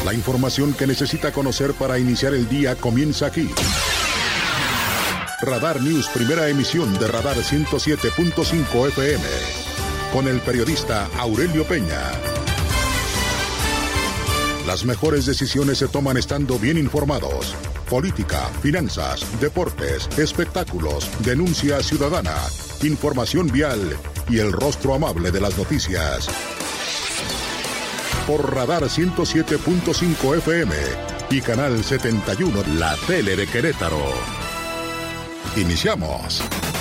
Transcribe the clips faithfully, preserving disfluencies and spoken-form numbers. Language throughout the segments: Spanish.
La información que necesita conocer para iniciar el día comienza aquí. Radar News, primera emisión de Radar ciento siete punto cinco F M. Con el periodista Aurelio Peña. Las mejores decisiones se toman estando bien informados. Política, finanzas, deportes, espectáculos, denuncia ciudadana, información vial y el rostro amable de las noticias. Por Radar ciento siete punto cinco F M y Canal setenta y uno, la tele de Querétaro. Iniciamos.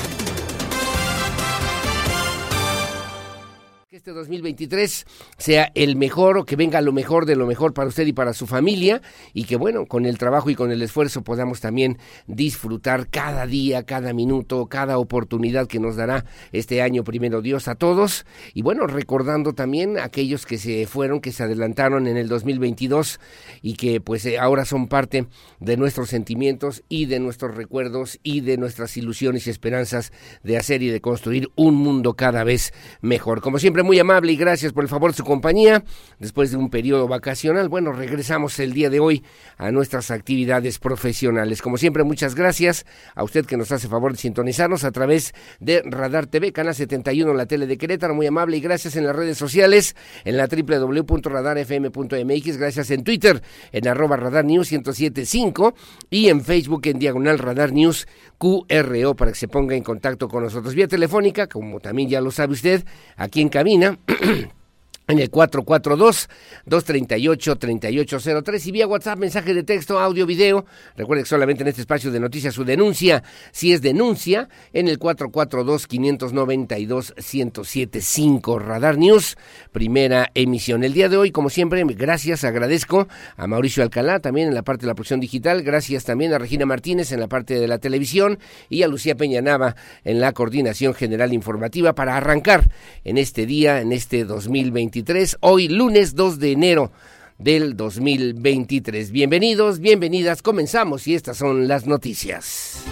Que este dos mil veintitrés sea el mejor, o que venga lo mejor de lo mejor para usted y para su familia, y que bueno, con el trabajo y con el esfuerzo podamos también disfrutar cada día, cada minuto, cada oportunidad que nos dará este año, primero Dios, a todos. Y bueno, recordando también a aquellos que se fueron, que se adelantaron en el dos mil veintidós y que pues eh, ahora son parte de nuestros sentimientos y de nuestros recuerdos y de nuestras ilusiones y esperanzas de hacer y de construir un mundo cada vez mejor. Como siempre, muy amable y gracias por el favor de su compañía. Después de un periodo vacacional, bueno, regresamos el día de hoy a nuestras actividades profesionales. Como siempre, muchas gracias a usted que nos hace favor de sintonizarnos a través de Radar T V, Canal setenta y uno, la tele de Querétaro. Muy amable y gracias en las redes sociales, en la doble u doble u doble u punto radar f m punto m x, gracias en Twitter, en arroba Radar News ciento siete punto cinco y en Facebook en diagonal Radar News Q R O para que se ponga en contacto con nosotros. Vía telefónica, como también ya lo sabe usted, aquí en cabina en el cuatro cuatro dos, dos tres ocho, tres ocho cero tres y vía WhatsApp, mensaje de texto, audio, video. Recuerde que solamente en este espacio de noticias su denuncia, si es denuncia, en el cuatro cuatro dos, cinco nueve dos, uno cero siete cinco. Radar News, primera emisión. El día de hoy, como siempre, gracias, agradezco a Mauricio Alcalá, también en la parte de la producción digital, gracias también a Regina Martínez en la parte de la televisión y a Lucía Peña Nava en la coordinación general informativa para arrancar en este día, en este dos mil veintitrés. Hoy lunes dos de enero del dos mil veintitrés. Bienvenidos, bienvenidas, comenzamos y estas son las noticias.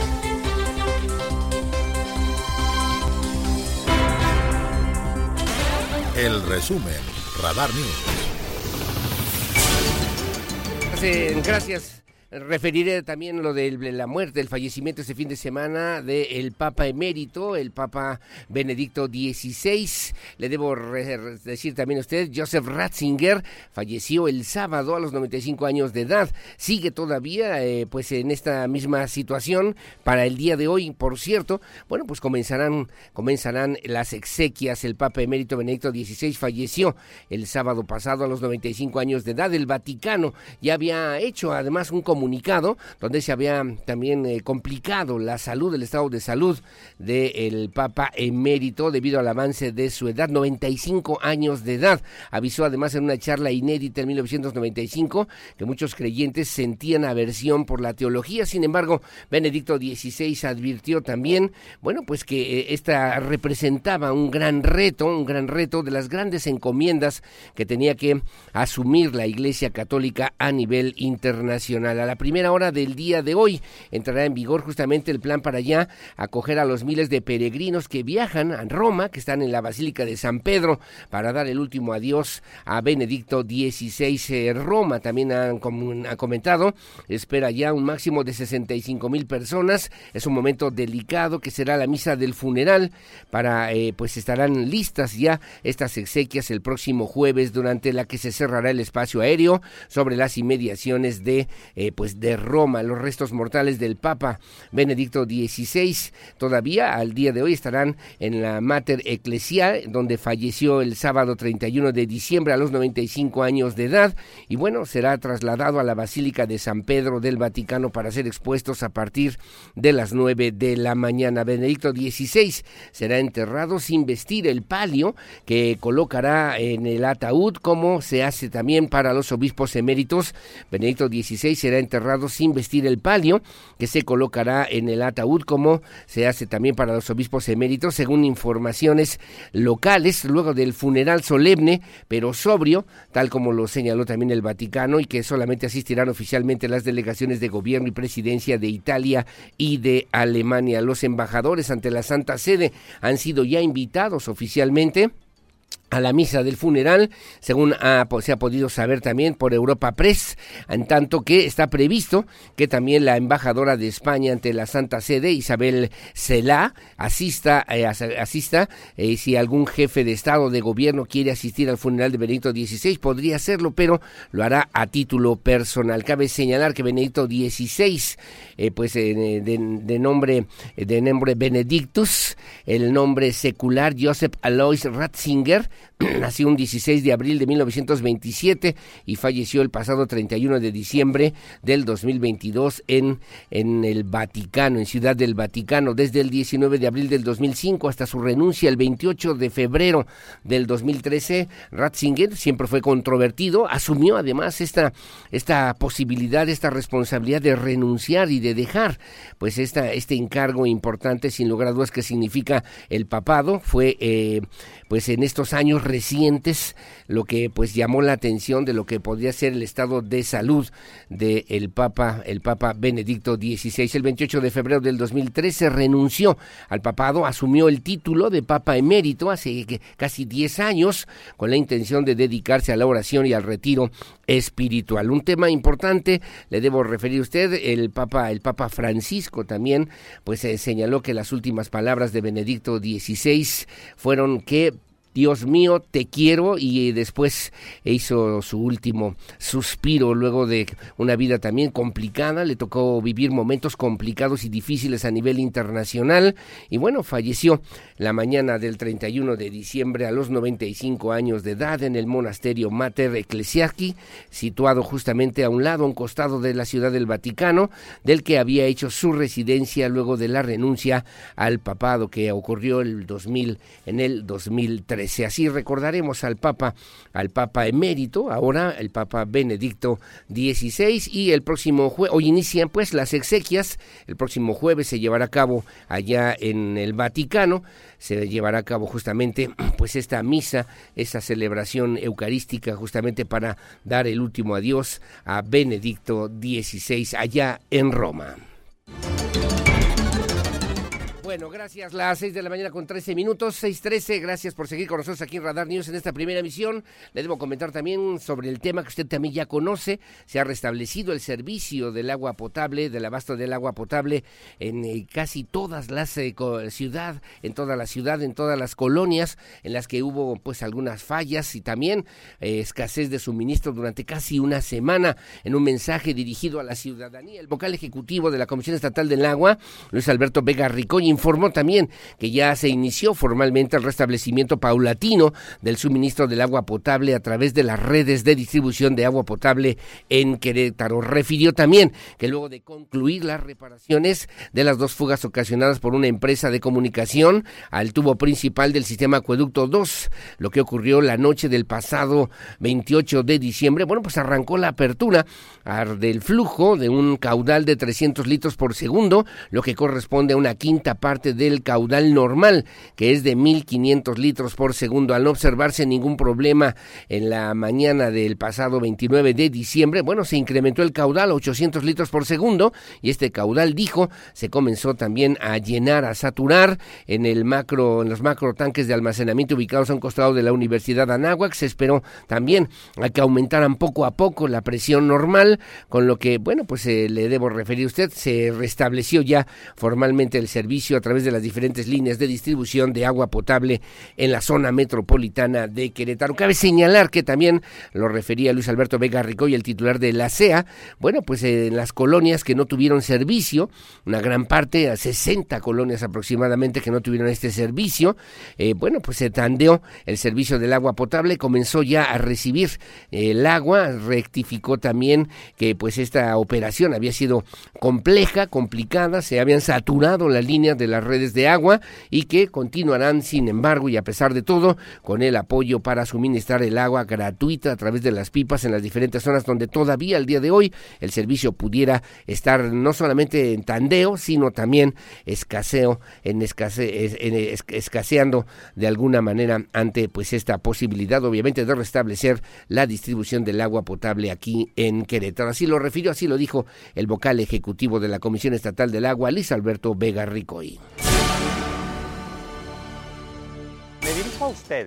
El resumen, Radar News. Gracias. Referiré también lo de la muerte, el fallecimiento este fin de semana del Papa emérito, el Papa Benedicto dieciséis. Le debo re- decir también a usted, Joseph Ratzinger falleció el sábado a los noventa y cinco años de edad. Sigue todavía eh, pues en esta misma situación para el día de hoy, por cierto. Bueno, pues comenzarán, comenzarán las exequias. El Papa emérito Benedicto dieciséis falleció el sábado pasado a los noventa y cinco años de edad. El Vaticano ya había hecho además un comunicado comunicado donde se había también eh, complicado la salud, el estado de salud del Papa emérito debido al avance de su edad, noventa y cinco años de edad. Avisó además en una charla inédita en mil novecientos noventa y cinco que muchos creyentes sentían aversión por la teología. Sin embargo, Benedicto dieciséis advirtió también, bueno, pues que eh, esta representaba un gran reto, un gran reto de las grandes encomiendas que tenía que asumir la Iglesia Católica a nivel internacional. A la primera hora del día de hoy entrará en vigor justamente el plan para ya acoger a los miles de peregrinos que viajan a Roma, que están en la Basílica de San Pedro, para dar el último adiós a Benedicto dieciséis. Eh, Roma también han, com- ha comentado, espera ya un máximo de sesenta y cinco mil personas. Es un momento delicado que será la misa del funeral, para eh, pues estarán listas ya estas exequias el próximo jueves, durante la que se cerrará el espacio aéreo sobre las inmediaciones de eh, pues de Roma. Los restos mortales del Papa Benedicto dieciséis todavía al día de hoy estarán en la Mater Ecclesiae, donde falleció el sábado treinta y uno de diciembre a los noventa y cinco años de edad, y bueno, será trasladado a la Basílica de San Pedro del Vaticano para ser expuestos a partir de las nueve de la mañana. Benedicto dieciséis será enterrado sin vestir el palio que colocará en el ataúd, como se hace también para los obispos eméritos. Benedicto dieciséis será enterrado sin vestir el palio que se colocará en el ataúd, como se hace también para los obispos eméritos, según informaciones locales, luego del funeral solemne pero sobrio, tal como lo señaló también el Vaticano, y que solamente asistirán oficialmente las delegaciones de gobierno y presidencia de Italia y de Alemania. Los embajadores ante la Santa Sede han sido ya invitados oficialmente a la misa del funeral, según ha, se ha podido saber también por Europa Press, en tanto que está previsto que también la embajadora de España ante la Santa Sede, Isabel Celá, asista, eh, asista eh, si algún jefe de Estado o de gobierno quiere asistir al funeral de Benedicto dieciséis, podría hacerlo, pero lo hará a título personal. Cabe señalar que Benedicto dieciséis, eh, pues eh, de, de nombre de nombre Benedictus, el nombre secular Joseph Alois Ratzinger, nació un dieciséis de abril de mil novecientos veintisiete y falleció el pasado treinta y uno de diciembre del dos mil veintidós en, en el Vaticano, en Ciudad del Vaticano. Desde el diecinueve de abril del dos mil cinco hasta su renuncia el veintiocho de febrero del dos mil trece, Ratzinger siempre fue controvertido, asumió además esta, esta posibilidad, esta responsabilidad de renunciar y de dejar pues esta, este encargo importante, sin lugar a dudas, que significa el papado. Fue eh, pues en estos años recientes lo que pues llamó la atención de lo que podría ser el estado de salud de el Papa, el Papa Benedicto dieciséis. El veintiocho de febrero del dos mil trece renunció al papado, asumió el título de Papa Emérito hace casi diez años con la intención de dedicarse a la oración y al retiro espiritual. Un tema importante, le debo referir a usted, el Papa, el Papa Francisco también pues eh, señaló que las últimas palabras de Benedicto dieciséis fueron que Dios mío, te quiero, y después hizo su último suspiro luego de una vida también complicada. Le tocó vivir momentos complicados y difíciles a nivel internacional y bueno, falleció la mañana del treinta y uno de diciembre a los noventa y cinco años de edad en el monasterio Mater Ecclesiae, situado justamente a un lado, a un costado de la Ciudad del Vaticano, del que había hecho su residencia luego de la renuncia al papado que ocurrió el dos mil, en el dos mil trece. Así recordaremos al Papa, al Papa Emérito, ahora el Papa Benedicto dieciséis, y el próximo jueves, hoy inician pues las exequias, el próximo jueves se llevará a cabo allá en el Vaticano, se llevará a cabo justamente pues esta misa, esta celebración eucarística justamente para dar el último adiós a Benedicto dieciséis allá en Roma. Bueno, gracias, las seis de la mañana con trece minutos, seis trece, gracias por seguir con nosotros aquí en Radar News en esta primera emisión. Le debo comentar también sobre el tema que usted también ya conoce, se ha restablecido el servicio del agua potable, del abasto del agua potable en eh, casi todas las eh, ciudad, en toda la ciudad, en todas las colonias en las que hubo pues algunas fallas y también eh, escasez de suministro durante casi una semana. En un mensaje dirigido a la ciudadanía, el vocal ejecutivo de la Comisión Estatal del Agua, Luis Alberto Vega Ricoy, informó también que ya se inició formalmente el restablecimiento paulatino del suministro del agua potable a través de las redes de distribución de agua potable en Querétaro. Refirió también que luego de concluir las reparaciones de las dos fugas ocasionadas por una empresa de comunicación al tubo principal del sistema Acueducto dos, lo que ocurrió la noche del pasado veintiocho de diciembre, bueno, pues arrancó la apertura del flujo de un caudal de trescientos litros por segundo, lo que corresponde a una quinta parte del caudal normal, que es de mil quinientos litros por segundo. Al no observarse ningún problema en la mañana del pasado veintinueve de diciembre, bueno, se incrementó el caudal a ochocientos litros por segundo y este caudal, dijo, se comenzó también a llenar, a saturar en el macro, en los macro tanques de almacenamiento ubicados a un costado de la Universidad Anáhuac. Se esperó también a que aumentaran poco a poco la presión normal, con lo que, bueno, pues eh, le debo referir a usted, se restableció ya formalmente el servicio a través de las diferentes líneas de distribución de agua potable en la zona metropolitana de Querétaro. Cabe señalar que también lo refería Luis Alberto Vega Ricoy, el titular de la C E A, bueno, pues en eh, las colonias que no tuvieron servicio, una gran parte, a sesenta colonias aproximadamente que no tuvieron este servicio, eh, bueno, pues se tandeó el servicio del agua potable, comenzó ya a recibir eh, el agua, rectificó también que pues esta operación había sido compleja, complicada, se habían saturado las líneas de las redes de agua y que continuarán, sin embargo, y a pesar de todo, con el apoyo para suministrar el agua gratuita a través de las pipas en las diferentes zonas donde todavía al día de hoy el servicio pudiera estar no solamente en tandeo, sino también escaseo, en escase, en es, escaseando de alguna manera ante pues esta posibilidad, obviamente, de restablecer la distribución del agua potable aquí en Querétaro. Así lo refirió, así lo dijo el vocal ejecutivo de la Comisión Estatal del Agua, Luis Alberto Vega Ricoy. Me dirijo a ustedes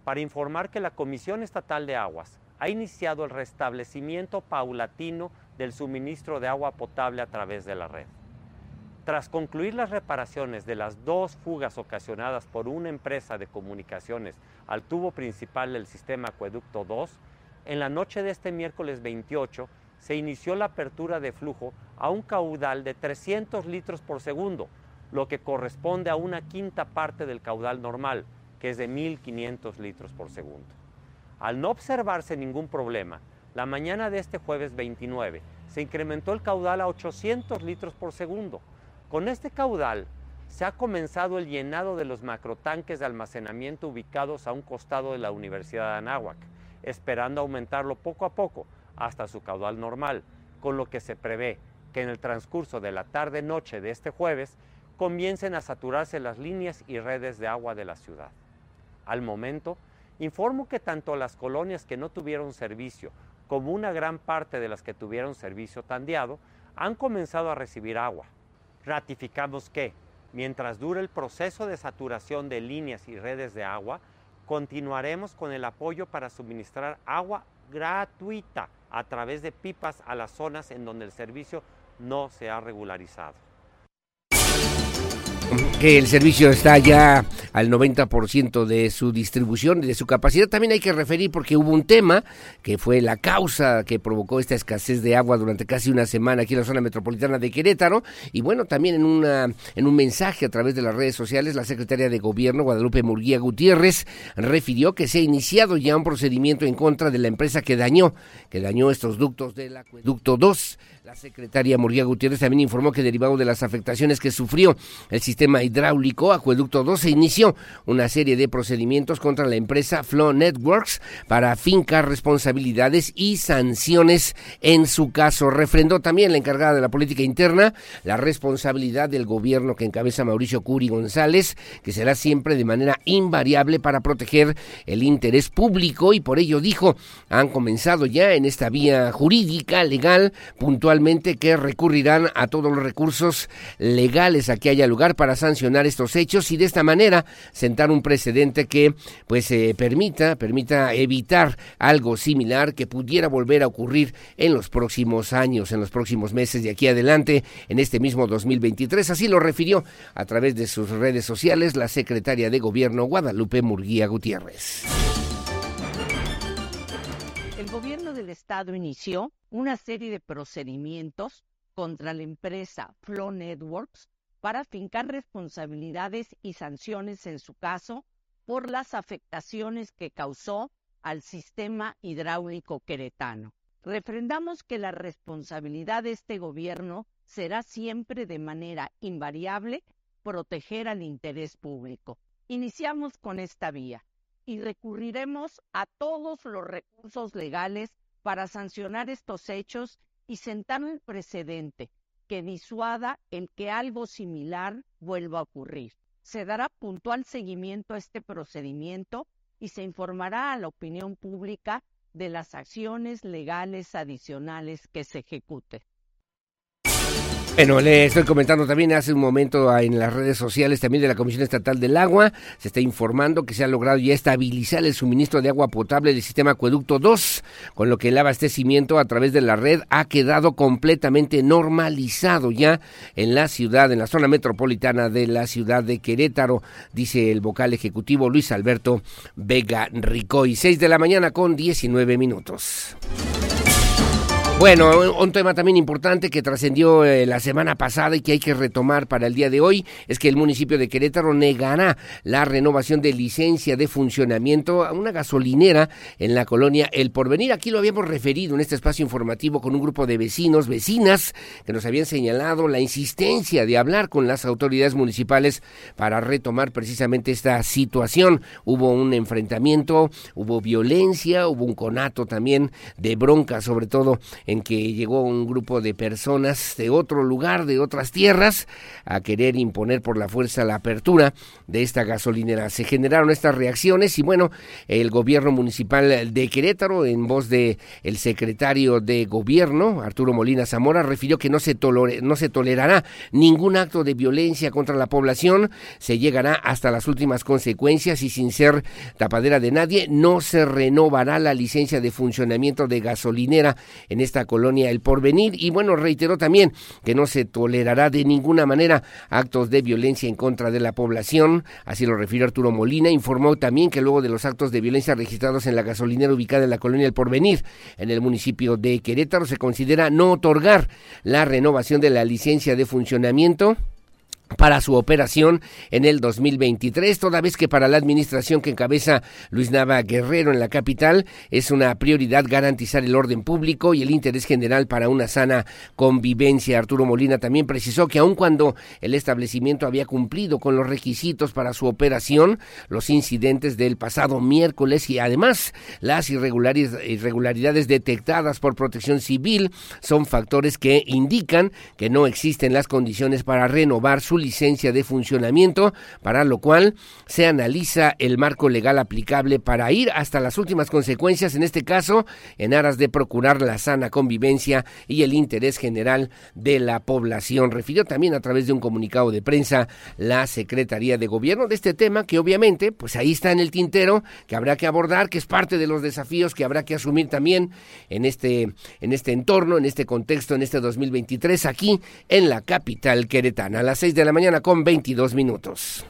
para informar que la Comisión Estatal de Aguas ha iniciado el restablecimiento paulatino del suministro de agua potable a través de la red. Tras concluir las reparaciones de las dos fugas ocasionadas por una empresa de comunicaciones al tubo principal del sistema Acueducto dos, en la noche de este miércoles veintiocho se inició la apertura de flujo a un caudal de trescientos litros por segundo, lo que corresponde a una quinta parte del caudal normal, que es de mil quinientos litros por segundo. Al no observarse ningún problema, la mañana de este jueves veintinueve se incrementó el caudal a ochocientos litros por segundo. Con este caudal se ha comenzado el llenado de los macrotanques de almacenamiento ubicados a un costado de la Universidad de Anáhuac, esperando aumentarlo poco a poco hasta su caudal normal, con lo que se prevé que en el transcurso de la tarde-noche de este jueves comiencen a saturarse las líneas y redes de agua de la ciudad. Al momento, informo que tanto las colonias que no tuvieron servicio como una gran parte de las que tuvieron servicio tandeado han comenzado a recibir agua. Ratificamos que, mientras dure el proceso de saturación de líneas y redes de agua, continuaremos con el apoyo para suministrar agua gratuita a través de pipas a las zonas en donde el servicio no se ha regularizado. Que el servicio está ya al noventa por ciento de su distribución y de su capacidad. También hay que referir porque hubo un tema que fue la causa que provocó esta escasez de agua durante casi una semana aquí en la zona metropolitana de Querétaro. Y bueno, también en una en un mensaje a través de las redes sociales, la secretaria de Gobierno, Guadalupe Murguía Gutiérrez, refirió que se ha iniciado ya un procedimiento en contra de la empresa que dañó, que dañó estos ductos del Acueducto dos. La secretaria Murguía Gutiérrez también informó que derivado de las afectaciones que sufrió el sistema hidráulico Acueducto dos, se inició una serie de procedimientos contra la empresa Flow Networks para fincar responsabilidades y sanciones en su caso. Refrendó también la encargada de la política interna la responsabilidad del gobierno que encabeza Mauricio Curi González, que será siempre de manera invariable para proteger el interés público, y por ello dijo, han comenzado ya en esta vía jurídica, legal, puntual, que recurrirán a todos los recursos legales a que haya lugar para sancionar estos hechos y de esta manera sentar un precedente que pues eh, permita permita evitar algo similar que pudiera volver a ocurrir en los próximos años, en los próximos meses de aquí adelante, en este mismo dos mil veintitrés. Así lo refirió a través de sus redes sociales la secretaria de Gobierno, Guadalupe Murguía Gutiérrez. El gobierno del estado inició una serie de procedimientos contra la empresa Flow Networks para fincar responsabilidades y sanciones en su caso por las afectaciones que causó al sistema hidráulico queretano. Refrendamos que la responsabilidad de este gobierno será siempre de manera invariable proteger al interés público. Iniciamos con esta vía y recurriremos a todos los recursos legales para sancionar estos hechos y sentar un precedente que disuada el que algo similar vuelva a ocurrir. Se dará puntual seguimiento a este procedimiento y se informará a la opinión pública de las acciones legales adicionales que se ejecuten. Bueno, le estoy comentando también hace un momento en las redes sociales también de la Comisión Estatal del Agua, se está informando que se ha logrado ya estabilizar el suministro de agua potable del sistema Acueducto dos, con lo que el abastecimiento a través de la red ha quedado completamente normalizado ya en la ciudad, en la zona metropolitana de la ciudad de Querétaro, dice el vocal ejecutivo Luis Alberto Vega Ricoy. seis de la mañana con diecinueve minutos. Bueno, un tema también importante que trascendió eh, la semana pasada y que hay que retomar para el día de hoy es que el municipio de Querétaro negará la renovación de licencia de funcionamiento a una gasolinera en la colonia El Porvenir. Aquí lo habíamos referido en este espacio informativo con un grupo de vecinos, vecinas, que nos habían señalado la insistencia de hablar con las autoridades municipales para retomar precisamente esta situación. Hubo un enfrentamiento, hubo violencia, hubo un conato también de bronca, sobre todo en que llegó un grupo de personas de otro lugar, de otras tierras, a querer imponer por la fuerza la apertura de esta gasolinera. Se generaron estas reacciones y bueno, el gobierno municipal de Querétaro, en voz de el secretario de gobierno, Arturo Molina Zamora, refirió que no se tolere, no se tolerará ningún acto de violencia contra la población, se llegará hasta las últimas consecuencias y sin ser tapadera de nadie, no se renovará la licencia de funcionamiento de gasolinera en esta colonia El Porvenir. Y bueno, reiteró también que no se tolerará de ninguna manera actos de violencia en contra de la población, así lo refirió Arturo Molina. Informó también que luego de los actos de violencia registrados en la gasolinera ubicada en la colonia El Porvenir, en el municipio de Querétaro, se considera no otorgar la renovación de la licencia de funcionamiento para su operación en el dos mil veintitrés, toda vez que para la administración que encabeza Luis Nava Guerrero en la capital es una prioridad garantizar el orden público y el interés general para una sana convivencia. Arturo Molina también precisó que aun cuando el establecimiento había cumplido con los requisitos para su operación, los incidentes del pasado miércoles y además las irregularidades detectadas por Protección Civil son factores que indican que no existen las condiciones para renovar su licencia de funcionamiento, para lo cual se analiza el marco legal aplicable para ir hasta las últimas consecuencias, en este caso, en aras de procurar la sana convivencia y el interés general de la población. Refirió también a través de un comunicado de prensa la Secretaría de Gobierno de este tema, que obviamente, pues ahí está en el tintero, que habrá que abordar, que es parte de los desafíos que habrá que asumir también en este, en este entorno, en este contexto, en este dos mil veintitrés, aquí en la capital queretana. A las seis de la mañana con veintidós minutos.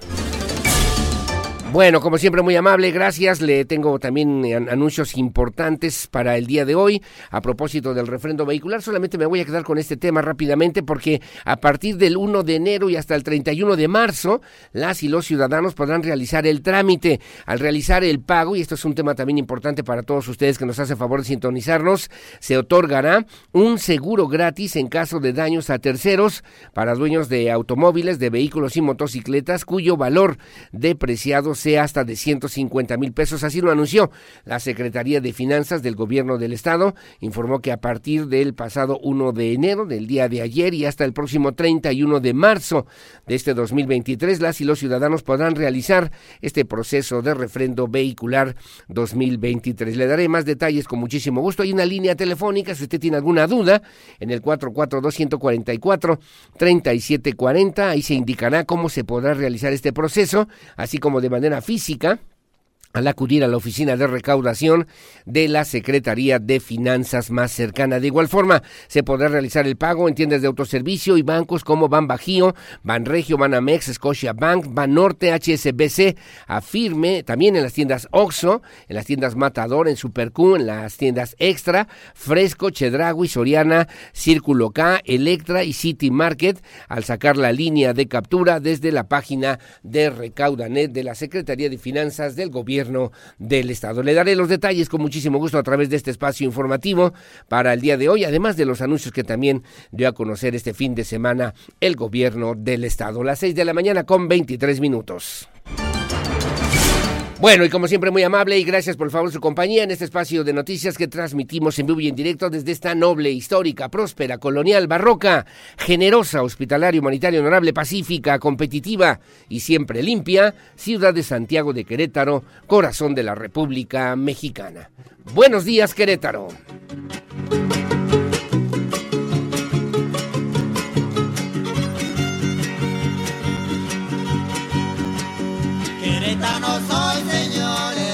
Bueno, como siempre, muy amable, gracias. Le tengo también anuncios importantes para el día de hoy. A propósito del refrendo vehicular, solamente me voy a quedar con este tema rápidamente porque a partir del primero de enero y hasta el treinta y uno de marzo, las y los ciudadanos podrán realizar el trámite. Al realizar el pago, y esto es un tema también importante para todos ustedes que nos hacen favor de sintonizarnos, se otorgará un seguro gratis en caso de daños a terceros para dueños de automóviles, de vehículos y motocicletas cuyo valor depreciado sea hasta de ciento cincuenta mil pesos, así lo anunció la Secretaría de Finanzas del Gobierno del Estado. Informó que a partir del pasado primero de enero, del día de ayer y hasta el próximo treinta y uno de marzo de este dos mil veintitrés, las y los ciudadanos podrán realizar este proceso de refrendo vehicular dos mil veintitrés. Le daré más detalles con muchísimo gusto. Hay una línea telefónica, si usted tiene alguna duda, en el cuatro cuatro dos, uno cuatro cuatro, tres siete cuatro cero, ahí se indicará cómo se podrá realizar este proceso, así como de manera física, al acudir a la oficina de recaudación de la Secretaría de Finanzas más cercana. De igual forma, se podrá realizar el pago en tiendas de autoservicio y bancos como Banbajío, Banregio, Banamex, Scotiabank, Banorte, H S B C, Afirme, también en las tiendas Oxxo, en las tiendas Matador, en Superq, en las tiendas Extra, Fresco, Chedraui, Soriana, Círculo K, Electra y City Market, al sacar la línea de captura desde la página de Recaudanet de la Secretaría de Finanzas del Gobierno del Estado. Le daré los detalles con muchísimo gusto a través de este espacio informativo para el día de hoy, además de los anuncios que también dio a conocer este fin de semana el Gobierno del Estado. Las seis de la mañana con veintitrés minutos. Bueno, y como siempre, muy amable y gracias por el favor de su compañía en este espacio de noticias que transmitimos en vivo y en directo desde esta noble, histórica, próspera, colonial, barroca, generosa, hospitalaria, humanitaria, honorable, pacífica, competitiva y siempre limpia, ciudad de Santiago de Querétaro, corazón de la República Mexicana. Buenos días, Querétaro. Querétaro soy, señores.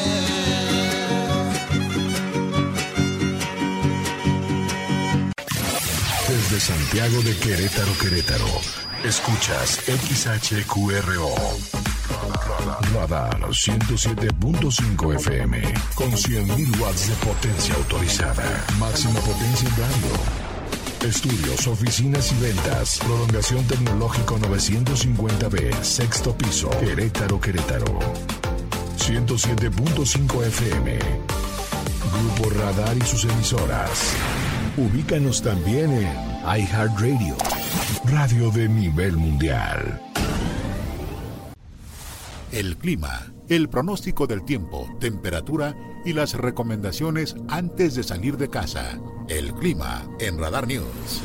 Desde Santiago de Querétaro, Querétaro, escuchas X H Q R O. Radar ciento siete punto cinco F M, con cien mil watts de potencia autorizada. Máxima potencia en radio. Estudios, oficinas y ventas. Prolongación Tecnológico novecientos cincuenta B, sexto piso, Querétaro, Querétaro. ciento siete punto cinco F M. Grupo Radar y sus emisoras. Ubícanos también en iHeartRadio, radio de nivel mundial. El clima el pronóstico del tiempo, temperatura y las recomendaciones antes de salir de casa. El clima en Radar News.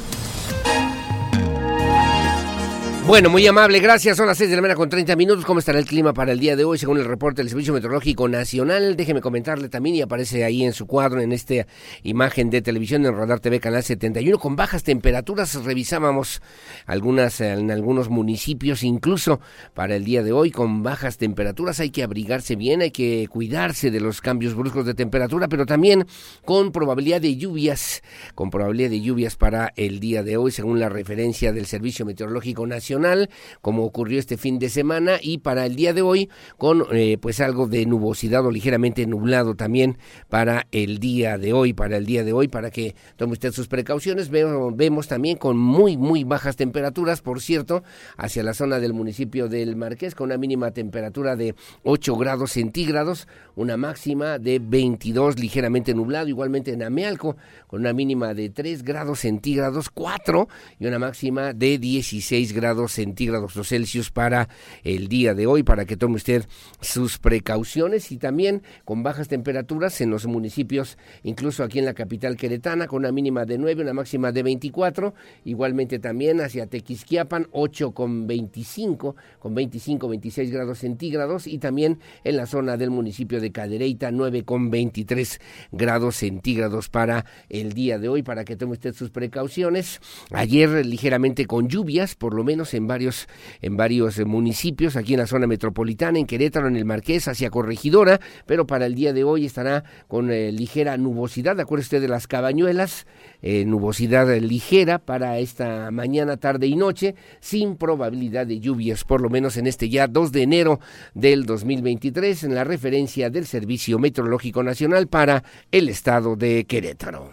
Bueno, muy amable, gracias. Son las seis de la mañana con treinta minutos. ¿Cómo estará el clima para el día de hoy? Según el reporte del Servicio Meteorológico Nacional, déjeme comentarle también, y aparece ahí en su cuadro, en esta imagen de televisión en Radar T V Canal setenta y uno, con bajas temperaturas. Revisábamos algunas en algunos municipios, incluso para el día de hoy, con bajas temperaturas. Hay que abrigarse bien, hay que cuidarse de los cambios bruscos de temperatura, pero también con probabilidad de lluvias, con probabilidad de lluvias para el día de hoy, según la referencia del Servicio Meteorológico Nacional, como ocurrió este fin de semana, y para el día de hoy con eh, pues algo de nubosidad o ligeramente nublado también para el día de hoy, para el día de hoy, para que tome usted sus precauciones. Vemos, vemos también con muy, muy bajas temperaturas, por cierto, hacia la zona del municipio del Marqués, con una mínima temperatura de ocho grados centígrados, una máxima de veintidós, ligeramente nublado, igualmente en Amealco, con una mínima de tres grados centígrados, cuatro, y una máxima de dieciséis grados centígrados o Celsius para el día de hoy, para que tome usted sus precauciones. Y también con bajas temperaturas en los municipios, incluso aquí en la capital queretana, con una mínima de nueve, una máxima de veinticuatro, igualmente también hacia Tequisquiapan, ocho con veinticinco, con veinticinco, veintiséis grados centígrados, y también en la zona del municipio de Cadereyta, nueve con veintitrés grados centígrados para el día de hoy, para que tome usted sus precauciones. Ayer ligeramente con lluvias, por lo menos en varios en varios municipios, aquí en la zona metropolitana, en Querétaro, en el Marqués, hacia Corregidora, pero para el día de hoy estará con eh, ligera nubosidad. Acuérdese usted de las Cabañuelas, eh, nubosidad ligera para esta mañana, tarde y noche, sin probabilidad de lluvias, por lo menos en este ya dos de enero del dos mil veintitrés, en la referencia del Servicio Meteorológico Nacional para el estado de Querétaro.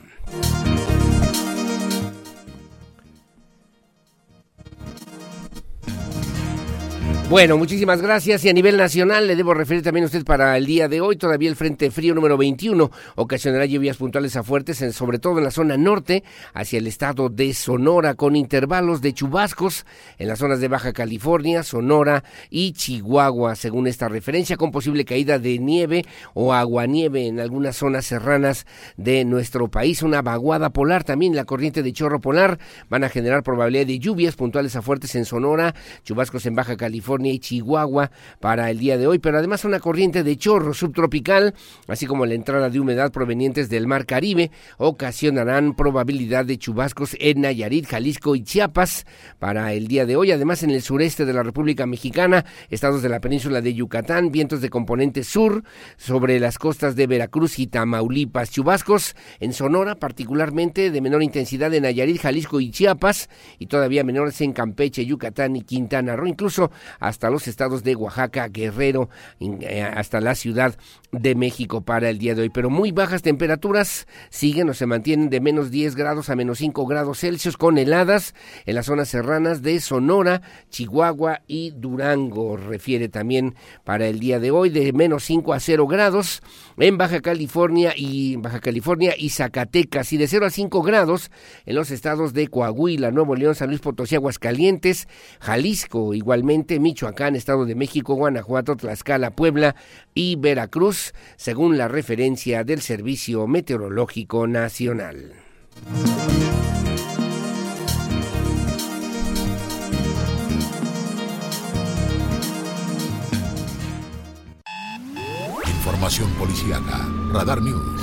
Bueno, muchísimas gracias. Y a nivel nacional le debo referir también a usted para el día de hoy, todavía el Frente Frío número veintiuno ocasionará lluvias puntuales a fuertes, en, sobre todo en la zona norte, hacia el estado de Sonora, con intervalos de chubascos en las zonas de Baja California, Sonora y Chihuahua, según esta referencia, con posible caída de nieve o aguanieve en algunas zonas serranas de nuestro país. Una vaguada polar también, la corriente de chorro polar, van a generar probabilidad de lluvias puntuales a fuertes en Sonora, chubascos en Baja California y Chihuahua para el día de hoy, pero además una corriente de chorro subtropical, así como la entrada de humedad provenientes del Mar Caribe, ocasionarán probabilidad de chubascos en Nayarit, Jalisco y Chiapas para el día de hoy. Además, en el sureste de la República Mexicana, estados de la península de Yucatán, vientos de componente sur sobre las costas de Veracruz y Tamaulipas, chubascos en Sonora, particularmente de menor intensidad en Nayarit, Jalisco y Chiapas, y todavía menores en Campeche, Yucatán y Quintana Roo, incluso hasta los estados de Oaxaca, Guerrero, hasta la Ciudad de México para el día de hoy. Pero muy bajas temperaturas siguen o se mantienen de menos diez grados a menos cinco grados Celsius, con heladas en las zonas serranas de Sonora, Chihuahua y Durango. Refiere también para el día de hoy de menos cinco a cero grados en Baja California y Baja California y Zacatecas, y de cero a cinco grados en los estados de Coahuila, Nuevo León, San Luis Potosí, Aguascalientes, Jalisco, igualmente Michoacán, Estado de México, Guanajuato, Tlaxcala, Puebla y Veracruz, según la referencia del Servicio Meteorológico Nacional. Información policíaca. Radar News.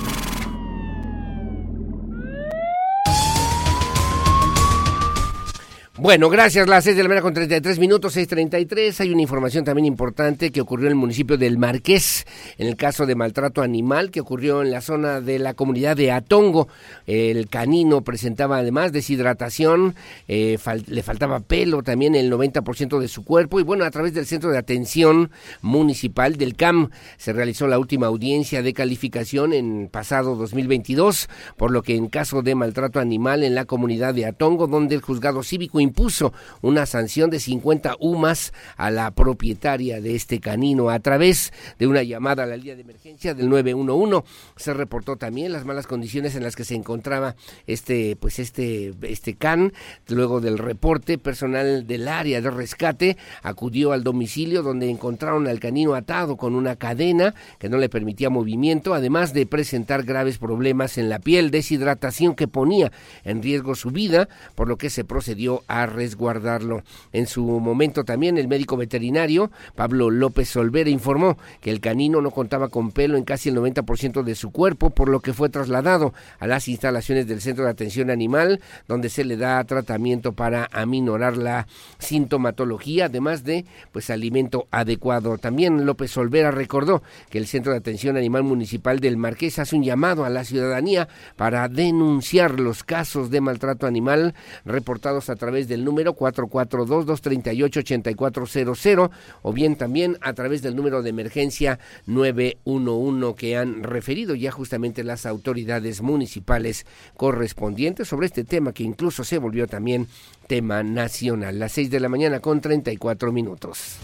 Bueno, gracias. Las seis de la mañana con treinta y tres minutos, seis treinta y tres. Hay una información también importante que ocurrió en el municipio del Marqués, en el caso de maltrato animal que ocurrió en la zona de la comunidad de Atongo. El canino presentaba además deshidratación, eh, fal- le faltaba pelo también en el noventa por ciento de su cuerpo, y bueno, a través del Centro de Atención Municipal del C A M se realizó la última audiencia de calificación en pasado dos mil veintidós, por lo que en caso de maltrato animal en la comunidad de Atongo, donde el juzgado cívico impuso una sanción de cincuenta U M A S a la propietaria de este canino. A través de una llamada a la línea de emergencia del nueve uno uno se reportó también las malas condiciones en las que se encontraba este pues este este can. Luego del reporte, personal del área de rescate acudió al domicilio, donde encontraron al canino atado con una cadena que no le permitía movimiento, además de presentar graves problemas en la piel, deshidratación que ponía en riesgo su vida, por lo que se procedió a resguardarlo. En su momento también el médico veterinario Pablo López Olvera informó que el canino no contaba con pelo en casi el noventa por ciento de su cuerpo, por lo que fue trasladado a las instalaciones del Centro de Atención Animal, donde se le da tratamiento para aminorar la sintomatología, además de pues alimento adecuado. También López Olvera recordó que el Centro de Atención Animal Municipal del Marqués hace un llamado a la ciudadanía para denunciar los casos de maltrato animal reportados a través del número cuatro cuatro dos, dos tres ocho, ocho cuatro cero cero o bien también a través del número de emergencia nueve uno uno que han referido ya justamente las autoridades municipales correspondientes sobre este tema, que incluso se volvió también tema nacional. Las seis de la mañana con treinta y cuatro minutos.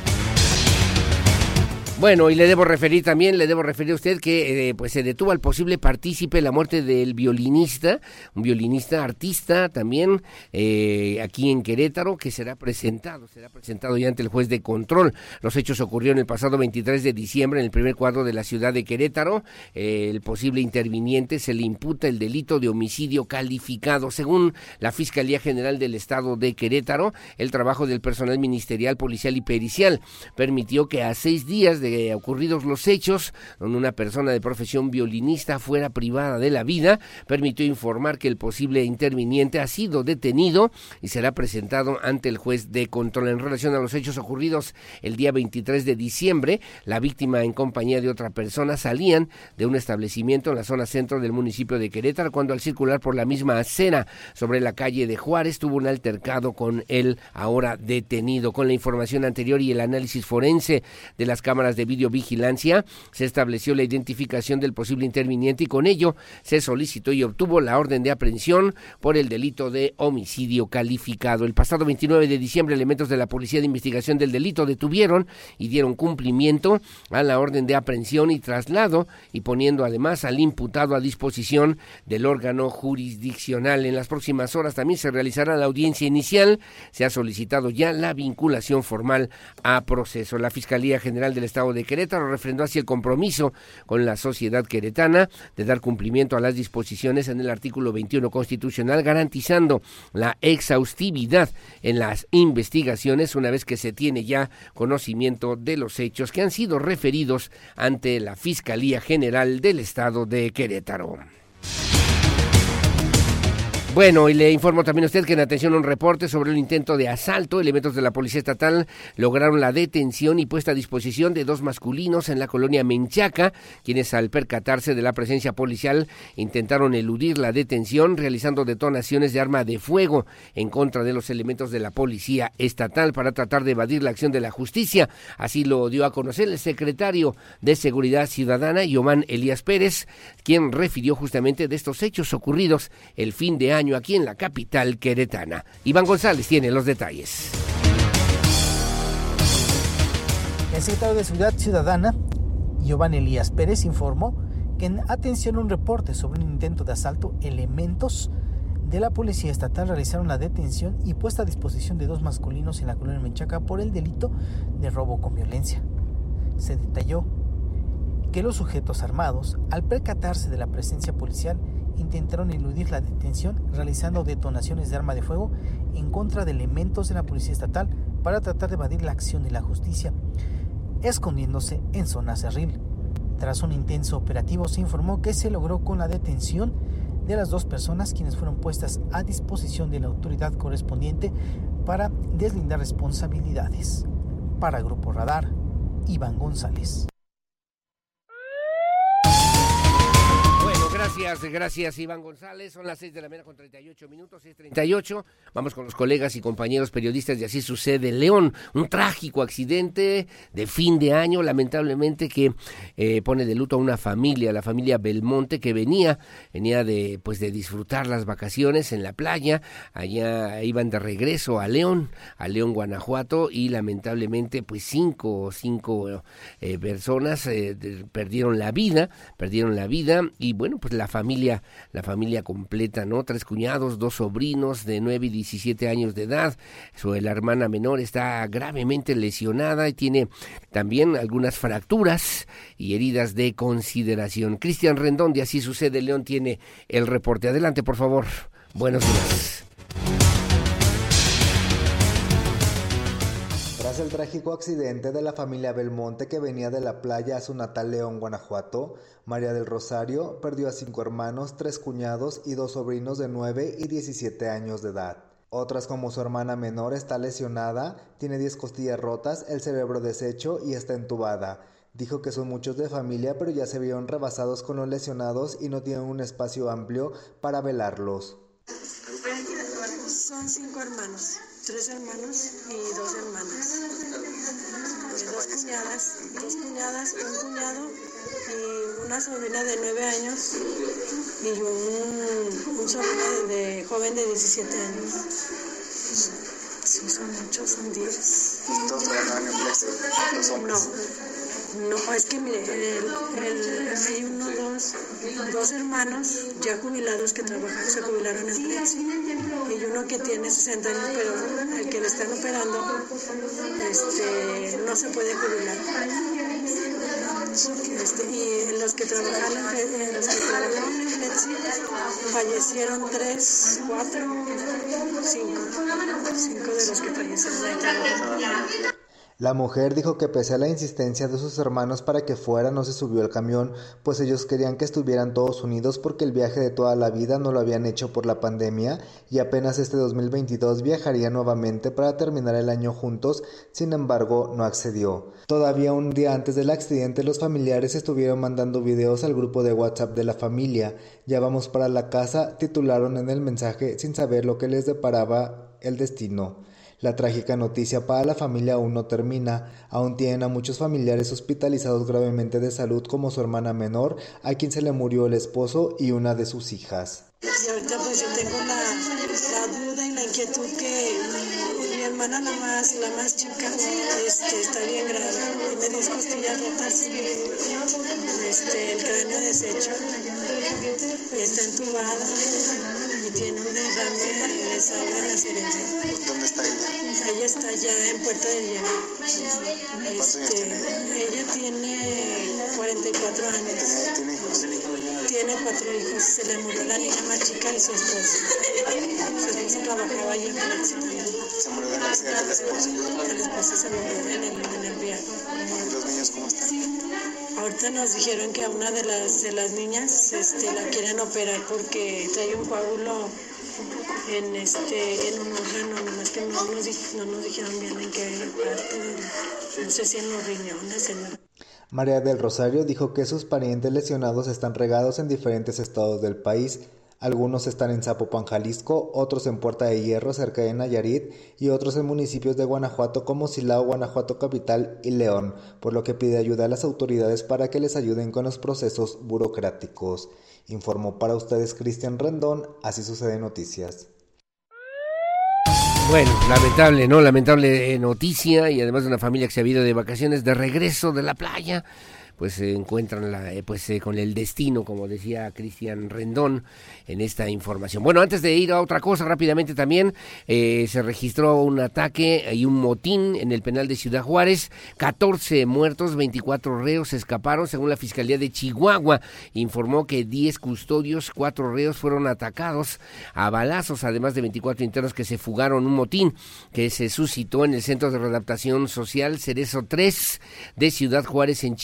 Bueno, y le debo referir también, le debo referir a usted que eh, pues se detuvo al posible partícipe de la muerte del violinista, un violinista artista también eh, aquí en Querétaro, que será presentado, será presentado ya ante el juez de control. Los hechos ocurrieron el pasado veintitrés de diciembre en el primer cuadro de la ciudad de Querétaro. Eh, el posible interviniente se le imputa el delito de homicidio calificado. Según la Fiscalía General del Estado de Querétaro, el trabajo del personal ministerial, policial y pericial permitió que a seis días de ocurridos los hechos, donde una persona de profesión violinista fuera privada de la vida, permitió informar que el posible interviniente ha sido detenido y será presentado ante el juez de control. En relación a los hechos ocurridos el día veintitrés de diciembre, la víctima en compañía de otra persona salían de un establecimiento en la zona centro del municipio de Querétaro, cuando al circular por la misma acera sobre la calle de Juárez tuvo un altercado con el ahora detenido. Con la información anterior y el análisis forense de las cámaras de de videovigilancia, se estableció la identificación del posible interviniente y con ello se solicitó y obtuvo la orden de aprehensión por el delito de homicidio calificado. El pasado veintinueve de diciembre, elementos de la Policía de Investigación del Delito detuvieron y dieron cumplimiento a la orden de aprehensión y traslado, y poniendo además al imputado a disposición del órgano jurisdiccional. En las próximas horas también se realizará la audiencia inicial. Se ha solicitado ya la vinculación formal a proceso. La Fiscalía General del Estado de Querétaro refrendó así el compromiso con la sociedad queretana de dar cumplimiento a las disposiciones en el artículo veintiuno constitucional, garantizando la exhaustividad en las investigaciones una vez que se tiene ya conocimiento de los hechos que han sido referidos ante la Fiscalía General del Estado de Querétaro. Bueno, y le informo también a usted que en atención a un reporte sobre un intento de asalto, elementos de la Policía Estatal lograron la detención y puesta a disposición de dos masculinos en la colonia Menchaca, quienes al percatarse de la presencia policial intentaron eludir la detención realizando detonaciones de arma de fuego en contra de los elementos de la Policía Estatal para tratar de evadir la acción de la justicia. Así lo dio a conocer el secretario de Seguridad Ciudadana, Yomán Elías Pérez, quien refirió justamente de estos hechos ocurridos el fin de año aquí en la capital queretana. Iván González tiene los detalles. El secretario de Seguridad Ciudadana, Yomán Elías Pérez, informó que en atención a un reporte sobre un intento de asalto, elementos de la Policía Estatal realizaron la detención y puesta a disposición de dos masculinos en la colonia Menchaca por el delito de robo con violencia. Se detalló que los sujetos armados, al percatarse de la presencia policial, intentaron eludir la detención realizando detonaciones de arma de fuego en contra de elementos de la Policía Estatal para tratar de evadir la acción de la justicia, escondiéndose en zona cerril. Tras un intenso operativo, se informó que se logró con la detención de las dos personas, quienes fueron puestas a disposición de la autoridad correspondiente para deslindar responsabilidades. Para Grupo Radar, Iván González. Gracias, gracias Iván González. Son las seis de la mañana con treinta y ocho minutos, seis treinta y ocho. Vamos con los colegas y compañeros periodistas de Así Sucede León. Un trágico accidente de fin de año, lamentablemente, que eh, pone de luto a una familia, la familia Belmonte, que venía, venía de, pues, de disfrutar las vacaciones en la playa. Allá iban de regreso a León, a León, Guanajuato, y lamentablemente, pues cinco, cinco eh, personas eh, de, perdieron la vida, perdieron la vida, y bueno, pues la familia, la familia completa, ¿no? Tres cuñados, dos sobrinos de nueve y diecisiete años de edad. Su, la hermana menor está gravemente lesionada y tiene también algunas fracturas y heridas de consideración. Cristian Rendón de Así Sucede León tiene el reporte. Adelante, por favor. Buenos días. Tras el trágico accidente de la familia Belmonte que venía de la playa a su natal León, Guanajuato, María del Rosario perdió a cinco hermanos, tres cuñados y dos sobrinos de nueve y diecisiete años de edad. Otras, como su hermana menor, está lesionada, tiene diez costillas rotas, el cerebro deshecho y está entubada. Dijo que son muchos de familia, pero ya se vieron rebasados con los lesionados y no tienen un espacio amplio para velarlos. Son cinco hermanos. Tres hermanos y dos hermanas, dos cuñadas, dos cuñadas, un cuñado y una sobrina de nueve años y un, un sobrino de, de joven de diecisiete años. Sí, son muchos, son diez. ¿Todos trabajan en Plexi, los hombres? No, no, es que mire, el, el, hay uno, dos, dos hermanos ya jubilados que trabajan, se jubilaron en Plexi, y uno que tiene sesenta años, pero el que le están operando este, no se puede jubilar. Este, y los que trabajan en, los que trabajaron en Plexi fallecieron tres, cuatro, cinco, cinco de los que fallecieron ahí. La mujer dijo que pese a la insistencia de sus hermanos para que fuera, no se subió al camión, pues ellos querían que estuvieran todos unidos porque el viaje de toda la vida no lo habían hecho por la pandemia y apenas este dos mil veintidós viajarían nuevamente para terminar el año juntos. Sin embargo, no accedió. Todavía un día antes del accidente, los familiares estuvieron mandando videos al grupo de WhatsApp de la familia. Ya vamos para la casa, titularon en el mensaje sin saber lo que les deparaba el destino. La trágica noticia para la familia aún no termina. Aún tienen a muchos familiares hospitalizados gravemente de salud, como su hermana menor, a quien se le murió el esposo y una de sus hijas. Y ahorita pues yo tengo la, la duda y la inquietud que mi hermana la más, la más chica este, está bien grave, tiene diez costillas rotas, este, el cráneo deshecho, está entubada y tiene un derrame de sangre en la cerebro. ¿Dónde está ella? Ella está allá en Puerta del Hierro. Este, ella tiene cuarenta y cuatro años. ¿Tiene hijos? Tiene cuatro hijos. Se le murió la niña más chica y su esposo. Su esposo trabajaba allí en Plexi también. ¿Se murió de accidente el esposo? El esposo se murió en el, en el viaje. ¿Y los niños cómo están? Ahorita nos dijeron que a una de las de las niñas este, la quieren operar porque trae un coágulo en este en un órgano, nomás que no nos, no nos dijeron bien en qué parte, no sé si en los riñones. En el... María del Rosario dijo que sus parientes lesionados están regados en diferentes estados del país. Algunos están en Zapopan, Jalisco, otros en Puerta de Hierro, cerca de Nayarit, y otros en municipios de Guanajuato como Silao, Guanajuato Capital y León, por lo que pide ayuda a las autoridades para que les ayuden con los procesos burocráticos. Informó para ustedes Cristian Rendón, Así Sucede Noticias. Bueno, lamentable, ¿no? Lamentable noticia, y además de una familia que se ha ido de vacaciones de regreso de la playa, pues se encuentran la, eh, pues eh, con el destino, como decía Cristian Rendón en esta información. Bueno, antes de ir a otra cosa, rápidamente también eh, se registró un ataque y un motín en el penal de Ciudad Juárez. catorce muertos, veinticuatro reos escaparon, según la Fiscalía de Chihuahua. Informó que diez custodios, cuatro reos fueron atacados a balazos, además de veinticuatro internos que se fugaron. Un motín que se suscitó en el Centro de Readaptación Social Cerezo tres de Ciudad Juárez, en Chihuahua.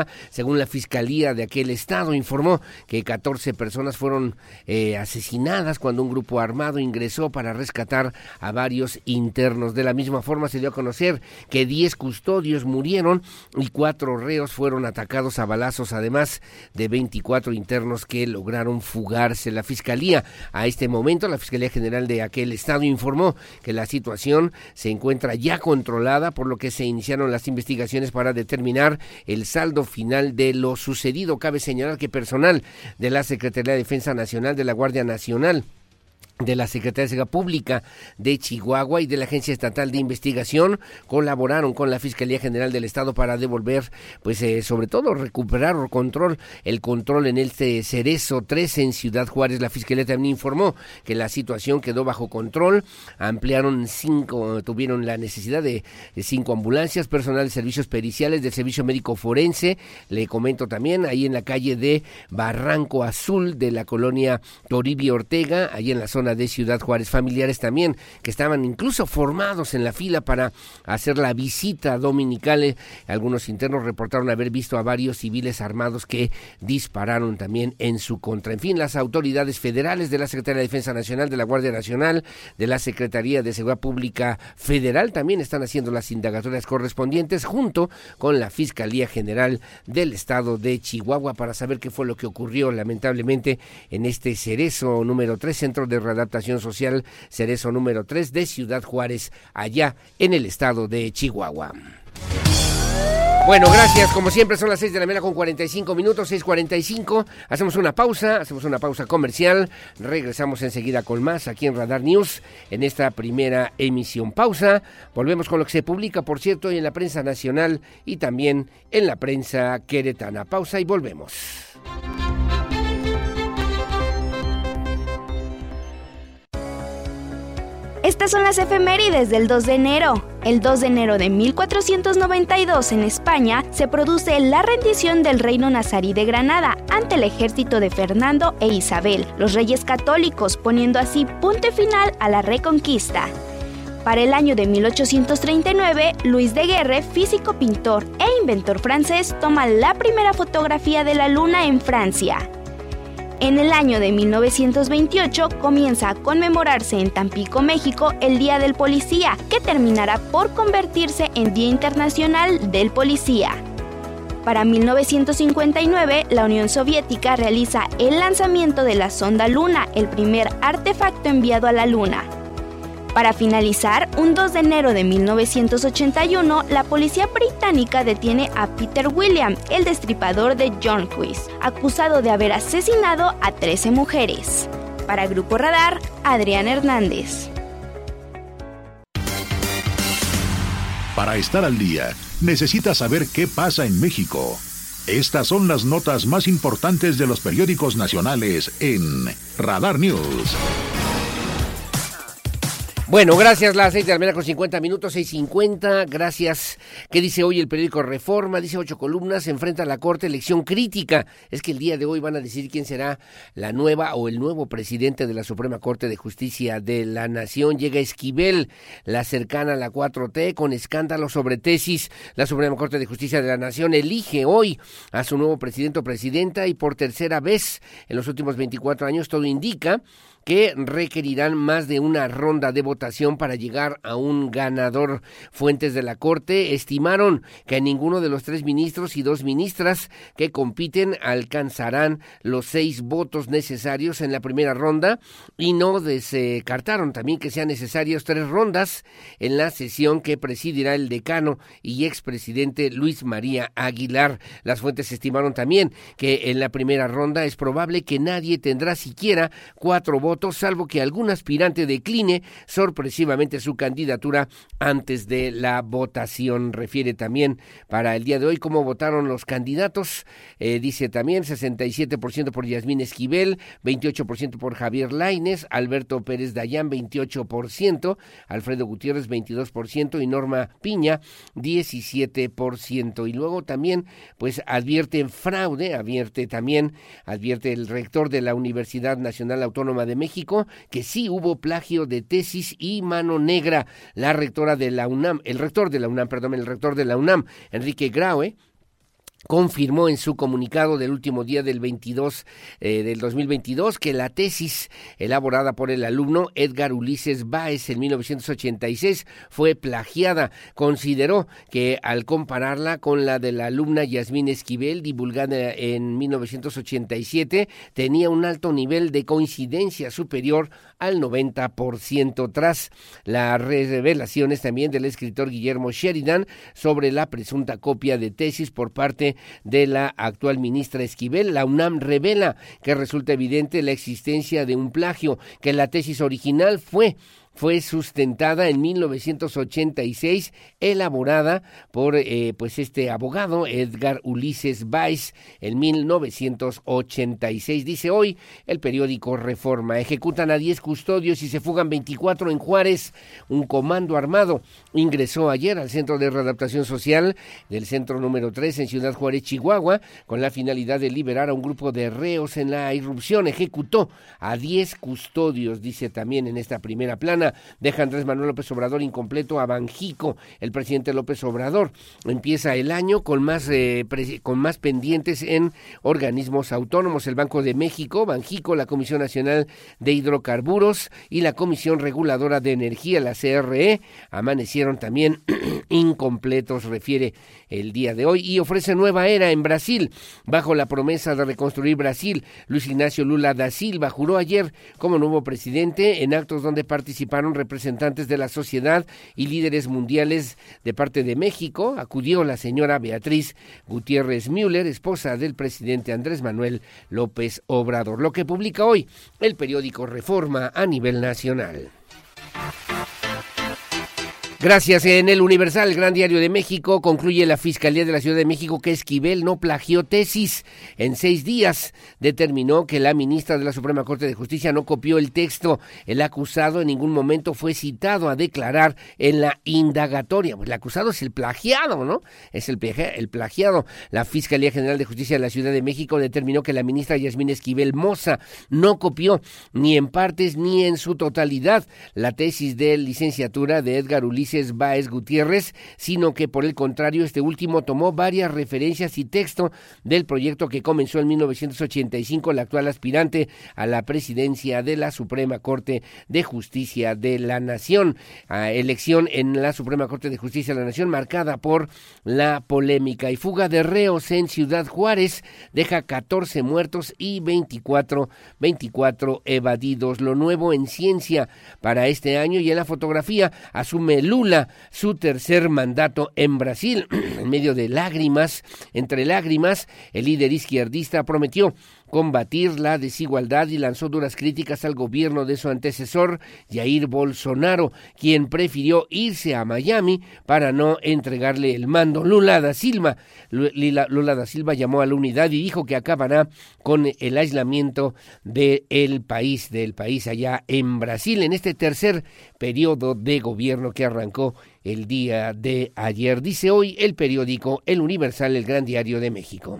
Chihuahua. Según la Fiscalía de aquel estado, informó que catorce personas fueron eh, asesinadas cuando un grupo armado ingresó para rescatar a varios internos. De la misma forma, se dio a conocer que diez custodios murieron y cuatro reos fueron atacados a balazos, además de veinticuatro internos que lograron fugarse. La Fiscalía, a este momento, la Fiscalía General de aquel estado informó que la situación se encuentra ya controlada, por lo que se iniciaron las investigaciones para determinar el saldo final de lo sucedido. Cabe señalar que personal de la Secretaría de Defensa Nacional, de la Guardia Nacional, de la Secretaría de Seguridad Pública de Chihuahua y de la Agencia Estatal de Investigación colaboraron con la Fiscalía General del Estado para devolver, pues eh, sobre todo recuperar o control, el control en este Cerezo tres en Ciudad Juárez. La Fiscalía también informó que la situación quedó bajo control, ampliaron cinco, tuvieron la necesidad de, de cinco ambulancias, personal de servicios periciales, del Servicio Médico Forense. Le comento también, ahí en la calle de Barranco Azul de la colonia Toribio Ortega, ahí en la zona de Ciudad Juárez, familiares también que estaban incluso formados en la fila para hacer la visita dominical. Algunos internos reportaron haber visto a varios civiles armados que dispararon también en su contra. En fin, las autoridades federales de la Secretaría de Defensa Nacional, de la Guardia Nacional, de la Secretaría de Seguridad Pública Federal también están haciendo las indagatorias correspondientes junto con la Fiscalía General del Estado de Chihuahua para saber qué fue lo que ocurrió lamentablemente en este Cerezo número tres, Centro de Adaptación Social Cerezo número tres de Ciudad Juárez, allá en el estado de Chihuahua. Bueno, gracias, como siempre son las seis de la mañana con cuarenta y cinco minutos, seis cuarenta y cinco, hacemos una pausa, hacemos una pausa comercial, regresamos enseguida con más aquí en Radar News, en esta primera emisión. Pausa, volvemos con lo que se publica, por cierto, en la prensa nacional y también en la prensa queretana. Pausa y volvemos. Estas son las efemérides del dos de enero. El dos de enero de mil cuatrocientos noventa y dos en España se produce la rendición del reino nazarí de Granada ante el ejército de Fernando e Isabel, los reyes católicos, poniendo así punto final a la reconquista. Para el año de mil ochocientos treinta y nueve, Louis Daguerre, físico, pintor e inventor francés, toma la primera fotografía de la Luna en Francia. En el año de mil novecientos veintiocho comienza a conmemorarse en Tampico, México, el Día del Policía, que terminará por convertirse en Día Internacional del Policía. Para mil novecientos cincuenta y nueve, la Unión Soviética realiza el lanzamiento de la sonda Luna, el primer artefacto enviado a la Luna. Para finalizar, un dos de enero de mil novecientos ochenta y uno, la policía británica detiene a Peter William, el destripador de Yonkers, acusado de haber asesinado a trece mujeres. Para Grupo Radar, Adrián Hernández. Para estar al día, necesitas saber qué pasa en México. Estas son las notas más importantes de los periódicos nacionales en Radar News. Bueno, gracias, las seis de la mañana con cincuenta minutos, seis cincuenta, gracias. ¿Qué dice hoy el periódico Reforma? Dice ocho columnas, se enfrenta a la Corte, elección crítica. Es que el día de hoy van a decidir quién será la nueva o el nuevo presidente de la Suprema Corte de Justicia de la Nación. Llega Esquivel, la cercana a la cuatro T, con escándalos sobre tesis. La Suprema Corte de Justicia de la Nación elige hoy a su nuevo presidente o presidenta y por tercera vez en los últimos veinticuatro años todo indica que requerirán más de una ronda de votación para llegar a un ganador. Fuentes de la Corte estimaron que ninguno de los tres ministros y dos ministras que compiten alcanzarán los seis votos necesarios en la primera ronda y no descartaron también que sean necesarias tres rondas en la sesión que presidirá el decano y expresidente Luis María Aguilar. Las fuentes estimaron también que en la primera ronda es probable que nadie tendrá siquiera cuatro votos, salvo que algún aspirante decline sorpresivamente su candidatura antes de la votación. Refiere también para el día de hoy cómo votaron los candidatos. Eh, dice también sesenta y siete por ciento por Yasmín Esquivel, veintiocho por ciento por Javier Lainez, Alberto Pérez Dayán, veintiocho por ciento, Alfredo Gutiérrez, veintidós por ciento y Norma Piña, diecisiete por ciento. Y luego también, pues advierte fraude, advierte también, advierte el rector de la Universidad Nacional Autónoma de México que sí hubo plagio de tesis y mano negra. La rectora de la UNAM, el rector de la UNAM, perdón, el rector de la UNAM, Enrique Graue, confirmó en su comunicado del último día del veintidós eh, del dos mil veintidós que la tesis elaborada por el alumno Edgar Ulises Báez en mil novecientos ochenta y seis fue plagiada. Consideró que al compararla con la de la alumna Yasmín Esquivel, divulgada en mil novecientos ochenta y siete, tenía un alto nivel de coincidencia superior al noventa por ciento, tras las revelaciones también del escritor Guillermo Sheridan sobre la presunta copia de tesis por parte de la actual ministra Esquivel. La UNAM revela que resulta evidente la existencia de un plagio, que la tesis original fue fue sustentada en mil novecientos ochenta y seis, elaborada por eh, pues este abogado Edgar Ulises Báez en mil novecientos ochenta y seis. Dice hoy el periódico Reforma: ejecutan a diez custodios y se fugan veinticuatro en Juárez. Un comando armado ingresó ayer al Centro de Readaptación Social del Centro número tres en Ciudad Juárez, Chihuahua, con la finalidad de liberar a un grupo de reos en la irrupción. Ejecutó a diez custodios, dice también en esta primera plana. Deja Andrés Manuel López Obrador incompleto a Banjico. El presidente López Obrador empieza el año con más eh, pre, con más pendientes en organismos autónomos: el Banco de México, Banjico, la Comisión Nacional de Hidrocarburos y la Comisión Reguladora de Energía, la C R E, amanecieron también incompletos, refiere el día de hoy, y ofrece nueva era en Brasil. Bajo la promesa de reconstruir Brasil, Luis Ignacio Lula da Silva juró ayer como nuevo presidente en actos donde participaron representantes de la sociedad y líderes mundiales. De parte de México acudió la señora Beatriz Gutiérrez Müller, esposa del presidente Andrés Manuel López Obrador. Lo que publica hoy el periódico Reforma a nivel nacional. Gracias. En el Universal, el Gran Diario de México, concluye la Fiscalía de la Ciudad de México que Esquivel no plagió tesis. En seis días determinó que la ministra de la Suprema Corte de Justicia no copió el texto. El acusado en ningún momento fue citado a declarar en la indagatoria. Pues el acusado es el plagiado, ¿no? Es el, el plagiado. La Fiscalía General de Justicia de la Ciudad de México determinó que la ministra Yasmín Esquivel Moza no copió ni en partes ni en su totalidad la tesis de licenciatura de Edgar Ulises Báez Gutiérrez, sino que por el contrario este último tomó varias referencias y texto del proyecto que comenzó en mil novecientos ochenta y cinco la actual aspirante a la presidencia de la Suprema Corte de Justicia de la Nación. A elección en la Suprema Corte de Justicia de la Nación marcada por la polémica y fuga de reos en Ciudad Juárez deja catorce muertos y veinticuatro, veinticuatro evadidos. Lo nuevo en ciencia para este año, y en la fotografía asume Lula su tercer mandato en Brasil. En medio de lágrimas, entre lágrimas, el líder izquierdista prometió combatir la desigualdad y lanzó duras críticas al gobierno de su antecesor, Jair Bolsonaro, quien prefirió irse a Miami para no entregarle el mando. Lula da Silva, Lula, Lula da Silva llamó a la unidad y dijo que acabará con el aislamiento del país, del país allá en Brasil, en este tercer periodo de gobierno que arrancó el día de ayer. Dice hoy el periódico El Universal, el Gran Diario de México.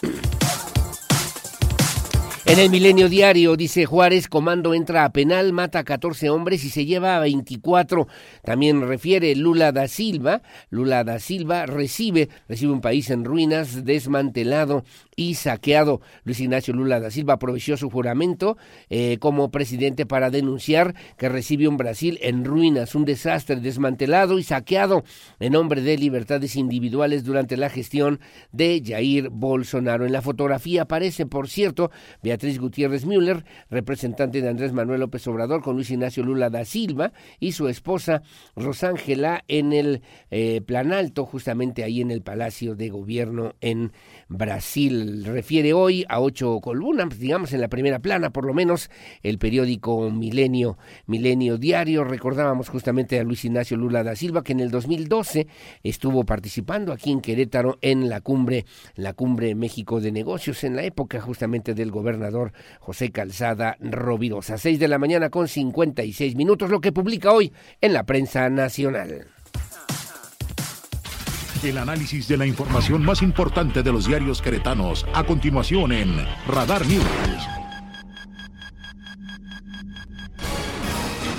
En el Milenio Diario dice: Juárez, comando entra a penal, mata a catorce hombres y se lleva a veinticuatro. También refiere Lula da Silva, Lula da Silva recibe, recibe un país en ruinas, desmantelado y saqueado. Luis Ignacio Lula da Silva aprovechó su juramento eh, como presidente para denunciar que recibe un Brasil en ruinas, un desastre, desmantelado y saqueado, en nombre de libertades individuales durante la gestión de Jair Bolsonaro. En la fotografía aparece, por cierto, Beatriz Gutiérrez Müller, representante de Andrés Manuel López Obrador, con Luis Ignacio Lula da Silva y su esposa Rosángela en el eh, Planalto, justamente ahí en el Palacio de Gobierno en Brasil. Refiere hoy a ocho columnas, digamos en la primera plana por lo menos, el periódico Milenio, Milenio Diario. Recordábamos justamente a Luis Ignacio Lula da Silva, que en el dos mil doce estuvo participando aquí en Querétaro en la cumbre, la cumbre México de Negocios, en la época justamente del gobernador José Calzada Rovirosa. Seis de la mañana con cincuenta y seis minutos, lo que publica hoy en la prensa nacional. El análisis de la información más importante de los diarios queretanos, a continuación en Radar News.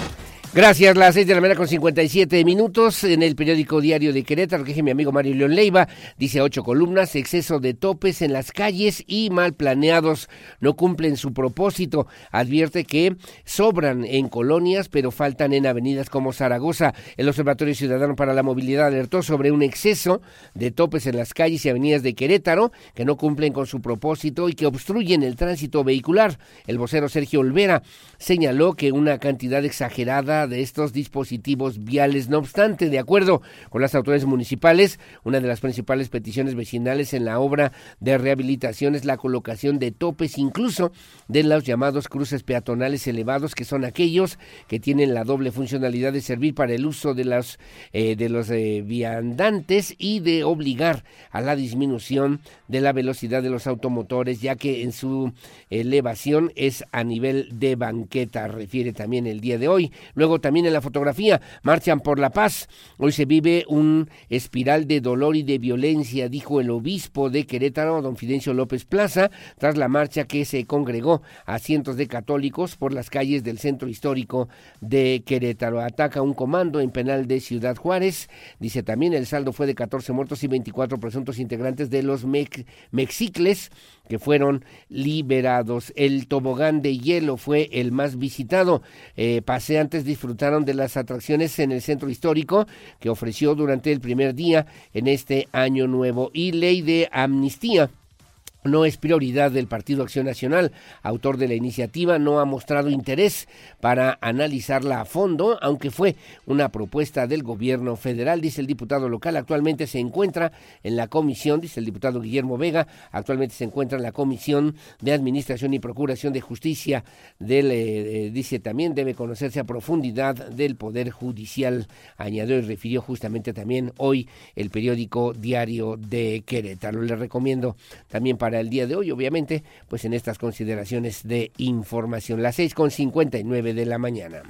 Gracias, las seis de la mañana con cincuenta y siete minutos. En el periódico Diario de Querétaro, que es mi amigo Mario León Leiva, dice ocho columnas: exceso de topes en las calles y mal planeados, no cumplen su propósito. Advierte que sobran en colonias, pero faltan en avenidas como Zaragoza. El Observatorio Ciudadano para la Movilidad alertó sobre un exceso de topes en las calles y avenidas de Querétaro que no cumplen con su propósito y que obstruyen el tránsito vehicular. El vocero Sergio Olvera señaló que una cantidad exagerada de estos dispositivos viales. No obstante, de acuerdo con las autoridades municipales, una de las principales peticiones vecinales en la obra de rehabilitación es la colocación de topes, incluso de los llamados cruces peatonales elevados, que son aquellos que tienen la doble funcionalidad de servir para el uso de los, eh, de los eh, viandantes y de obligar a la disminución de la velocidad de los automotores, ya que en su elevación es a nivel de banqueta, refiere también el día de hoy. Luego también en la fotografía, marchan por la paz. Hoy se vive un espiral de dolor y de violencia, dijo el obispo de Querétaro, don Fidencio López Plaza, tras la marcha que se congregó a cientos de católicos por las calles del centro histórico de Querétaro. Ataca un comando en penal de Ciudad Juárez. Dice también el saldo fue de catorce muertos y veinticuatro presuntos integrantes de los mex- mexicles que fueron liberados. El tobogán de hielo fue el más visitado. Eh, paseantes disfrutaron de las atracciones en el centro histórico que ofreció durante el primer día en este año nuevo. Y ley de amnistía no es prioridad del Partido Acción Nacional. Autor de la iniciativa no ha mostrado interés para analizarla a fondo, aunque fue una propuesta del gobierno federal, dice el diputado local. Actualmente se encuentra en la comisión, dice el diputado Guillermo Vega, actualmente se encuentra en la Comisión de Administración y Procuración de Justicia del, eh, dice también debe conocerse a profundidad del Poder Judicial, añadió y refirió justamente también hoy el periódico Diario de Querétaro. Le recomiendo también para Para el día de hoy, obviamente, pues en estas consideraciones de información. Las seis con cincuenta y nueve de la mañana.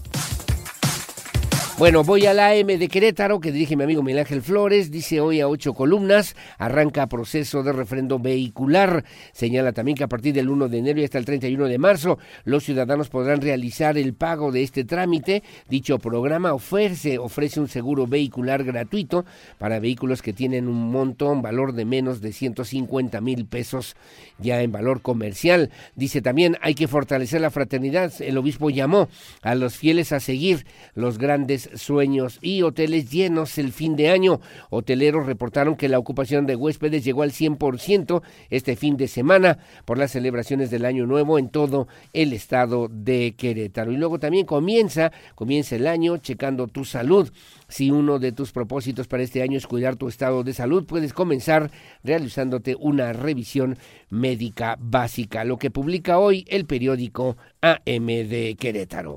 Bueno, voy a la A M de Querétaro, que dirige mi amigo Miguel Ángel Flores. Dice hoy a ocho columnas, arranca proceso de refrendo vehicular. Señala también que a partir del uno de enero y hasta el treinta y uno de marzo, los ciudadanos podrán realizar el pago de este trámite. Dicho programa ofrece, ofrece un seguro vehicular gratuito para vehículos que tienen un monto, un valor de menos de ciento cincuenta mil pesos ya en valor comercial. Dice también, hay que fortalecer la fraternidad. El obispo llamó a los fieles a seguir los grandes sueños y hoteles llenos el fin de año. Hoteleros reportaron que la ocupación de huéspedes llegó al cien por ciento este fin de semana por las celebraciones del Año Nuevo en todo el estado de Querétaro. Y luego también comienza, comienza el año checando tu salud. Si uno de tus propósitos para este año es cuidar tu estado de salud, puedes comenzar realizándote una revisión médica básica, lo que publica hoy el periódico A M de Querétaro.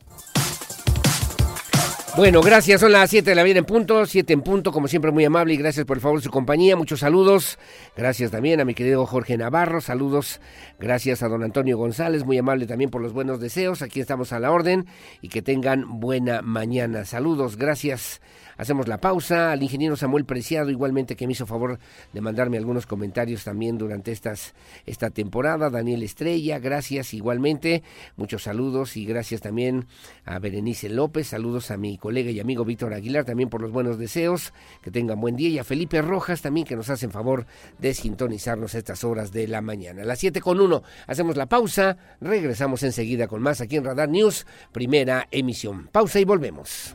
Bueno, gracias, son las siete de la mañana en punto, siete en punto, como siempre muy amable y gracias por el favor de su compañía, muchos saludos, gracias también a mi querido Jorge Navarro, saludos, gracias a don Antonio González, muy amable también por los buenos deseos, aquí estamos a la orden y que tengan buena mañana, saludos, gracias. Hacemos la pausa, al ingeniero Samuel Preciado, igualmente que me hizo favor de mandarme algunos comentarios también durante estas esta temporada, Daniel Estrella, gracias igualmente, muchos saludos y gracias también a Berenice López, saludos a mi colega y amigo Víctor Aguilar también por los buenos deseos, que tengan buen día, y a Felipe Rojas también que nos hacen favor de sintonizarnos a estas horas de la mañana. A las siete con uno, hacemos la pausa, regresamos enseguida con más aquí en Radar News, primera emisión. Pausa y volvemos.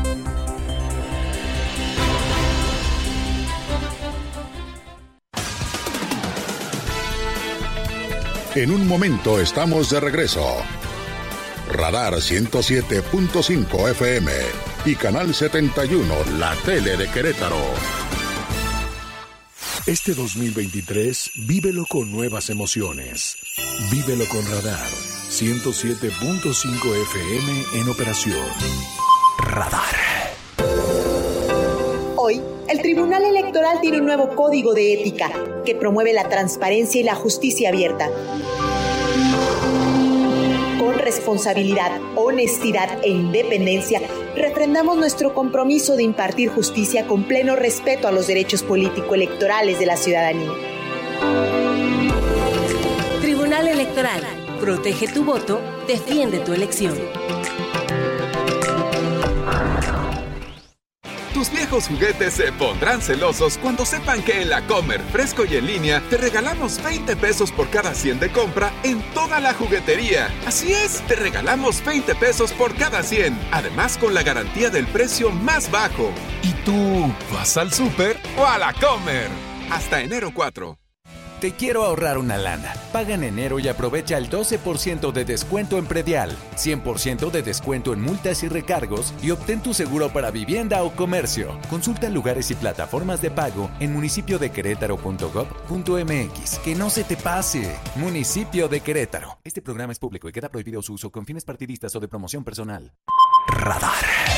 En un momento estamos de regreso. Radar ciento siete punto cinco F M y Canal setenta y uno, la tele de Querétaro. Este dos mil veintitrés, vívelo con nuevas emociones. Vívelo con Radar ciento siete punto cinco F M en operación. Radar. Hoy, el Tribunal Electoral tiene un nuevo código de ética que promueve la transparencia y la justicia abierta. Con responsabilidad, honestidad e independencia, refrendamos nuestro compromiso de impartir justicia con pleno respeto a los derechos político-electorales de la ciudadanía. Tribunal Electoral. Protege tu voto, defiende tu elección. viejos juguetes se pondrán celosos cuando sepan que en la Comer, fresco y en línea, te regalamos veinte pesos por cada cien de compra en toda la juguetería. Así es, te regalamos veinte pesos por cada cien, además con la garantía del precio más bajo. ¿Y tú vas al súper o a la Comer? Hasta enero cuatro. Te quiero ahorrar una lana. Paga en enero y aprovecha el doce por ciento de descuento en predial, cien por ciento de descuento en multas y recargos y obtén tu seguro para vivienda o comercio. Consulta lugares y plataformas de pago en municipio de querétaro punto gob punto mx. ¡Que no se te pase! Municipio de Querétaro. Este programa es público y queda prohibido su uso con fines partidistas o de promoción personal. Radar.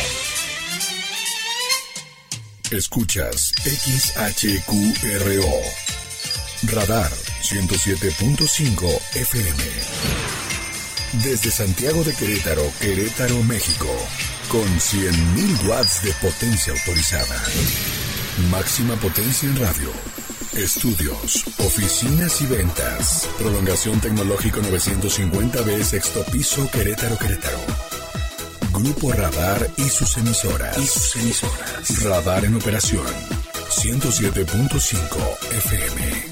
Escuchas X H Q R O. Radar ciento siete punto cinco F M. Desde Santiago de Querétaro, Querétaro, México. Con cien mil watts de potencia autorizada. Máxima potencia en radio. Estudios, oficinas y ventas. Prolongación tecnológico novecientos cincuenta B, sexto piso, Querétaro, Querétaro. Grupo Radar y sus emisoras. Y sus emisoras. Radar en operación. ciento siete punto cinco F M.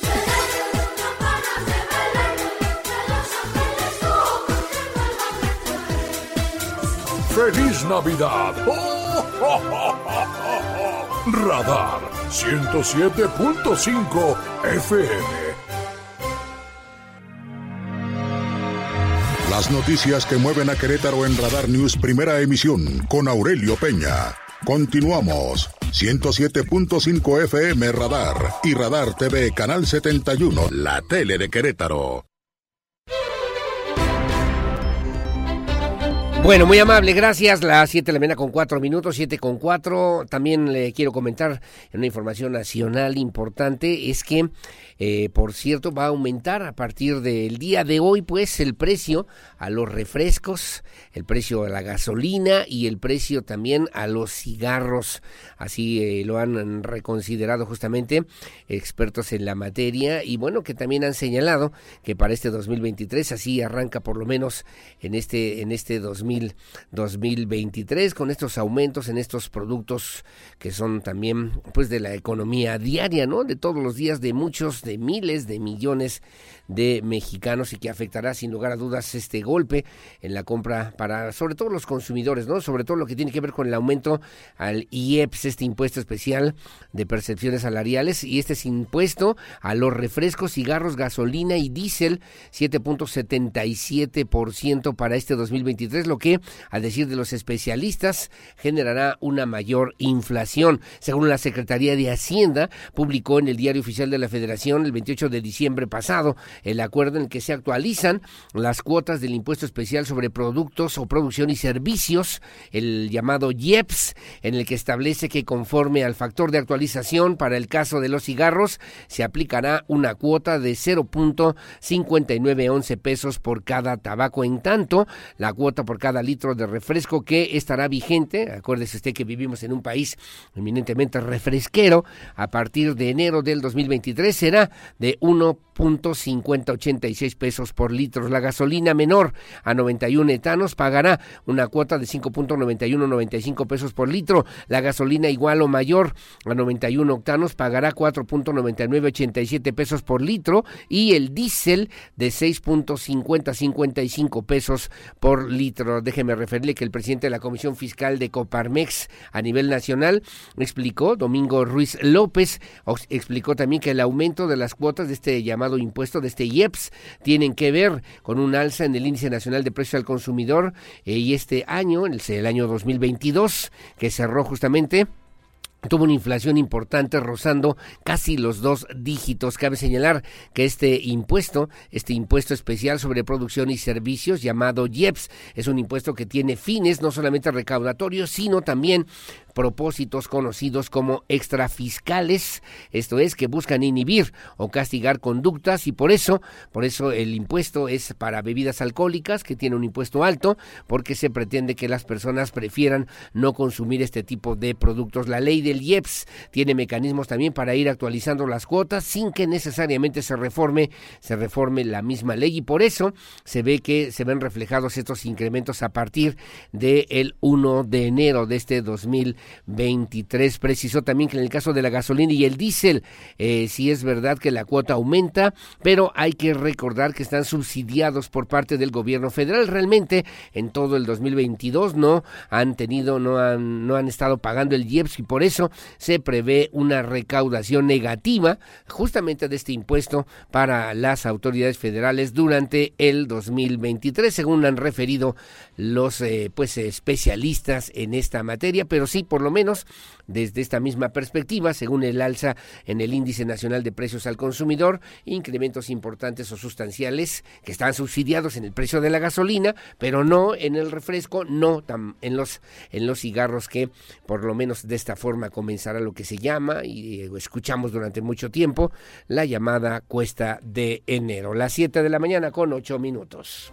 ¡Feliz Navidad! ¡Oh, oh, oh, oh, oh! Radar ciento siete punto cinco F M. Las noticias que mueven a Querétaro en Radar News, primera emisión, con Aurelio Peña. Continuamos. ciento siete punto cinco F M Radar y Radar T V, Canal setenta y uno, la tele de Querétaro. Bueno, muy amable, gracias. Las siete de la mañana con cuatro minutos, siete con cuatro. También le quiero comentar una información nacional importante, es que, eh, por cierto, va a aumentar a partir del día de hoy, pues, el precio a los refrescos, el precio a la gasolina y el precio también a los cigarros. Así eh, lo han reconsiderado justamente expertos en la materia y, bueno, que también han señalado que para este dos mil veintitrés, así arranca por lo menos en este, en este dos mil dos mil veintitrés, con estos aumentos en estos productos que son también pues de la economía diaria, ¿no? De todos los días de muchos, de miles, de millones de mexicanos y que afectará sin lugar a dudas este golpe en la compra para sobre todo los consumidores, ¿no? Sobre todo lo que tiene que ver con el aumento al I E P S, este impuesto especial de percepciones salariales, y este es impuesto a los refrescos, cigarros, gasolina y diésel, siete punto setenta y siete por ciento para este dos mil veintitrés, lo que, a decir de los especialistas, generará una mayor inflación. Según la Secretaría de Hacienda, publicó en el Diario Oficial de la Federación el veintiocho de diciembre pasado el acuerdo en el que se actualizan las cuotas del impuesto especial sobre productos o producción y servicios, el llamado I E P S, en el que establece que conforme al factor de actualización para el caso de los cigarros, se aplicará una cuota de cero punto cincuenta y nueve once pesos por cada tabaco. En tanto, la cuota por cada litro de refresco que estará vigente, acuérdese usted que vivimos en un país eminentemente refresquero, a partir de enero del dos mil veintitrés será de uno punto cincuenta ochenta y seis pesos por litro. La gasolina menor a noventa y uno etanos pagará una cuota de cinco punto noventa y uno noventa y cinco pesos por litro. La gasolina igual o mayor a noventa y uno octanos pagará cuatro punto noventa y nueve ochenta y siete pesos por litro, y el diésel de seis punto cincuenta cincuenta y cinco pesos por litro. Déjeme referirle que el presidente de la Comisión Fiscal de Coparmex a nivel nacional explicó, Domingo Ruiz López, explicó también que el aumento de las cuotas de este llamado impuesto, de este I E P S, tienen que ver con un alza en el índice nacional de precios al consumidor eh, y este año, el, el año dos mil veintidós, que cerró justamente, tuvo una inflación importante rozando casi los dos dígitos. Cabe señalar que este impuesto, este impuesto especial sobre producción y servicios llamado I E P S, es un impuesto que tiene fines no solamente recaudatorios, sino también propósitos conocidos como extrafiscales, esto es, que buscan inhibir o castigar conductas, y por eso, por eso el impuesto es para bebidas alcohólicas, que tiene un impuesto alto, porque se pretende que las personas prefieran no consumir este tipo de productos. La ley del I E P S tiene mecanismos también para ir actualizando las cuotas sin que necesariamente se reforme, se reforme la misma ley, y por eso se ve que se ven reflejados estos incrementos a partir del uno de enero de este dos mil veintitrés. Precisó también que en el caso de la gasolina y el diésel, eh, sí es verdad que la cuota aumenta, pero hay que recordar que están subsidiados por parte del gobierno federal. Realmente en todo el dos mil veintidós no han tenido, no han, no han estado pagando el I E P S y por eso se prevé una recaudación negativa justamente de este impuesto para las autoridades federales durante el dos mil veintitrés, según han referido los eh, pues especialistas en esta materia, pero sí, por lo menos desde esta misma perspectiva, según el alza en el índice nacional de precios al consumidor, incrementos importantes o sustanciales que están subsidiados en el precio de la gasolina, pero no en el refresco, no tam, en los en los cigarros, que por lo menos de esta forma comenzará lo que se llama y eh, escuchamos durante mucho tiempo, la llamada cuesta de enero. Las siete de la mañana con ocho minutos.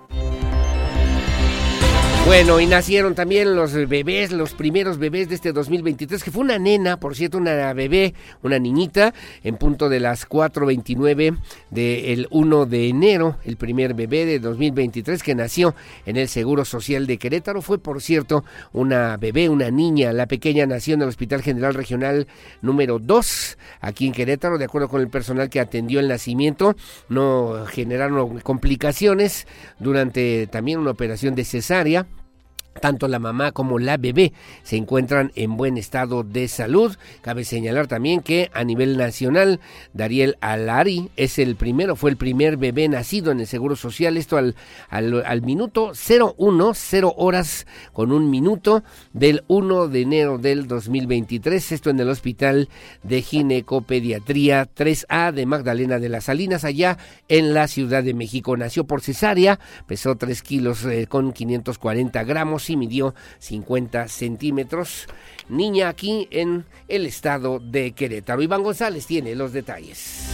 Bueno, y nacieron también los bebés, los primeros bebés de este dos mil veintitrés, que fue una nena, por cierto, una bebé, una niñita, en punto de las cuatro veintinueve del primero de enero, el primer bebé de dos mil veintitrés que nació en el Seguro Social de Querétaro. Fue, por cierto, una bebé, una niña. La pequeña nació en el Hospital General Regional número dos, aquí en Querétaro. De acuerdo con el personal que atendió el nacimiento, no generaron complicaciones durante también una operación de cesárea. Tanto la mamá como la bebé se encuentran en buen estado de salud. Cabe señalar también que a nivel nacional, Dariel Alari es el primero, fue el primer bebé nacido en el Seguro Social, esto al, al, al minuto cero uno, cero horas con un minuto del primero de enero del dos mil veintitrés, esto en el Hospital de Ginecopediatría tres A de Magdalena de las Salinas, allá en la Ciudad de México. Nació por cesárea, pesó tres kilos eh, con quinientos cuarenta gramos y midió cincuenta centímetros. Niña aquí en el estado de Querétaro. Iván González tiene los detalles.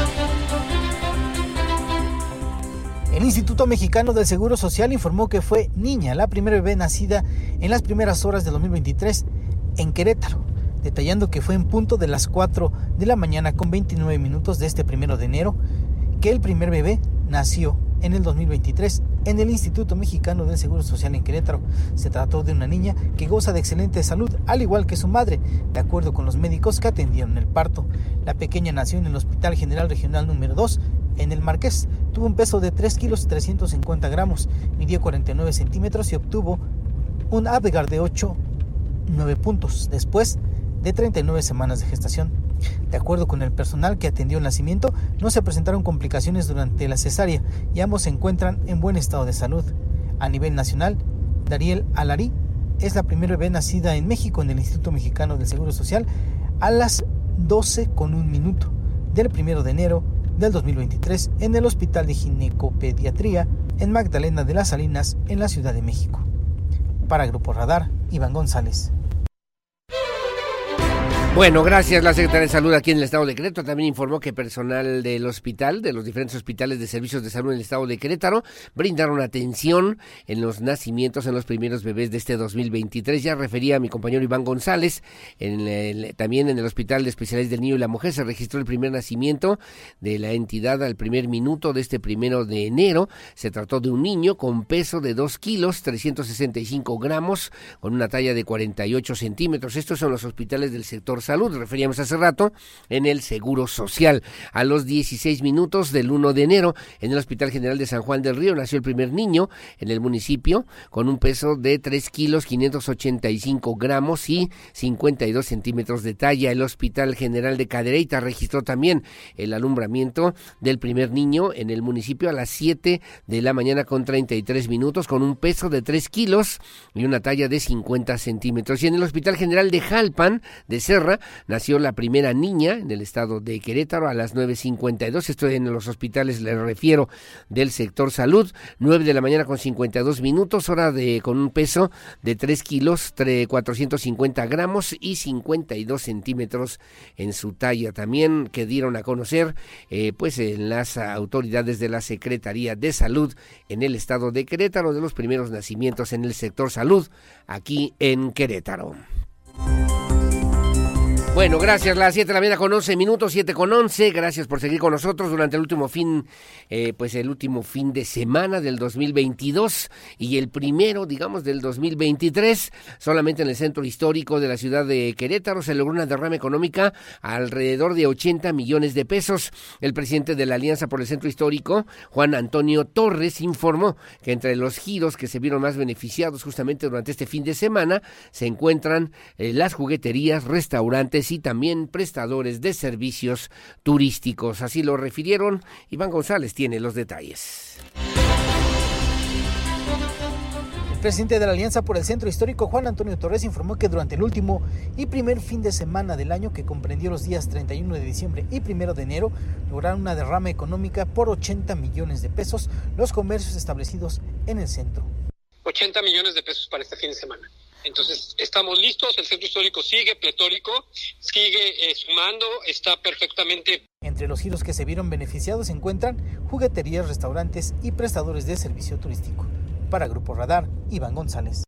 El Instituto Mexicano del Seguro Social informó que fue niña la primera bebé nacida en las primeras horas de dos mil veintitrés en Querétaro, detallando que fue en punto de las cuatro de la mañana con veintinueve minutos de este primero de enero que el primer bebé nació en el dos mil veintitrés en el Instituto Mexicano del Seguro Social en Querétaro. Se trató de una niña que goza de excelente salud, al igual que su madre, de acuerdo con los médicos que atendieron el parto. La pequeña nació en el Hospital General Regional número dos, en el Marqués. Tuvo un peso de tres kilos trescientos cincuenta gramos, midió cuarenta y nueve centímetros y obtuvo un Apgar de ocho nueve puntos, después de treinta y nueve semanas de gestación. De acuerdo con el personal que atendió el nacimiento, no se presentaron complicaciones durante la cesárea y ambos se encuentran en buen estado de salud. A nivel nacional, Dariel Alari es la primera bebé nacida en México en el Instituto Mexicano del Seguro Social a las doce con un minuto del primero de enero del dos mil veintitrés en el Hospital de Ginecopediatría en Magdalena de las Salinas, en la Ciudad de México. Para Grupo Radar, Iván González. Bueno, gracias. La Secretaría de Salud aquí en el estado de Querétaro también informó que personal del hospital, de los diferentes hospitales de servicios de salud en el estado de Querétaro, brindaron atención en los nacimientos en los primeros bebés de este dos mil veintitrés. Ya refería a mi compañero Iván González, en el, también en el Hospital de Especialidades del Niño y la Mujer se registró el primer nacimiento de la entidad al primer minuto de este primero de enero. Se trató de un niño con peso de dos kilos, trescientos sesenta y cinco gramos, con una talla de cuarenta y ocho centímetros. Estos son los hospitales del sector salud, referíamos hace rato, en el Seguro Social. A los dieciséis minutos del primero de enero, en el Hospital General de San Juan del Río, nació el primer niño en el municipio, con un peso de tres kilos, quinientos ochenta y cinco gramos y cincuenta y dos centímetros de talla. El Hospital General de Cadereyta registró también el alumbramiento del primer niño en el municipio a las siete de la mañana con treinta y tres minutos, con un peso de tres kilos y una talla de cincuenta centímetros. Y en el Hospital General de Jalpan de Serra, nació la primera niña en el estado de Querétaro a las nueve cincuenta y dos, esto en los hospitales, le refiero, del sector salud, nueve de la mañana con cincuenta y dos minutos, hora de con un peso de tres kilos, cuatrocientos cincuenta gramos y cincuenta y dos centímetros en su talla. También que dieron a conocer eh, pues en las autoridades de la Secretaría de Salud en el estado de Querétaro de los primeros nacimientos en el sector salud aquí en Querétaro. Bueno, gracias, las siete de la mañana con once minutos, siete con once, gracias por seguir con nosotros durante el último fin, eh, pues el último fin de semana del dos mil veintidós y el primero, digamos, del dos mil veintitrés, solamente en el centro histórico de la ciudad de Querétaro se logró una derrama económica alrededor de ochenta millones de pesos. El presidente de la Alianza por el Centro Histórico, Juan Antonio Torres, informó que entre los giros que se vieron más beneficiados justamente durante este fin de semana se encuentran eh, las jugueterías, restaurantes y también prestadores de servicios turísticos. Así lo refirieron. Iván González tiene los detalles. El presidente de la Alianza por el Centro Histórico, Juan Antonio Torres, informó que durante el último y primer fin de semana del año, que comprendió los días treinta y uno de diciembre y primero de enero, lograron una derrama económica por ochenta millones de pesos los comercios establecidos en el centro. ochenta millones de pesos para este fin de semana. Entonces, estamos listos, el centro histórico sigue pletórico, sigue eh, sumando, está perfectamente. Entre los giros que se vieron beneficiados se encuentran jugueterías, restaurantes y prestadores de servicio turístico. Para Grupo Radar, Iván González.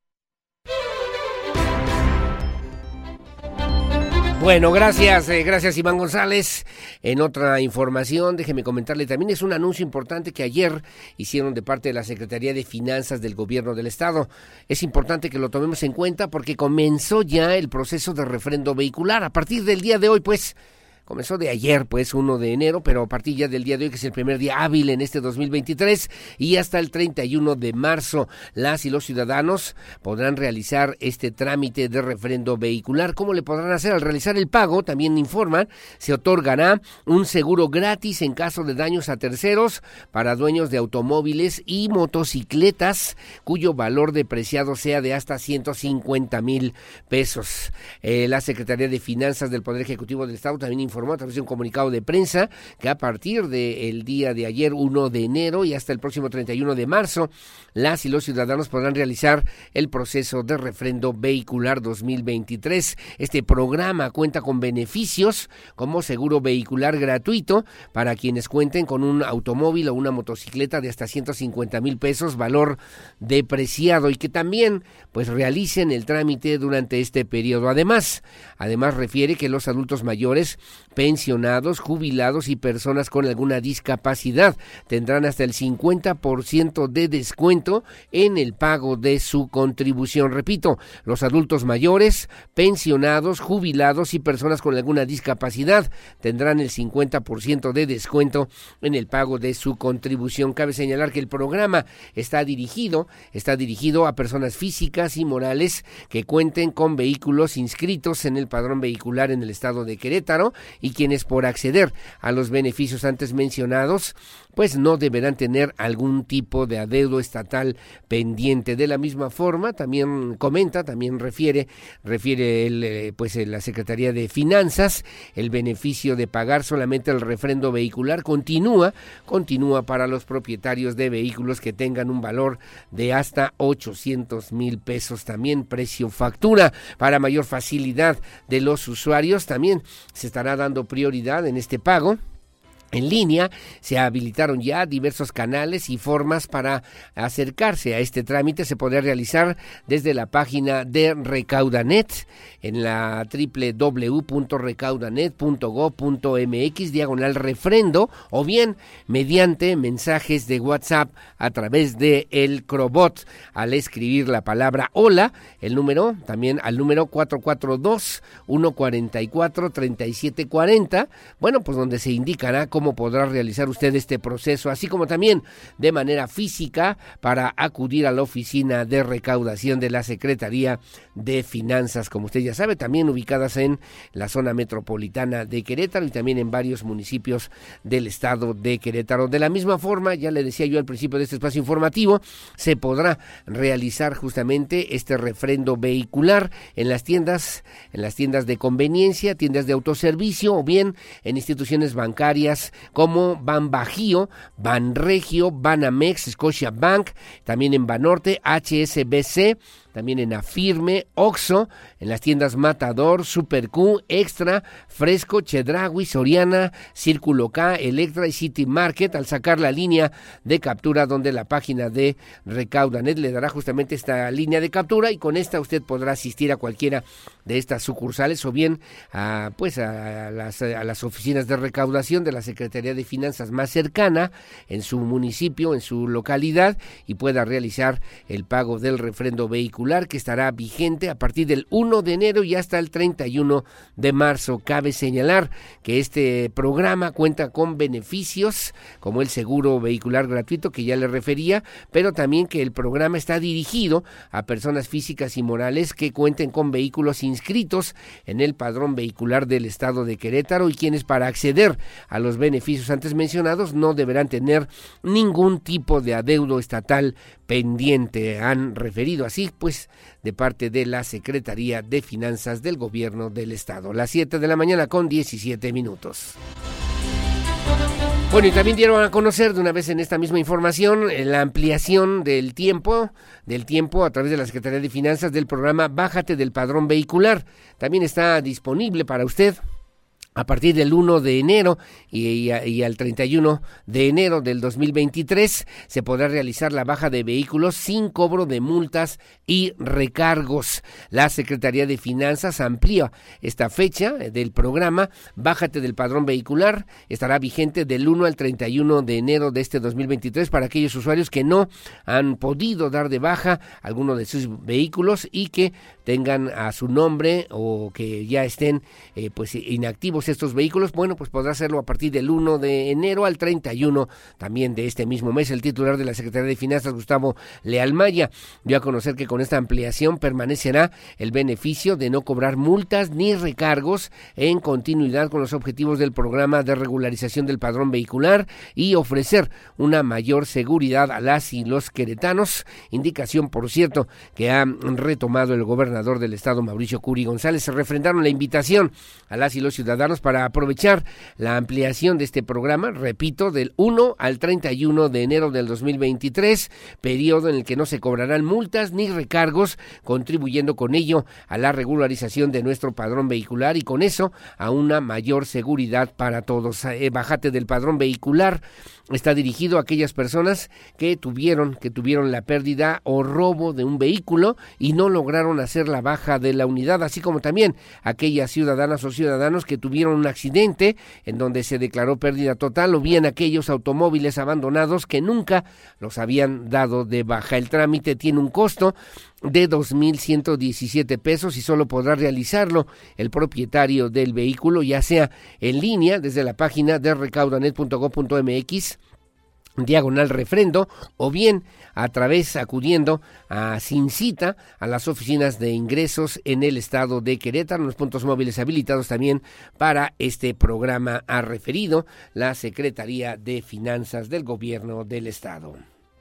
Bueno, gracias, eh, gracias Iván González. En otra información, déjeme comentarle también, es un anuncio importante que ayer hicieron de parte de la Secretaría de Finanzas del Gobierno del Estado. Es importante que lo tomemos en cuenta porque comenzó ya el proceso de refrendo vehicular. A partir del día de hoy, pues, comenzó de ayer, pues, uno de enero, pero a partir ya del día de hoy, que es el primer día hábil en este dos mil veintitrés, y hasta el treinta y uno de marzo, las y los ciudadanos podrán realizar este trámite de refrendo vehicular. ¿Cómo le podrán hacer? Al realizar el pago, también informan, se otorgará un seguro gratis en caso de daños a terceros para dueños de automóviles y motocicletas, cuyo valor depreciado sea de hasta ciento cincuenta mil pesos. Eh, la Secretaría de Finanzas del Poder Ejecutivo del Estado también informó a través de un comunicado de prensa que a partir del día de ayer, uno de enero, y hasta el próximo treinta y uno de marzo, las y los ciudadanos podrán realizar el proceso de refrendo vehicular dos mil veintitrés. Este programa cuenta con beneficios como seguro vehicular gratuito para quienes cuenten con un automóvil o una motocicleta de hasta ciento cincuenta mil pesos, valor depreciado, y que también pues realicen el trámite durante este periodo. Además, además refiere que los adultos mayores, pensionados, jubilados y personas con alguna discapacidad tendrán hasta el cincuenta por ciento de descuento en el pago de su contribución. Repito, los adultos mayores, pensionados, jubilados y personas con alguna discapacidad tendrán el cincuenta por ciento de descuento en el pago de su contribución. Cabe señalar que el programa está dirigido, está dirigido a personas físicas y morales que cuenten con vehículos inscritos en el padrón vehicular en el estado de Querétaro, y quienes por acceder a los beneficios antes mencionados pues no deberán tener algún tipo de adeudo estatal pendiente. De la misma forma, también comenta, también refiere, refiere el, pues la Secretaría de Finanzas, el beneficio de pagar solamente el refrendo vehicular continúa, continúa para los propietarios de vehículos que tengan un valor de hasta ochocientos mil pesos, también precio factura. Para mayor facilidad de los usuarios, también se estará dando prioridad en este pago en línea. Se habilitaron ya diversos canales y formas para acercarse a este trámite. Se podrá realizar desde la página de Recaudanet en la doble u doble u doble u punto recaudanet punto gob punto mx diagonal refrendo, o bien mediante mensajes de WhatsApp a través de el Crobot. Al escribir la palabra hola, el número también al número cuatro cuatro dos, uno cuatro cuatro, tres siete cuatro cero, bueno, pues donde se indicará cómo cómo podrá realizar usted este proceso, así como también de manera física para acudir a la oficina de recaudación de la Secretaría de Finanzas, como usted ya sabe, también ubicadas en la zona metropolitana de Querétaro y también en varios municipios del estado de Querétaro. De la misma forma, ya le decía yo al principio de este espacio informativo, se podrá realizar justamente este refrendo vehicular en las tiendas, en las tiendas de conveniencia, tiendas de autoservicio o bien en instituciones bancarias como Banbajío, Banregio, Banamex, Scotiabank, también en Banorte, H S B C, también en Afirme, Oxxo, en las tiendas Matador, Super Q, Extra, Fresco, Chedraui, Soriana, Círculo K, Electra y City Market, al sacar la línea de captura donde la página de Recaudanet le dará justamente esta línea de captura y con esta usted podrá asistir a cualquiera de estas sucursales o bien a, pues a, las, a las oficinas de recaudación de la Secretaría de Finanzas más cercana en su municipio, en su localidad y pueda realizar el pago del refrendo vehicular que estará vigente a partir del primero de enero y hasta el treinta y uno de marzo. Cabe señalar que este programa cuenta con beneficios como el seguro vehicular gratuito que ya le refería, pero también que el programa está dirigido a personas físicas y morales que cuenten con vehículos inscritos en el padrón vehicular del estado de Querétaro y quienes para acceder a los beneficios antes mencionados no deberán tener ningún tipo de adeudo estatal pendiente. Han referido así pues de parte de la Secretaría de Finanzas del Gobierno del Estado. Las siete de la mañana con diecisiete minutos. Bueno, y también dieron a conocer de una vez en esta misma información la ampliación del tiempo, del tiempo a través de la Secretaría de Finanzas del programa Bájate del Padrón Vehicular. También está disponible para usted a partir del primero de enero y, y, y al treinta y uno de enero del dos mil veintitrés se podrá realizar la baja de vehículos sin cobro de multas y recargos. La Secretaría de Finanzas amplía esta fecha del programa Bájate del Padrón Vehicular. Estará vigente del primero al treinta y uno de enero de este dos mil veintitrés para aquellos usuarios que no han podido dar de baja alguno de sus vehículos y que tengan a su nombre o que ya estén eh, pues inactivos estos vehículos. Bueno, pues podrá hacerlo a partir del primero de enero al treinta y uno también de este mismo mes. El titular de la Secretaría de Finanzas, Gustavo Lealmaya, dio a conocer que con esta ampliación permanecerá el beneficio de no cobrar multas ni recargos en continuidad con los objetivos del programa de regularización del padrón vehicular y ofrecer una mayor seguridad a las y los queretanos, indicación por cierto que ha retomado el gobernador del estado Mauricio Curi González. Se refrendaron la invitación a las y los ciudadanos para aprovechar la ampliación de este programa, repito, del primero al treinta y uno de enero del dos mil veintitrés, periodo en el que no se cobrarán multas ni recargos, contribuyendo con ello a la regularización de nuestro padrón vehicular y con eso a una mayor seguridad para todos. Eh, Bájate del Padrón Vehicular está dirigido a aquellas personas que tuvieron, que tuvieron la pérdida o robo de un vehículo y no lograron hacer la baja de la unidad, así como también aquellas ciudadanas o ciudadanos que tuvieron un accidente en donde se declaró pérdida total o bien aquellos automóviles abandonados que nunca los habían dado de baja. El trámite tiene un costo de dos mil ciento diecisiete pesos y solo podrá realizarlo el propietario del vehículo, ya sea en línea desde la página de recaudanet punto gob punto mx diagonal refrendo o bien a través acudiendo a sin cita a las oficinas de ingresos en el estado de Querétaro, los puntos móviles habilitados también para este programa ha referido la Secretaría de Finanzas del Gobierno del Estado.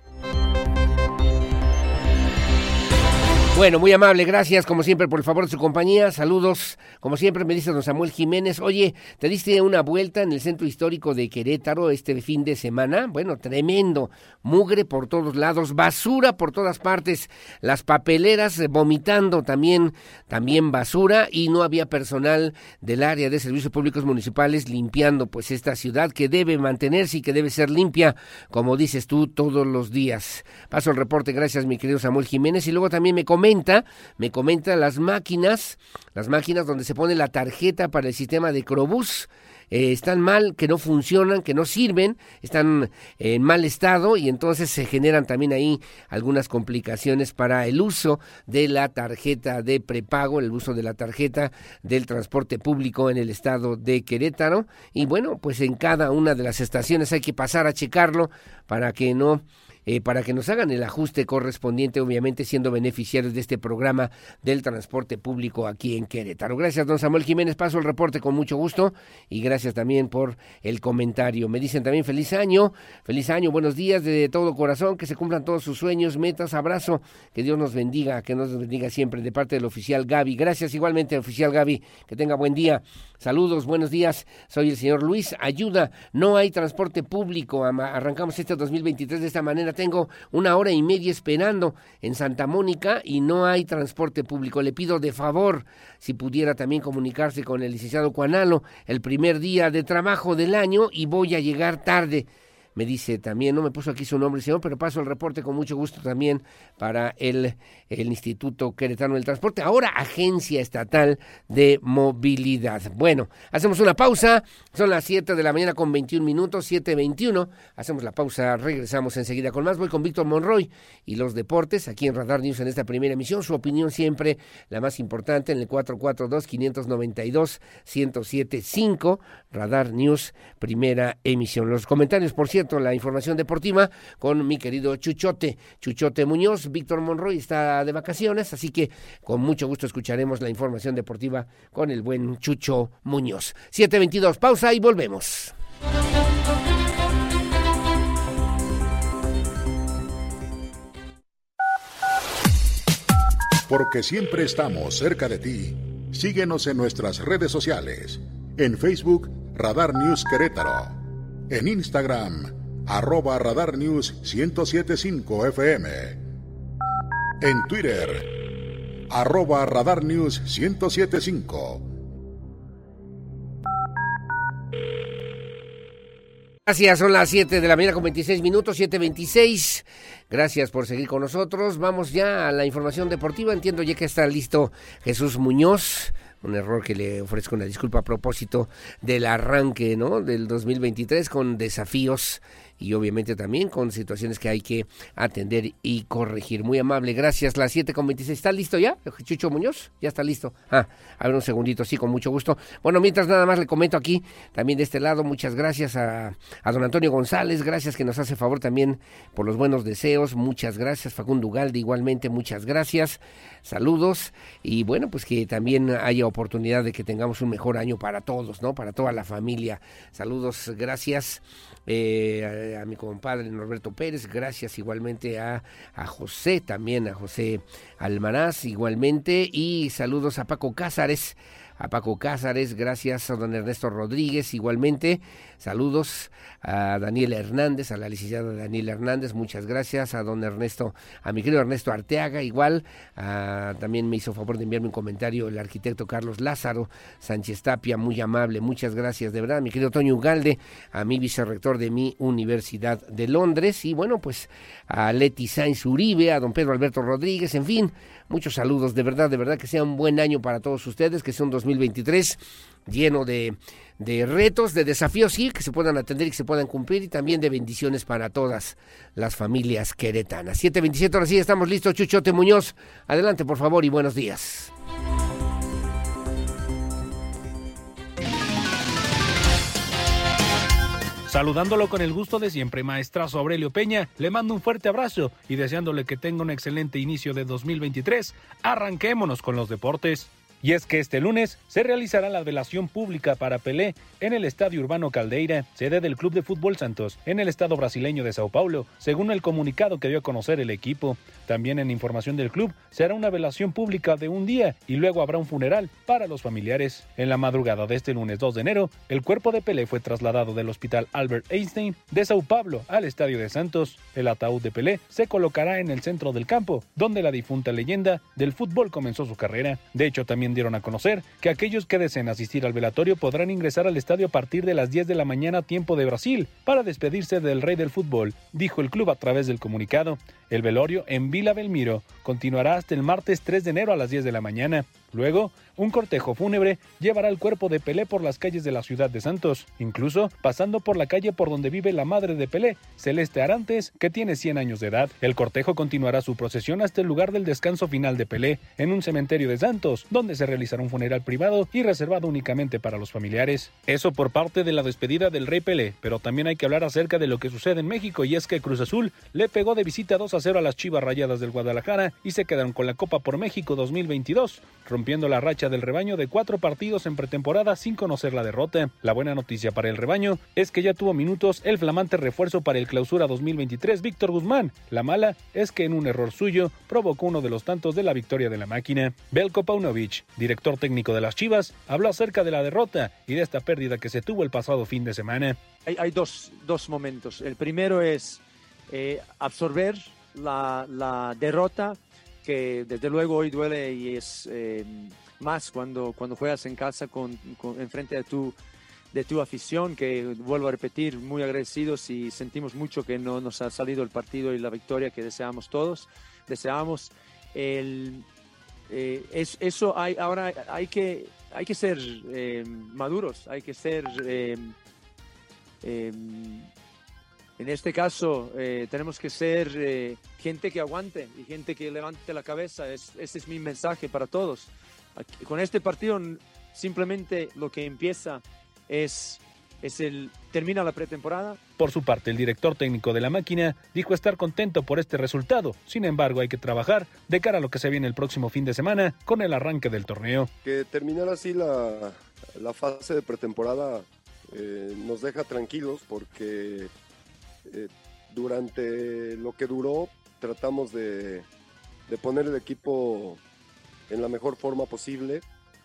Bueno, muy amable, gracias como siempre por el favor de su compañía, saludos, como siempre me dice don Samuel Jiménez. Oye, ¿te diste una vuelta en el centro histórico de Querétaro este fin de semana? Bueno, tremendo, mugre por todos lados, basura por todas partes, las papeleras eh, vomitando también, también basura y no había personal del área de servicios públicos municipales limpiando pues esta ciudad que debe mantenerse y que debe ser limpia, como dices tú, todos los días. Paso el reporte, gracias mi querido Samuel Jiménez y luego también me comenta Me comenta las máquinas, las máquinas donde se pone la tarjeta para el sistema de Crobús, eh, están mal, que no funcionan, que no sirven, están en mal estado y entonces se generan también ahí algunas complicaciones para el uso de la tarjeta de prepago, el uso de la tarjeta del transporte público en el estado de Querétaro. Y bueno, pues en cada una de las estaciones hay que pasar a checarlo para que no... Eh, para que nos hagan el ajuste correspondiente, obviamente siendo beneficiarios de este programa del transporte público aquí en Querétaro. Gracias, don Samuel Jiménez, paso el reporte con mucho gusto y gracias también por el comentario. Me dicen también feliz año, feliz año, buenos días de todo corazón, que se cumplan todos sus sueños, metas, abrazo, que Dios nos bendiga, que nos bendiga siempre de parte del oficial Gaby. Gracias igualmente, oficial Gaby, que tenga buen día. Saludos, buenos días, soy el señor Luis, ayuda, no hay transporte público, arrancamos este dos mil veintitrés de esta manera mañana tengo una hora y media esperando en Santa Mónica y no hay transporte público. Le pido de favor si pudiera también comunicarse con el licenciado Cuanalo el primer día de trabajo del año y voy a llegar tarde. Me dice también, no me puso aquí su nombre, señor, pero paso el reporte con mucho gusto también para el, el Instituto Queretano del Transporte, ahora Agencia Estatal de Movilidad. Bueno, hacemos una pausa, son las siete de la mañana con veintiún minutos, siete veintiuno, hacemos la pausa, regresamos enseguida con más. Voy con Víctor Monroy y los deportes aquí en Radar News en esta primera emisión, su opinión siempre la más importante en el cuatro cuatro dos, cinco nueve dos, uno cero siete cinco, Radar News, primera emisión. Los comentarios, por cierto, la información deportiva con mi querido Chuchote, Chuchote Muñoz. Víctor Monroy está de vacaciones, así que con mucho gusto escucharemos la información deportiva con el buen Chucho Muñoz. siete veintidós, pausa y volvemos. Porque siempre estamos cerca de ti. Síguenos en nuestras redes sociales. En Facebook, Radar News Querétaro. En Instagram, arroba Radar News ciento setenta y cinco F M. En Twitter, arroba Radar News ciento setenta y cinco. Gracias, son las siete de la mañana con veintiséis minutos, siete veintiséis. Gracias por seguir con nosotros. Vamos ya a la información deportiva. Entiendo ya que está listo Jesús Muñoz. Un error que le ofrezco una disculpa a propósito del arranque, ¿no?, del dos mil veintitrés con desafíos y obviamente también con situaciones que hay que atender y corregir. Muy amable, gracias. Las siete con veintiséis. ¿Está listo ya, Chucho Muñoz? Ya está listo. Ah, a ver un segundito, sí, con mucho gusto. Bueno, mientras nada más le comento aquí, también de este lado, muchas gracias a, a don Antonio González, gracias que nos hace favor también por los buenos deseos, muchas gracias. Facundo Ugalde, igualmente, muchas gracias. Saludos y bueno, pues que también haya oportunidad de que tengamos un mejor año para todos, ¿no? Para toda la familia. Saludos, gracias. Eh, a, a mi compadre Norberto Pérez, gracias igualmente a, a José, también a José Almaraz igualmente, y saludos a Paco Cázares, a Paco Cázares, gracias a don Ernesto Rodríguez igualmente, saludos a Daniel Hernández, a la licenciada Daniel Hernández, muchas gracias, a don Ernesto, a mi querido Ernesto Arteaga igual, a, también me hizo favor de enviarme un comentario el arquitecto Carlos Lázaro Sánchez Tapia, muy amable, muchas gracias de verdad, a mi querido Toño Ugalde, a mi vicerrector de mi Universidad de Londres, y bueno, pues a Leti Sainz Uribe, a don Pedro Alberto Rodríguez, en fin, muchos saludos, de verdad, de verdad, que sea un buen año para todos ustedes, que sea un dos mil veintitrés lleno de, de retos, de desafíos, sí, que se puedan atender y que se puedan cumplir, y también de bendiciones para todas las familias queretanas. siete veintisiete, ahora sí, estamos listos. Chuchote Muñoz, adelante por favor y buenos días. Saludándolo con el gusto de siempre, maestrazo Aurelio Peña, le mando un fuerte abrazo y deseándole que tenga un excelente inicio de dos mil veintitrés, arranquémonos con los deportes. Y es que este lunes se realizará la velación pública para Pelé en el Estadio Urbano Caldeira, sede del Club de Fútbol Santos, en el estado brasileño de Sao Paulo, según el comunicado que dio a conocer el equipo. También en información del club, se hará una velación pública de un día y luego habrá un funeral para los familiares. En la madrugada de este lunes dos de enero, el cuerpo de Pelé fue trasladado del Hospital Albert Einstein de Sao Paulo al Estadio de Santos. El ataúd de Pelé se colocará en el centro del campo, donde la difunta leyenda del fútbol comenzó su carrera. De hecho, también dieron a conocer que aquellos que deseen asistir al velatorio podrán ingresar al estadio a partir de las diez de la mañana tiempo de Brasil para despedirse del rey del fútbol, dijo el club a través del comunicado. El velorio en Vila Belmiro continuará hasta el martes tres de enero a las diez de la mañana. Luego, un cortejo fúnebre llevará el cuerpo de Pelé por las calles de la ciudad de Santos, incluso pasando por la calle por donde vive la madre de Pelé, Celeste Arantes, que tiene cien años de edad. El cortejo continuará su procesión hasta el lugar del descanso final de Pelé, en un cementerio de Santos, donde se realizará un funeral privado y reservado únicamente para los familiares. Eso por parte de la despedida del rey Pelé, pero también hay que hablar acerca de lo que sucede en México, y es que Cruz Azul le pegó de visita dos a cero a las Chivas Rayadas del Guadalajara y se quedaron con la Copa por México dos mil veintidós, rompiendo la racha del rebaño de cuatro partidos en pretemporada sin conocer la derrota. La buena noticia para el rebaño es que ya tuvo minutos el flamante refuerzo para el Clausura dos mil veintitrés, Víctor Guzmán. La mala es que en un error suyo provocó uno de los tantos de la victoria de la máquina. Belko Paunovic, director técnico de las Chivas, habló acerca de la derrota y de esta pérdida que se tuvo el pasado fin de semana. Hay, hay dos, dos momentos. El primero es eh, absorber la, la derrota, que desde luego hoy duele y es eh, más cuando, cuando juegas en casa con, con, enfrente de tu, de tu afición, que vuelvo a repetir, muy agradecidos y sentimos mucho que no nos ha salido el partido y la victoria que deseamos todos. Deseamos el, eh, es, eso hay, ahora hay que, hay que ser eh, maduros, hay que ser... Eh, eh, En este caso, eh, tenemos que ser eh, gente que aguante y gente que levante la cabeza. Es, ese es mi mensaje para todos. Aquí, con este partido, simplemente lo que empieza es, es el termina la pretemporada. Por su parte, el director técnico de la máquina dijo estar contento por este resultado. Sin embargo, hay que trabajar de cara a lo que se viene el próximo fin de semana con el arranque del torneo. Que terminar así la, la fase de pretemporada eh, nos deja tranquilos porque... Eh, durante lo que duró tratamos de, de poner el equipo en la mejor forma posible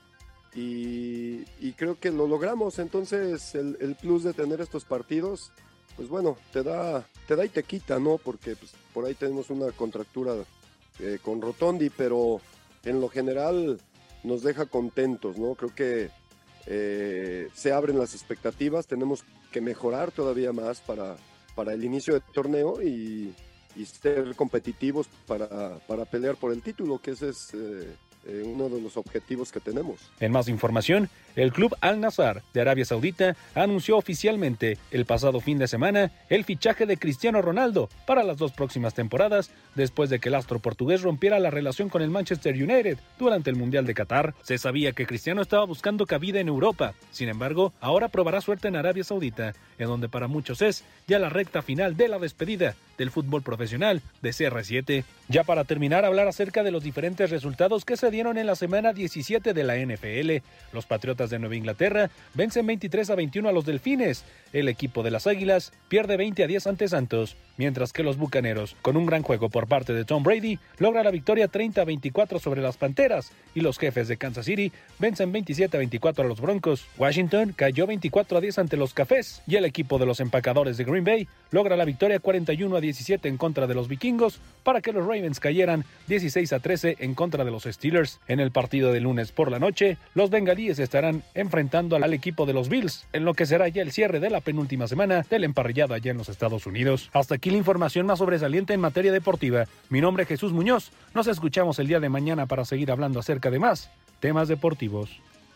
y, y creo que lo logramos. Entonces el, el plus de tener estos partidos, pues bueno, te da, te da y te quita, ¿no? Porque pues, por ahí tenemos una contractura eh, con Rotondi, pero en lo general nos deja contentos, ¿no? Creo que eh, se abren las expectativas, tenemos que mejorar todavía más para para el inicio del torneo y, y ser competitivos para, para pelear por el título, que ese es eh, eh, uno de los objetivos que tenemos. En más información, el club Al Nassr de Arabia Saudita anunció oficialmente el pasado fin de semana el fichaje de Cristiano Ronaldo para las dos próximas temporadas, después de que el astro portugués rompiera la relación con el Manchester United durante el Mundial de Qatar. Se sabía que Cristiano estaba buscando cabida en Europa, sin embargo, ahora probará suerte en Arabia Saudita, en donde para muchos es ya la recta final de la despedida del fútbol profesional de C R siete. Ya para terminar, hablar acerca de los diferentes resultados que se dieron en la semana diecisiete de la N F L. Los Patriotas de Nueva Inglaterra vencen veintitrés a veintiuno a los Delfines. El equipo de las Águilas pierde veinte a diez ante Santos, mientras que los Bucaneros, con un gran juego por parte de Tom Brady, logra la victoria treinta a veinticuatro sobre las Panteras, y los Jefes de Kansas City vencen veintisiete a veinticuatro a los Broncos. Washington cayó veinticuatro a diez ante los Cafés, y el equipo de los Empacadores de Green Bay logra la victoria cuarenta y uno a diecisiete en contra de los Vikingos, para que los Ravens cayeran dieciséis a trece en contra de los Steelers. En el partido de lunes por la noche, los bengalíes estarán enfrentando al equipo de los Bills, en lo que será ya el cierre de la penúltima semana de la emparrillada allá en los Estados Unidos. Hasta aquí la información más sobresaliente en materia deportiva. Mi nombre es Jesús Muñoz. Nos escuchamos el día de mañana para seguir hablando acerca de más temas deportivos.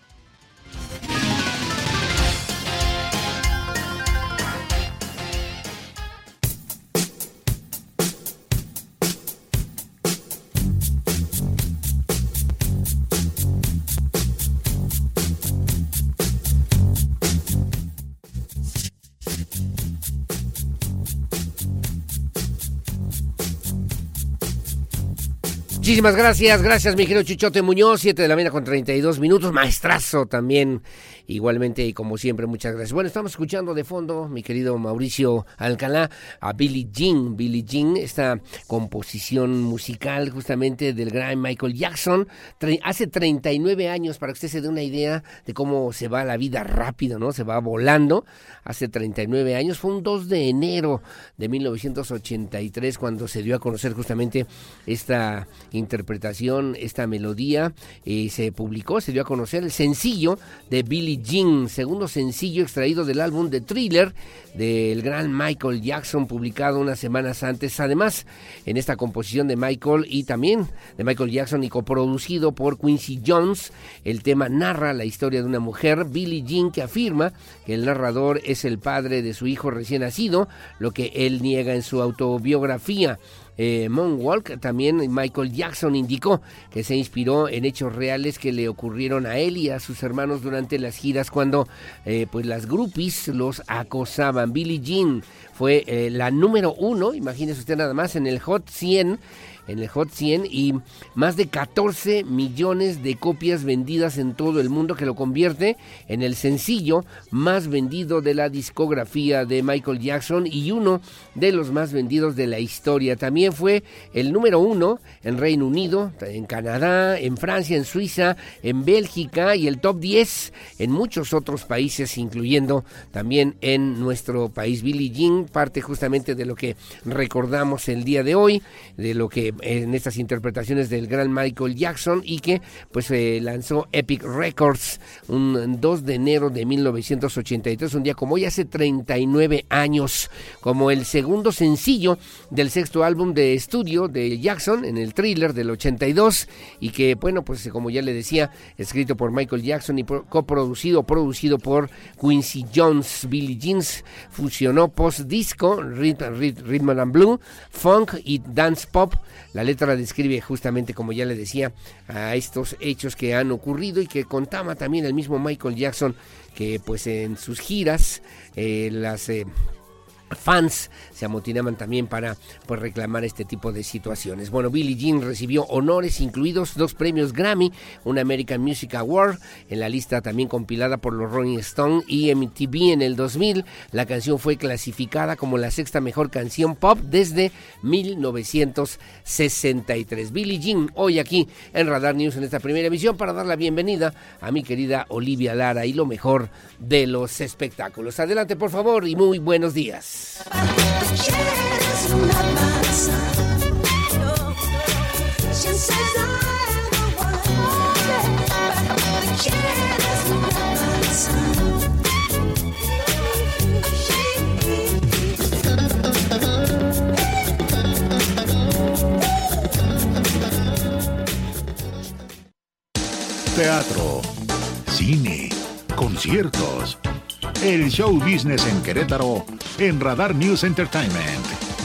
Muchísimas gracias, gracias mi querido Chichote Muñoz, siete de la mañana con treinta y dos minutos, maestrazo también, igualmente y como siempre, muchas gracias. Bueno, estamos escuchando de fondo, mi querido Mauricio Alcalá, a Billie Jean, Billie Jean, esta composición musical justamente del gran Michael Jackson, tre- hace treinta y nueve años, para que usted se dé una idea de cómo se va la vida rápido, ¿no? Se va volando, hace treinta y nueve años, fue un dos de enero de mil novecientos ochenta y tres cuando se dio a conocer justamente esta interpretación, esta melodía, eh, se publicó, se dio a conocer el sencillo de Billie Jean, segundo sencillo extraído del álbum de Thriller del gran Michael Jackson, publicado unas semanas antes, además en esta composición de Michael y también de Michael Jackson y coproducido por Quincy Jones. El tema narra la historia de una mujer, Billie Jean, que afirma que el narrador es el padre de su hijo recién nacido, lo que él niega en su autobiografía. Eh, Moonwalk, también Michael Jackson indicó que se inspiró en hechos reales que le ocurrieron a él y a sus hermanos durante las giras cuando eh, pues las groupies los acosaban. Billie Jean fue eh, la número uno, imagínese usted nada más, en el Hot cien en el Hot cien y más de catorce millones de copias vendidas en todo el mundo, que lo convierte en el sencillo más vendido de la discografía de Michael Jackson y uno de los más vendidos de la historia. También fue el número uno en Reino Unido, en Canadá, en Francia, en Suiza, en Bélgica y el top diez en muchos otros países, incluyendo también en nuestro país. Billie Jean, parte justamente de lo que recordamos el día de hoy, de lo que en estas interpretaciones del gran Michael Jackson, y que pues eh, lanzó Epic Records un dos de enero de mil novecientos ochenta y tres, un día como hoy, hace treinta y nueve años, como el segundo sencillo del sexto álbum de estudio de Jackson, en el Thriller del ochenta y dos, y que bueno, pues como ya le decía, escrito por Michael Jackson y pro, coproducido, producido por Quincy Jones. Billie Jean fusionó post-disco, rhythm and blue, funk y dance pop. La letra describe justamente, como ya le decía, a estos hechos que han ocurrido y que contaba también el mismo Michael Jackson, que pues en sus giras eh, las eh, fans se amotinaban también para pues reclamar este tipo de situaciones. Bueno, Billie Jean recibió honores, incluidos dos premios Grammy, un American Music Award, en la lista también compilada por los Rolling Stone y M T V en el dos mil. La canción fue clasificada como la sexta mejor canción pop desde mil novecientos sesenta y tres. Billie Jean, hoy aquí en Radar News, en esta primera emisión, para dar la bienvenida a mi querida Olivia Lara y lo mejor de los espectáculos. Adelante, por favor, y muy buenos días. Teatro, cine, conciertos. El show business en Querétaro, en Radar News Entertainment.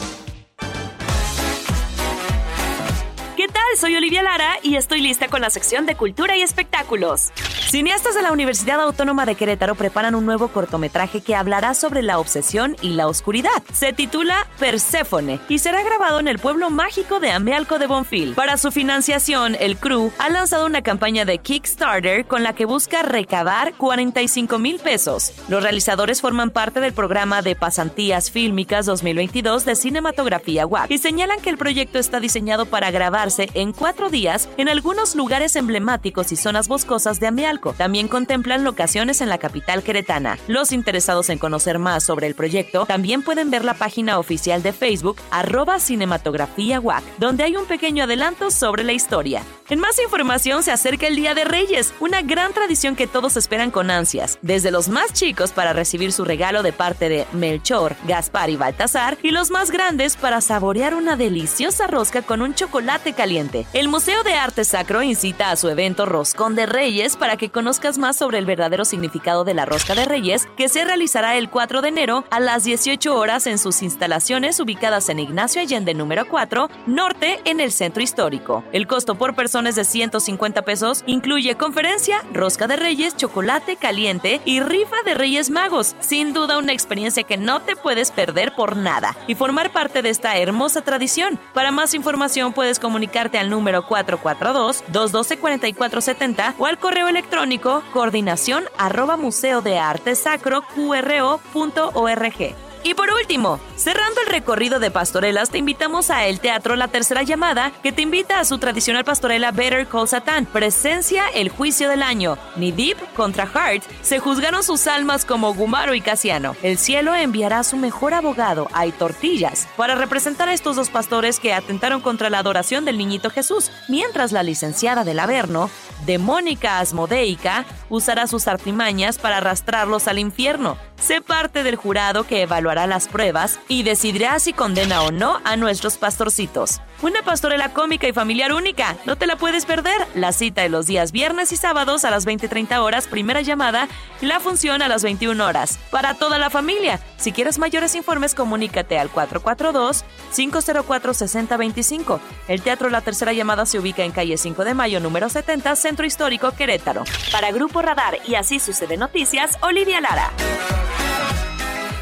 ¿Qué tal? Soy Olivia Lara y estoy lista con la sección de Cultura y Espectáculos. Cineastas de la Universidad Autónoma de Querétaro preparan un nuevo cortometraje que hablará sobre la obsesión y la oscuridad. Se titula Perséfone y será grabado en el pueblo mágico de Amealco de Bonfil. Para su financiación, el crew ha lanzado una campaña de Kickstarter con la que busca recabar cuarenta y cinco mil pesos. Los realizadores forman parte del programa de Pasantías Fílmicas dos mil veintidós de Cinematografía U A P y señalan que el proyecto está diseñado para grabarse en cuatro días en algunos lugares emblemáticos y zonas boscosas de Amealco. También contemplan locaciones en la capital queretana. Los interesados en conocer más sobre el proyecto también pueden ver la página oficial de Facebook, arroba Cinematografía U A C, donde hay un pequeño adelanto sobre la historia. En más información se acerca el Día de Reyes, una gran tradición que todos esperan con ansias, desde los más chicos para recibir su regalo de parte de Melchor, Gaspar y Baltasar, y los más grandes para saborear una deliciosa rosca con un chocolate caliente. El Museo de Arte Sacro incita a su evento Roscón de Reyes para que conozcas más sobre el verdadero significado de la Rosca de Reyes, que se realizará el cuatro de enero a las dieciocho horas en sus instalaciones ubicadas en Ignacio Allende número cuatro, norte, en el centro histórico. El costo por persona es de ciento cincuenta pesos, incluye conferencia, rosca de Reyes, chocolate caliente y rifa de Reyes Magos. Sin duda una experiencia que no te puedes perder por nada y formar parte de esta hermosa tradición. Para más información puedes comunicarte al número cuatro cuatro dos, dos uno dos, cuatro cuatro siete cero o al correo electrónico coordinación arroba museo de arte sacro q r o punto org. Y por último, cerrando el recorrido de pastorelas, te invitamos a El Teatro La Tercera Llamada, que te invita a su tradicional pastorela Better Call Satan. Presencia el juicio del año. Ni Deep contra Hart se juzgaron sus almas como Gumaro y Casiano. El cielo enviará a su mejor abogado, Ay Tortillas, para representar a estos dos pastores que atentaron contra la adoración del niñito Jesús, mientras la licenciada del Averno, demónica asmodeica, usará sus artimañas para arrastrarlos al infierno. Sé parte del jurado que evaluará las pruebas y decidirá si condena o no a nuestros pastorcitos. Una pastorela cómica y familiar única. No te la puedes perder. La cita de los días viernes y sábados a las veinte treinta horas, primera llamada, y la función a las veintiuna horas. Para toda la familia. Si quieres mayores informes, comunícate al cuatro cuatro dos, cinco cero cuatro, seis cero dos cinco. El Teatro La Tercera Llamada se ubica en calle cinco de mayo, número setenta, Centro Histórico, Querétaro. Para Grupo Radar y Así Sucede Noticias, Olivia Lara.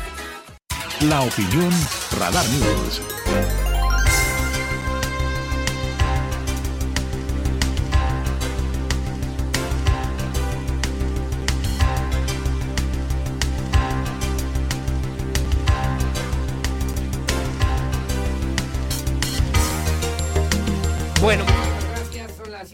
La opinión Radar News.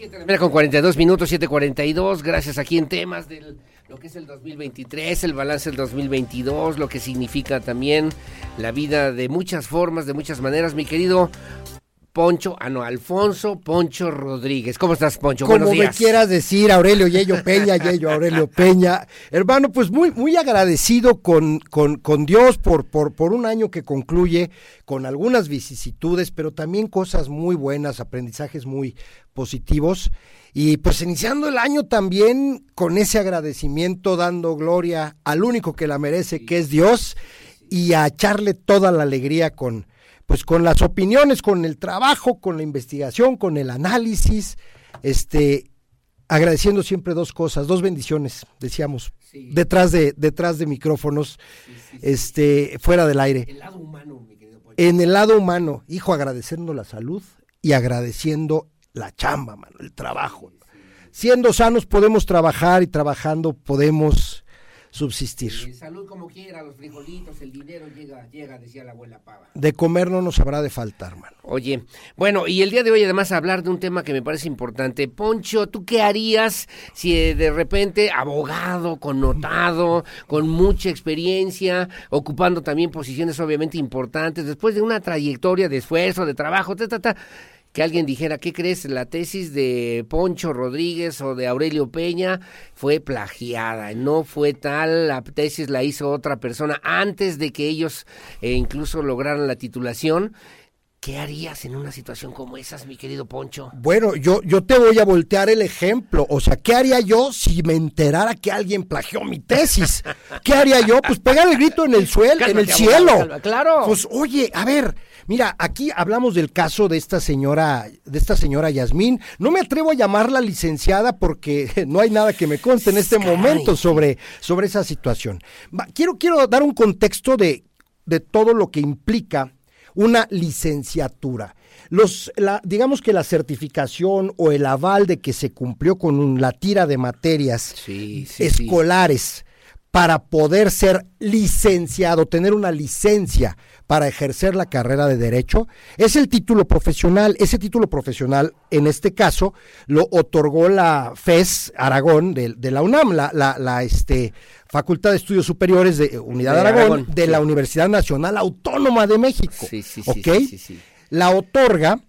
Mira, con cuarenta y dos minutos, siete cuarenta y dos, gracias aquí en temas de lo que es el dos mil veintitrés, el balance del dos mil veintidós, lo que significa también la vida de muchas formas, de muchas maneras, mi querido Poncho, ah no, Alfonso Poncho Rodríguez. ¿Cómo estás, Poncho? Como Buenos días. me quieras decir, Aurelio Yello Peña, Yello Aurelio Peña. Hermano, pues muy, muy agradecido con, con, con Dios por, por, por un año que concluye con algunas vicisitudes, pero también cosas muy buenas, aprendizajes muy positivos. Y pues iniciando el año también con ese agradecimiento, dando gloria al único que la merece, que es Dios, y a echarle toda la alegría con... pues con las opiniones, con el trabajo, con la investigación, con el análisis, este, agradeciendo siempre dos cosas, dos bendiciones, decíamos, sí. detrás de detrás de micrófonos, sí, sí, este, sí. fuera del aire. El lado humano, mi querido Poncho. En el lado humano, hijo, agradeciendo la salud y agradeciendo la chamba, mano, el trabajo. Sí, sí. Siendo sanos podemos trabajar y trabajando podemos subsistir. Sí, salud como quiera, los frijolitos, el dinero llega, llega, decía la abuela Pava. De comer no nos habrá de faltar, mano. Oye, bueno, y el día de hoy además hablar de un tema que me parece importante. Poncho, ¿tú qué harías si de repente abogado, connotado, con mucha experiencia, ocupando también posiciones obviamente importantes, después de una trayectoria de esfuerzo, de trabajo, ta, ta, ta, que alguien dijera, ¿qué crees? La tesis de Poncho Rodríguez o de Aurelio Peña fue plagiada, no fue tal, la tesis la hizo otra persona antes de que ellos eh, incluso lograran la titulación. ¿Qué harías en una situación como esas, mi querido Poncho? Bueno, yo, yo te voy a voltear el ejemplo, o sea, ¿qué haría yo si me enterara que alguien plagió mi tesis? ¿Qué haría yo? Pues pegar el grito en el suelo, en el cielo. Abogado, claro. Pues, oye, a ver... Mira, aquí hablamos del caso de esta señora, de esta señora Yasmín. No me atrevo a llamarla licenciada porque no hay nada que me conste en este momento sobre, sobre esa situación. Va, quiero, quiero dar un contexto de, de todo lo que implica una licenciatura. Los, la, digamos que la certificación o el aval de que se cumplió con un, la tira de materias sí, sí, escolares sí. para poder ser licenciado, tener una licencia para ejercer la carrera de Derecho, es el título profesional. Ese título profesional, en este caso, lo otorgó la FES Aragón de, de la UNAM, la, la, la este, Facultad de Estudios Superiores de Unidad de Aragón, Aragón de sí. la Universidad Nacional Autónoma de México. Sí, sí, sí, ¿okay? sí, sí, sí. La otorga,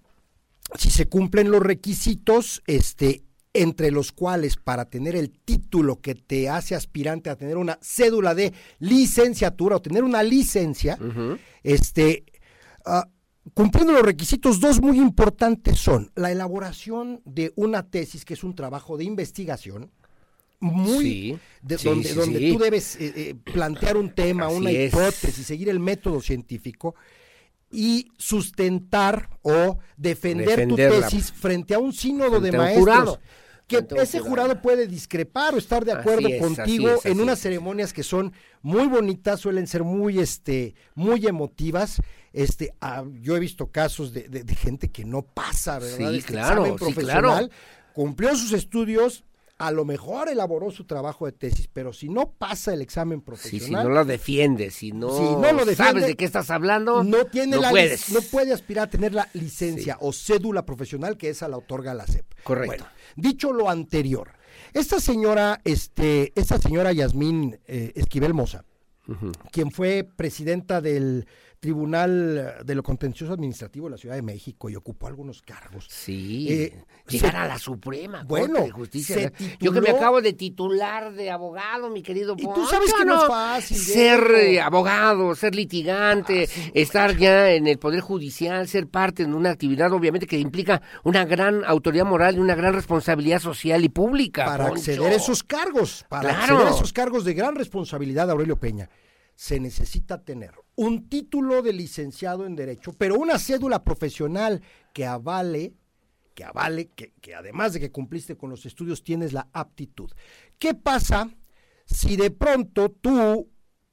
si se cumplen los requisitos, este, entre los cuales para tener el título que te hace aspirante a tener una cédula de licenciatura o tener una licencia, uh-huh. este, uh, cumpliendo los requisitos, dos muy importantes son la elaboración de una tesis, que es un trabajo de investigación, muy sí, de, sí, donde, sí, donde sí. tú debes eh, eh, plantear un tema, Así una es. hipótesis, seguir el método científico y sustentar o defender Defenderla. tu tesis frente a un sínodo frente de a un maestros. Jurado. Que ese jurado puede discrepar o estar de acuerdo así es, contigo así es, así en unas es. ceremonias que son muy bonitas, suelen ser muy este muy emotivas. Este, ah, yo he visto casos de, de, de gente que no pasa, ¿verdad? Sí, Este claro, examen sí, profesional, claro. cumplió sus estudios, a lo mejor elaboró su trabajo de tesis, pero si no pasa el examen profesional, sí, si no lo defiendes, si no, si no lo defiende, sabes de qué estás hablando, no tiene no la puedes. no puede aspirar a tener la licencia sí. o cédula profesional, que esa la otorga la S E P. Correcto. Bueno, dicho lo anterior, esta señora, este, esta señora Yasmín eh, Esquivel Moza, uh-huh. quien fue presidenta del Tribunal de lo Contencioso Administrativo de la Ciudad de México y ocupó algunos cargos. Sí, eh, llegar se, a la Suprema bueno, Corte de Justicia. se tituló, yo que me acabo de titular de abogado, mi querido Y Poncho, tú sabes que no, no es fácil. Ser Diego. abogado, ser litigante, ah, sí, estar ya en el Poder Judicial, ser parte de una actividad obviamente que implica una gran autoridad moral y una gran responsabilidad social y pública. Para Poncho. acceder a esos cargos, para claro. acceder a esos cargos de gran responsabilidad, Aurelio Peña, se necesita tener un título de licenciado en Derecho, pero una cédula profesional que avale, que avale, que, que además de que cumpliste con los estudios, tienes la aptitud. ¿Qué pasa si de pronto tú,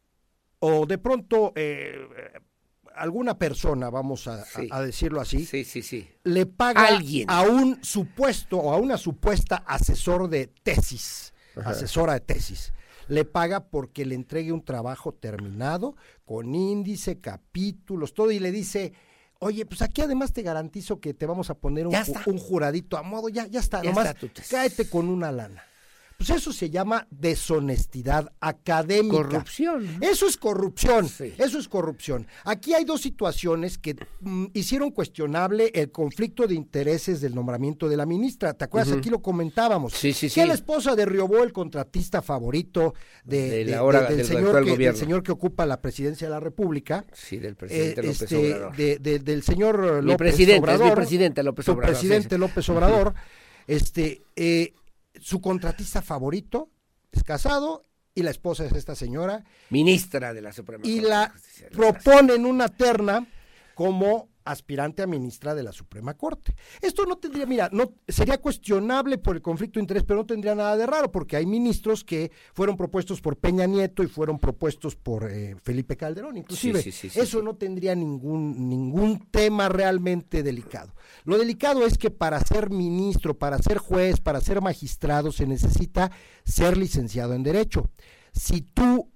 o de pronto eh, alguna persona, vamos a, sí. a, a decirlo así, sí, sí, sí. le paga ¿Alguien? a un supuesto o a una supuesta asesor de tesis, Ajá. asesora de tesis, le paga porque le entregue un trabajo terminado, con índice, capítulos, todo, y le dice, Oye, pues aquí además te garantizo que te vamos a poner un, ju- un juradito a modo, ya, ya está, Ya nomás está, tú te- cáete con una lana. Pues eso se llama deshonestidad académica. Corrupción. Eso es corrupción, Sí. eso es corrupción. Aquí hay dos situaciones que mm, hicieron cuestionable el conflicto de intereses del nombramiento de la ministra. ¿Te acuerdas? Ujú. Aquí lo comentábamos. Sí, sí, Que sí. la esposa de Riobó, el contratista favorito de, De de- la hora- de- del, del señor actual que, del gobierno. señor que ocupa la presidencia de la República. Sí, del presidente eh, López este, Obrador. de- de- del señor López Mi presidente, Obrador. es mi presidente López tu Obrador. presidente sí, sí. López Obrador. este, eh, su contratista favorito es casado y la esposa es esta señora. Ministra de la Suprema Y Corte la de Justicia. proponen una terna como aspirante a ministra de la Suprema Corte. Esto no tendría, mira, no sería cuestionable por el conflicto de interés, pero no tendría nada de raro, porque hay ministros que fueron propuestos por Peña Nieto y fueron propuestos por eh, Felipe Calderón, inclusive. Sí, sí, sí, sí, eso sí. no tendría ningún, ningún tema realmente delicado. Lo delicado es que para ser ministro, para ser juez, para ser magistrado, se necesita ser licenciado en Derecho. Si tú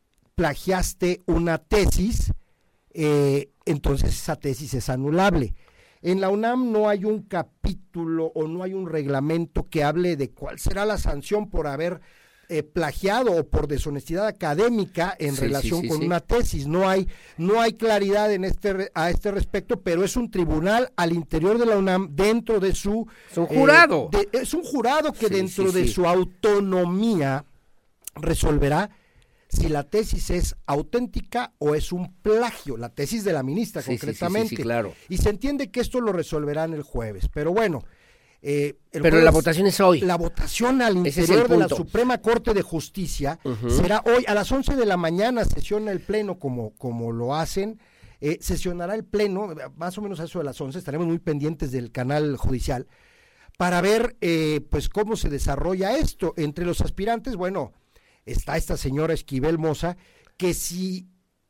plagiaste una tesis, eh, entonces esa tesis es anulable. En la UNAM no hay un capítulo o no hay un reglamento que hable de cuál será la sanción por haber eh, plagiado o por deshonestidad académica en Sí, relación sí, sí, con sí. una tesis. No hay, no hay claridad en este re- a este respecto, pero es un tribunal al interior de la UNAM dentro de su Es un jurado. eh, de- es un jurado que Sí, dentro sí, de sí. su autonomía resolverá si la tesis es auténtica o es un plagio, la tesis de la ministra Sí, sí, sí, sí, concretamente. sí, claro. Y se entiende que esto lo resolverán el jueves, pero bueno. eh, el Pero jueves- la votación es hoy. La votación al Ese es el interior de la punto. Suprema Corte de Justicia Ujú. será hoy a las once de la mañana, sesiona el pleno como, como lo hacen. Eh, sesionará el pleno, más o menos a eso de las once, estaremos muy pendientes del canal judicial, para ver eh, pues cómo se desarrolla esto. Entre los aspirantes, bueno, está esta señora Esquivel Moza, que si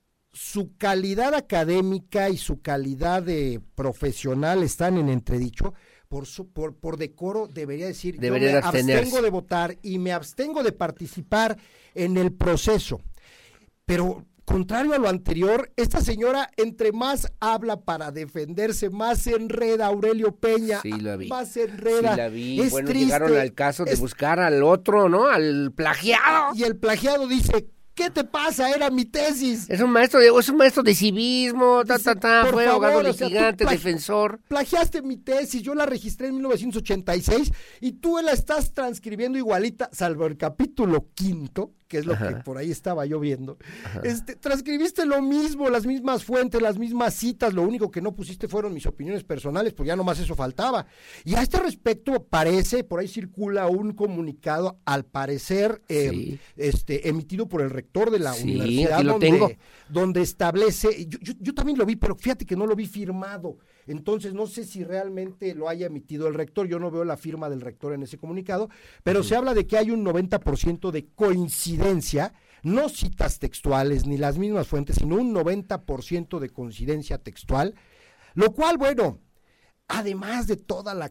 su calidad académica y su calidad de profesional están en entredicho, por, su, por, por decoro debería decir, Debería yo de me abstenerse. abstengo de votar y me abstengo de participar en el proceso. Pero contrario a lo anterior, esta señora entre más habla para defenderse, más se enreda Aurelio Peña, Sí, la vi. más se enreda. Sí, la vi. Es Bueno, triste, llegaron al caso de es- buscar al otro, ¿no? Al plagiado. Y el plagiado dice, ¿qué te pasa? Era mi tesis. Es un maestro de, es un maestro de civismo, ta, ta, ta, Por fue favor, abogado o sea, tú litigante, plagi- defensor. Plagiaste mi tesis, yo la registré en mil novecientos ochenta y seis y tú la estás transcribiendo igualita, salvo el capítulo quinto, que es lo Ajá. que por ahí estaba yo viendo. Este, transcribiste lo mismo, las mismas fuentes, las mismas citas, lo único que no pusiste fueron mis opiniones personales, pues ya nomás eso faltaba. Y a este respecto parece, por ahí circula un comunicado, al parecer, eh, Sí. este, emitido por el rector de la Sí, universidad, aquí lo donde, tengo. donde establece, yo, yo, yo también lo vi, pero fíjate que no lo vi firmado, entonces no sé si realmente lo haya emitido el rector, yo no veo la firma del rector en ese comunicado, pero se habla de que hay un noventa por ciento de coincidencia, no citas textuales ni las mismas fuentes, sino un noventa por ciento de coincidencia textual, lo cual, bueno, además de toda la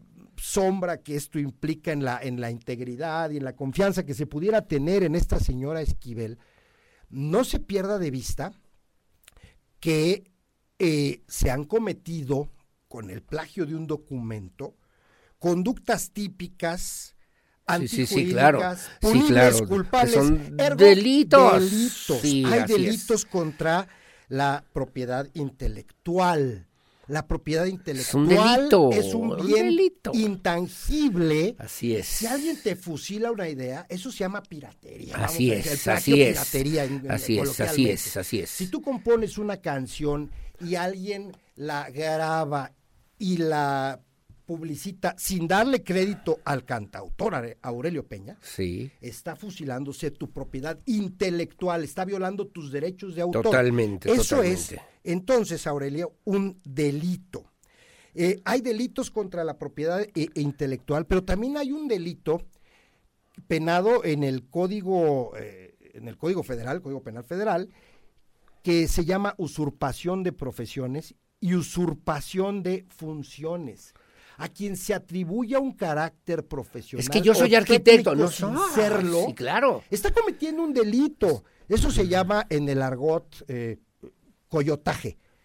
sombra que esto implica en la, en la integridad y en la confianza que se pudiera tener en esta señora Esquivel, no se pierda de vista que eh, se han cometido con el plagio de un documento conductas típicas Sí, sí, sí, claro. antijurídicas, Sí, punibles, claro, que culpables, son ergo, delitos. delitos. Sí, Hay así es. delitos contra la propiedad intelectual. La propiedad intelectual delito, es un un bien delito. intangible. Así es. Si alguien te fusila una idea, eso se llama piratería. Vamos Así a es, decir, el plagio así es. piratería en- en- Así es, así coloquialmente. es, así es. Si tú compones una canción y alguien la graba y la publicita sin darle crédito al cantautor Are- Aurelio Peña, Sí. está fusilándose tu propiedad intelectual, está violando tus derechos de autor. Totalmente, Eso totalmente. es, entonces, Aurelio, un delito. Eh, hay delitos contra la propiedad eh, intelectual, pero también hay un delito penado en el Código, eh, en el Código Federal, Código Penal Federal, que se llama usurpación de profesiones y usurpación de funciones. A quien se atribuya un carácter profesional. Es que yo soy o arquitecto, técnico no sin soy. serlo, Sí, claro. está cometiendo un delito. Eso se llama en el argot eh, coyotaje.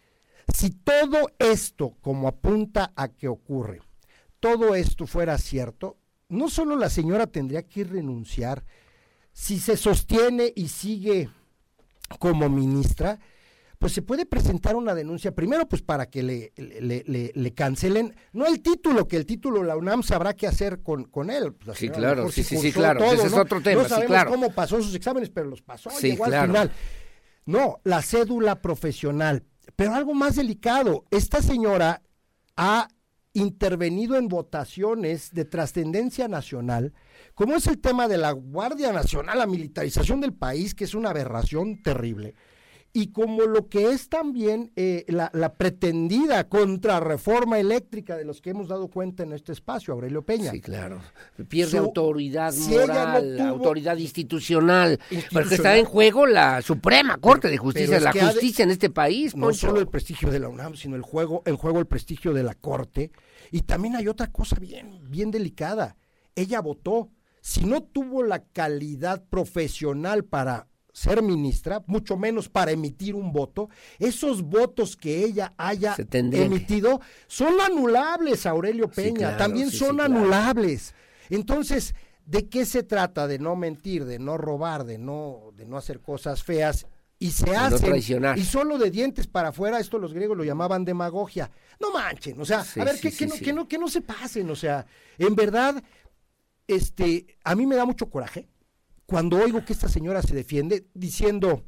Si todo esto, como apunta a que ocurre, todo esto fuera cierto, no solo la señora tendría que renunciar, si se sostiene y sigue como ministra, pues se puede presentar una denuncia, primero pues para que le, le, le, le cancelen, no el título, que el título la UNAM sabrá qué hacer con, con él. Pues sí, claro, sí, sí, sí, claro, todo, ese es ¿no? otro tema, no sabemos sí, claro. cómo pasó sus exámenes, pero los pasó, sí, llegó claro. al final. No, la cédula profesional, pero algo más delicado, esta señora ha intervenido en votaciones de trascendencia nacional, como es el tema de la Guardia Nacional, la militarización del país, que es una aberración terrible, y como lo que es también eh, la, la pretendida contrarreforma eléctrica de los que hemos dado cuenta en este espacio, Aurelio Peña. Sí, claro. Pierde Su, autoridad si moral, no tuvo, autoridad institucional, institucional, porque está en juego la Suprema Corte de Justicia, la justicia de, en este país, Poncho. No solo el prestigio de la UNAM, sino el juego, el juego, el prestigio de la Corte. Y también hay otra cosa bien, bien delicada. Ella votó. Si no tuvo la calidad profesional para ser ministra, mucho menos para emitir un voto, esos votos que ella haya emitido son anulables, Aurelio Peña, sí, claro, también sí, son sí, anulables. Claro. Entonces, ¿de qué se trata? De no mentir, de no robar, de no, de no hacer cosas feas, y se de hacen, no y solo de dientes para afuera, esto los griegos lo llamaban demagogia. No manchen, o sea, sí, a ver, sí, que, sí, que, no, sí. que, no, que no se pasen, o sea, en verdad, este, a mí me da mucho coraje cuando oigo que esta señora se defiende diciendo,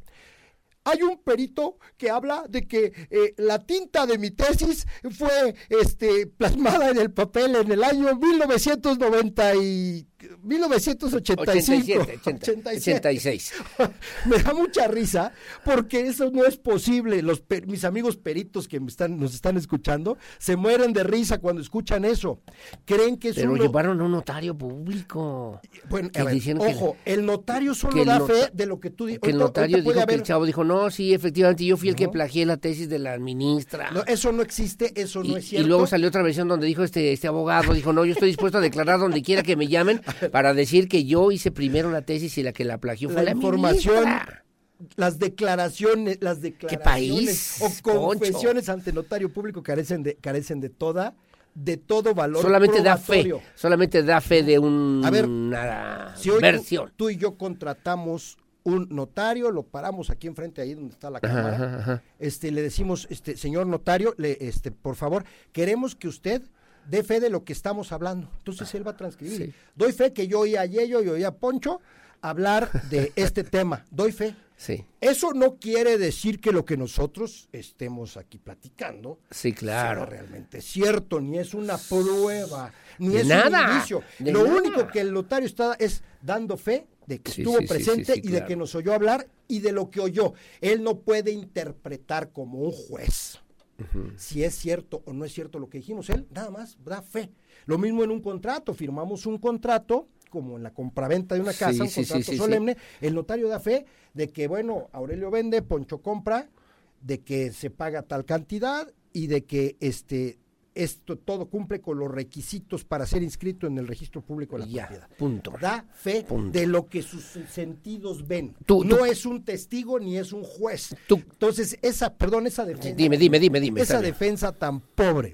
hay un perito que habla de que eh, la tinta de mi tesis fue este, plasmada en el papel en el año mil novecientos noventa y mil novecientos ochenta y cinco, ochenta y siete, ochenta, ochenta y seis. Me da mucha risa porque eso no es posible. Los mis amigos peritos que me están, nos están escuchando se mueren de risa cuando escuchan eso. Creen que es Pero uno... llevaron a un notario público. Bueno, a ver, ojo, que, el notario solo da nota, fe de lo que tú dices. Que el notario dijo que haber... el chavo dijo, no, sí, efectivamente, yo fui el no. que plagié la tesis de la ministra. No, eso no existe, eso y, no es cierto. Y luego salió otra versión donde dijo este, este abogado, dijo, no, yo estoy dispuesto a declarar donde quiera que me llamen para decir que yo hice primero la tesis y la que la plagió fue la, la información, ministra. Las declaraciones, las declaraciones ¿Qué país, o confesiones Poncho? Ante notario público carecen de, carecen de toda, de todo valor solamente probatorio. da fe, solamente da fe de un, a ver, una si hoy versión. Tú, tú y yo contratamos un notario, lo paramos aquí enfrente, ahí donde está la cámara, ajá, ajá. este, le decimos, este, señor notario, le, este, por favor, queremos que usted dé fe de lo que estamos hablando. Entonces él va a transcribir. Sí. Doy fe que yo oía a Yello y oía a Poncho hablar de este tema. Doy fe. Sí. Eso no quiere decir que lo que nosotros estemos aquí platicando sí, claro. sea realmente cierto, ni es una prueba, ni de es nada, un indicio. de lo nada. único que el notario está es dando fe de que sí, estuvo sí, presente sí, sí, y claro. de que nos oyó hablar y de lo que oyó. Él no puede interpretar como un juez. Uh-huh. Si es cierto o no es cierto lo que dijimos, él nada más da fe. Lo mismo en un contrato, firmamos un contrato, como en la compraventa de una casa, sí, un sí, contrato sí, sí, solemne, sí. El notario da fe de que, bueno, Aurelio vende, Poncho compra, de que se paga tal cantidad y de que este esto todo cumple con los requisitos para ser inscrito en el registro público de la ya, propiedad. Punto. Da fe punto. De lo que sus sentidos ven. Tú, no tú, es un testigo ni es un juez. Tú, Entonces, esa, perdón, esa defensa. Dime, dime, dime, dime. Esa defensa tan pobre.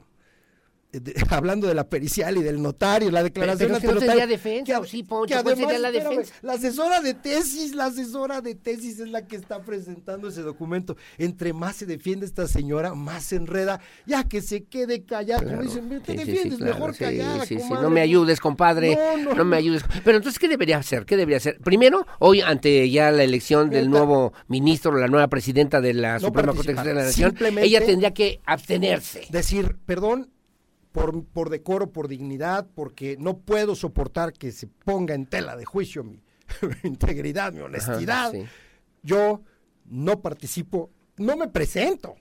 De, hablando de la pericial y del notario, la declaración pero, pero ante no notario, sería defensa, que, sí, Poncho, que además, sería la espérame, defensa? La asesora de tesis, la asesora de tesis es la que está presentando ese documento. Entre más se defiende esta señora, más se enreda, ya que se quede callada, claro, como dicen, te sí, defiendes, sí, sí, claro, mejor sí, callada, sí, sí, comadre. No me ayudes, compadre, no, no, no me ayudes. Pero entonces, ¿qué debería hacer? ¿Qué debería hacer? Primero, hoy, ante ya la elección del nuevo ministro, la nueva presidenta de la no Suprema Corte de la Nación, ella tendría que abstenerse. Decir, perdón, Por, por decoro, por dignidad, porque no puedo soportar que se ponga en tela de juicio mi, mi integridad, mi honestidad. Ajá, sí. Yo no participo, no me presento.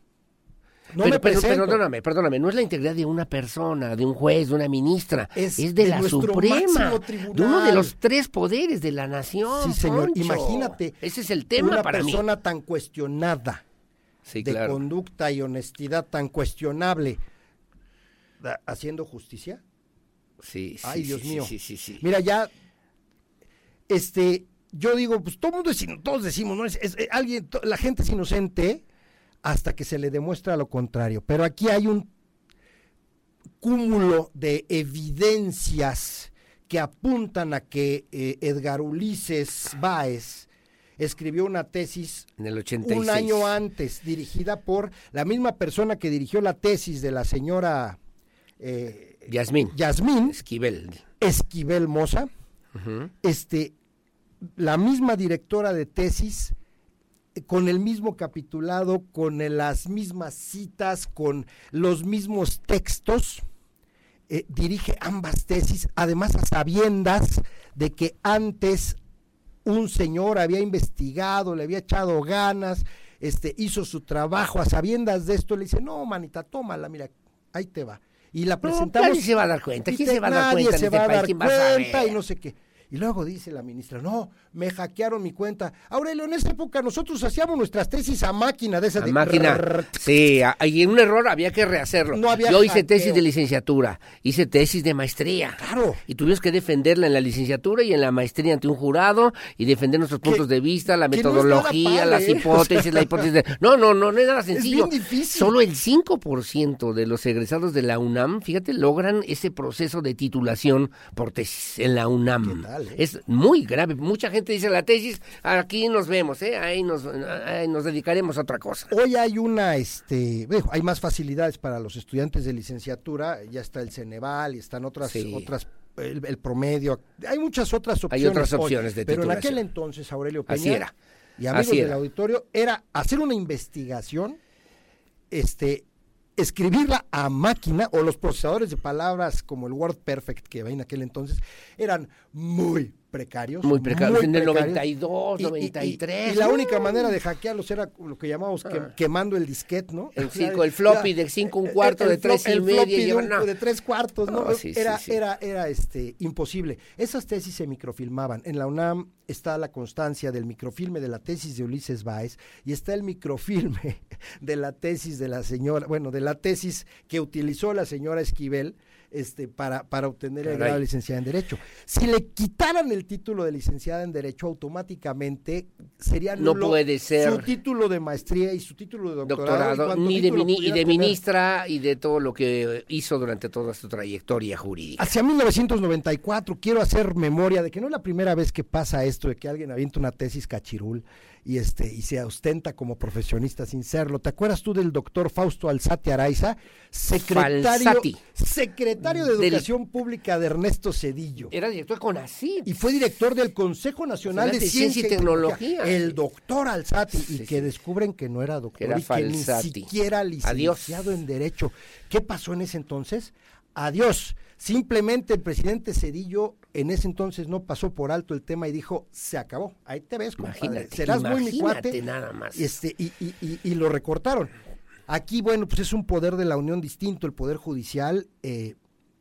No pero, me pero, presento. Perdóname, perdóname, no es la integridad de una persona, de un juez, de una ministra, es, es de, de la Suprema, de uno de los tres poderes de la nación. Sí, señor, Poncho. Imagínate. Ese es el tema una para mí. Una persona tan cuestionada, sí, de claro. conducta y honestidad tan cuestionable, haciendo justicia. Sí, sí. Ay, Dios sí, mío. Sí, sí, sí, sí. Mira, ya, este, yo digo, pues todo mundo, todos decimos, ¿no? Es, es, es alguien, to, la gente es inocente hasta que se le demuestra lo contrario. Pero aquí hay un cúmulo de evidencias que apuntan a que eh, Edgar Ulises Báez escribió una tesis en el ochenta y seis. Un año antes, dirigida por la misma persona que dirigió la tesis de la señora eh, Yasmín. Yasmín Esquivel. Esquivel Moza, uh-huh. este, la misma directora de tesis, con el mismo capitulado, con las mismas citas, con los mismos textos, eh, dirige ambas tesis, además a sabiendas de que antes un señor había investigado, le había echado ganas, este, hizo su trabajo, a sabiendas de esto, le dice, no, manita, tómala, mira, ahí te va. Y la presentamos. No, nadie se va a dar cuenta, ¿quién te, se va a dar cuenta? Nadie se en este va a país? dar ¿Quién va a saber? cuenta y no sé qué. Y luego dice la ministra, no, me hackearon mi cuenta. Aurelio, en esa época nosotros hacíamos nuestras tesis a máquina de esa. A de... máquina, sí, y en un error había que rehacerlo. No había Yo hice hackeo. tesis de licenciatura, hice tesis de maestría. Claro. Y tuvimos que defenderla en la licenciatura y en la maestría ante un jurado y defender nuestros puntos de vista, la metodología, no padre, las hipótesis, o sea, la hipótesis de... No, no, no, no es nada sencillo. Es bien difícil. Solo el cinco por ciento de los egresados de la UNAM, fíjate, logran ese proceso de titulación por tesis en la UNAM. ¿Qué tal, eh? Es muy grave. Mucha gente dice la tesis, aquí nos vemos, ¿eh? ahí, nos, ahí nos dedicaremos a otra cosa. Hoy hay una, este, bueno, hay más facilidades para los estudiantes de licenciatura, ya está el Ceneval y están otras, sí. otras el, el promedio, hay muchas otras opciones. Hay otras opciones hoy, de pero titulación. en aquel entonces, Aurelio Peña, Así era. y amigos Así era. del auditorio, era hacer una investigación, este, escribirla a máquina, o los procesadores de palabras como el WordPerfect que había en aquel entonces, eran muy precarios. Muy precarios, muy en el precarios. noventa y dos, noventa y tres. Y, y, y la única manera de hackearlos era lo que llamamos que, ah. quemando el disquete, ¿no? El, cinco, el floppy de cinco un cuarto, el, de tres el y media. Y de, un, no. de tres cuartos, ¿no? Oh, sí, era sí, sí. era, era este, imposible. Esas tesis se microfilmaban. En la UNAM está la constancia del microfilme de la tesis de Ulises Báez y está el microfilme de la tesis de la señora, bueno, de la tesis que utilizó la señora Esquivel, Este, para, para obtener el Caray. grado de licenciada en Derecho. Si le quitaran el título de licenciada en Derecho, automáticamente sería no nulo puede ser su título de maestría y su título de doctorado. doctorado, y ni de, mini, y de tener. ministra y de todo lo que hizo durante toda su trayectoria jurídica. Hacia mil novecientos noventa y cuatro, quiero hacer memoria de que no es la primera vez que pasa esto, de que alguien avienta una tesis cachirul y este y se ostenta como profesionista sin serlo. ¿Te acuerdas tú del doctor Fausto Alzati Araiza, secretario, Falsati. secretario de Educación del, Pública de Ernesto Cedillo? Era director con CONACYT. Y fue director del Consejo Nacional de, de Ciencia, Ciencia y Tecnología. Tecnología. El doctor Alzati, sí, y sí, que sí. descubren que no era doctor que era y Falsati. que ni siquiera licenciado Adiós. en Derecho. ¿Qué pasó en ese entonces? Adiós. Simplemente el presidente Cedillo en ese entonces no pasó por alto el tema y dijo, se acabó, ahí te ves, compadre. Serás muy mi cuate. Nada más. Este, y, y, y, y lo recortaron. Aquí, bueno, pues es un poder de la Unión distinto, el Poder Judicial. Eh,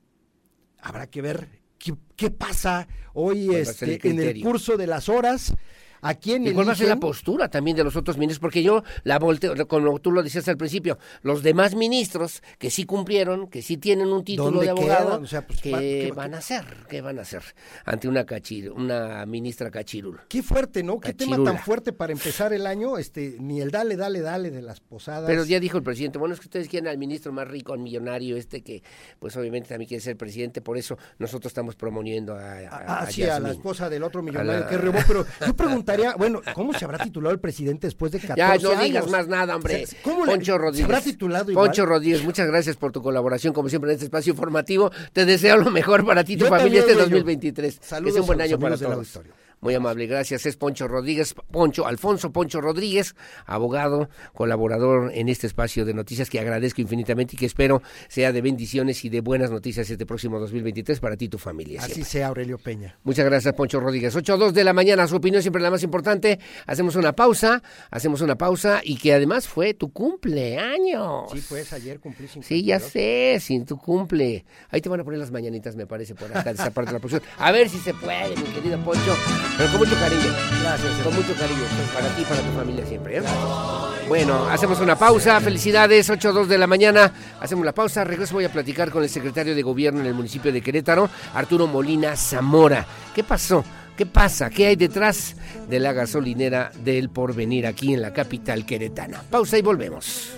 habrá que ver qué, qué pasa hoy este, el en el curso de las horas. ¿A quién ¿Y cuál va a ser la postura también de los otros ministros? Porque yo la volteo, como tú lo decías al principio, los demás ministros que sí cumplieron, que sí tienen un título de abogado, o sea, pues, ¿qué, ¿qué van a hacer? ¿Qué van a hacer ante una cachir, una ministra cachirul? Qué fuerte, ¿no? Cachirula. Qué tema tan fuerte para empezar el año, este, ni el dale, dale, dale de las posadas. Pero ya dijo el presidente, bueno, es que ustedes quieren al ministro más rico, al millonario este que, pues obviamente también quiere ser presidente, por eso nosotros estamos promoviendo a, a, a, a, sí, a la esposa del otro millonario la... que robó, pero yo preguntaría, bueno, ¿cómo se habrá titulado el presidente después de catorce años? Ya no digas más nada, hombre. ¿Cómo Poncho le, Rodríguez. ¿Se habrá titulado igual? Poncho Rodríguez, muchas gracias por tu colaboración, como siempre, en este espacio informativo. Te deseo lo mejor para ti y tu yo familia este también, dos mil veintitrés. Saludos que sea un buen a año para todos. Muy amable, gracias. Es Poncho Rodríguez, Poncho, Alfonso Poncho Rodríguez, abogado, colaborador en este espacio de noticias que agradezco infinitamente y que espero sea de bendiciones y de buenas noticias este próximo dos mil veintitrés para ti y tu familia. Así siempre. sea, Aurelio Peña. Muchas gracias, Poncho Rodríguez. ocho a dos de la mañana, su opinión siempre la más importante. Hacemos una pausa, hacemos una pausa y que además fue tu cumpleaños. Sí, pues ayer cumplí cincuenta y dos. Sí, ya sé, sin tu cumple. Ahí te van a poner las mañanitas, me parece, por acá, de esa parte de la producción. A ver si se puede, mi querido Poncho. Pero con mucho cariño. Gracias. Con mucho cariño. Para ti y para tu familia siempre. ¿eh? Bueno, hacemos una pausa. Felicidades, ocho a dos de la mañana. Hacemos la pausa. Regreso, voy a platicar con el secretario de Gobierno en el municipio de Querétaro, Arturo Molina Zamora. ¿Qué pasó ¿Qué pasa? ¿Qué hay detrás de la gasolinera del Porvenir aquí en la capital queretana? Pausa y volvemos.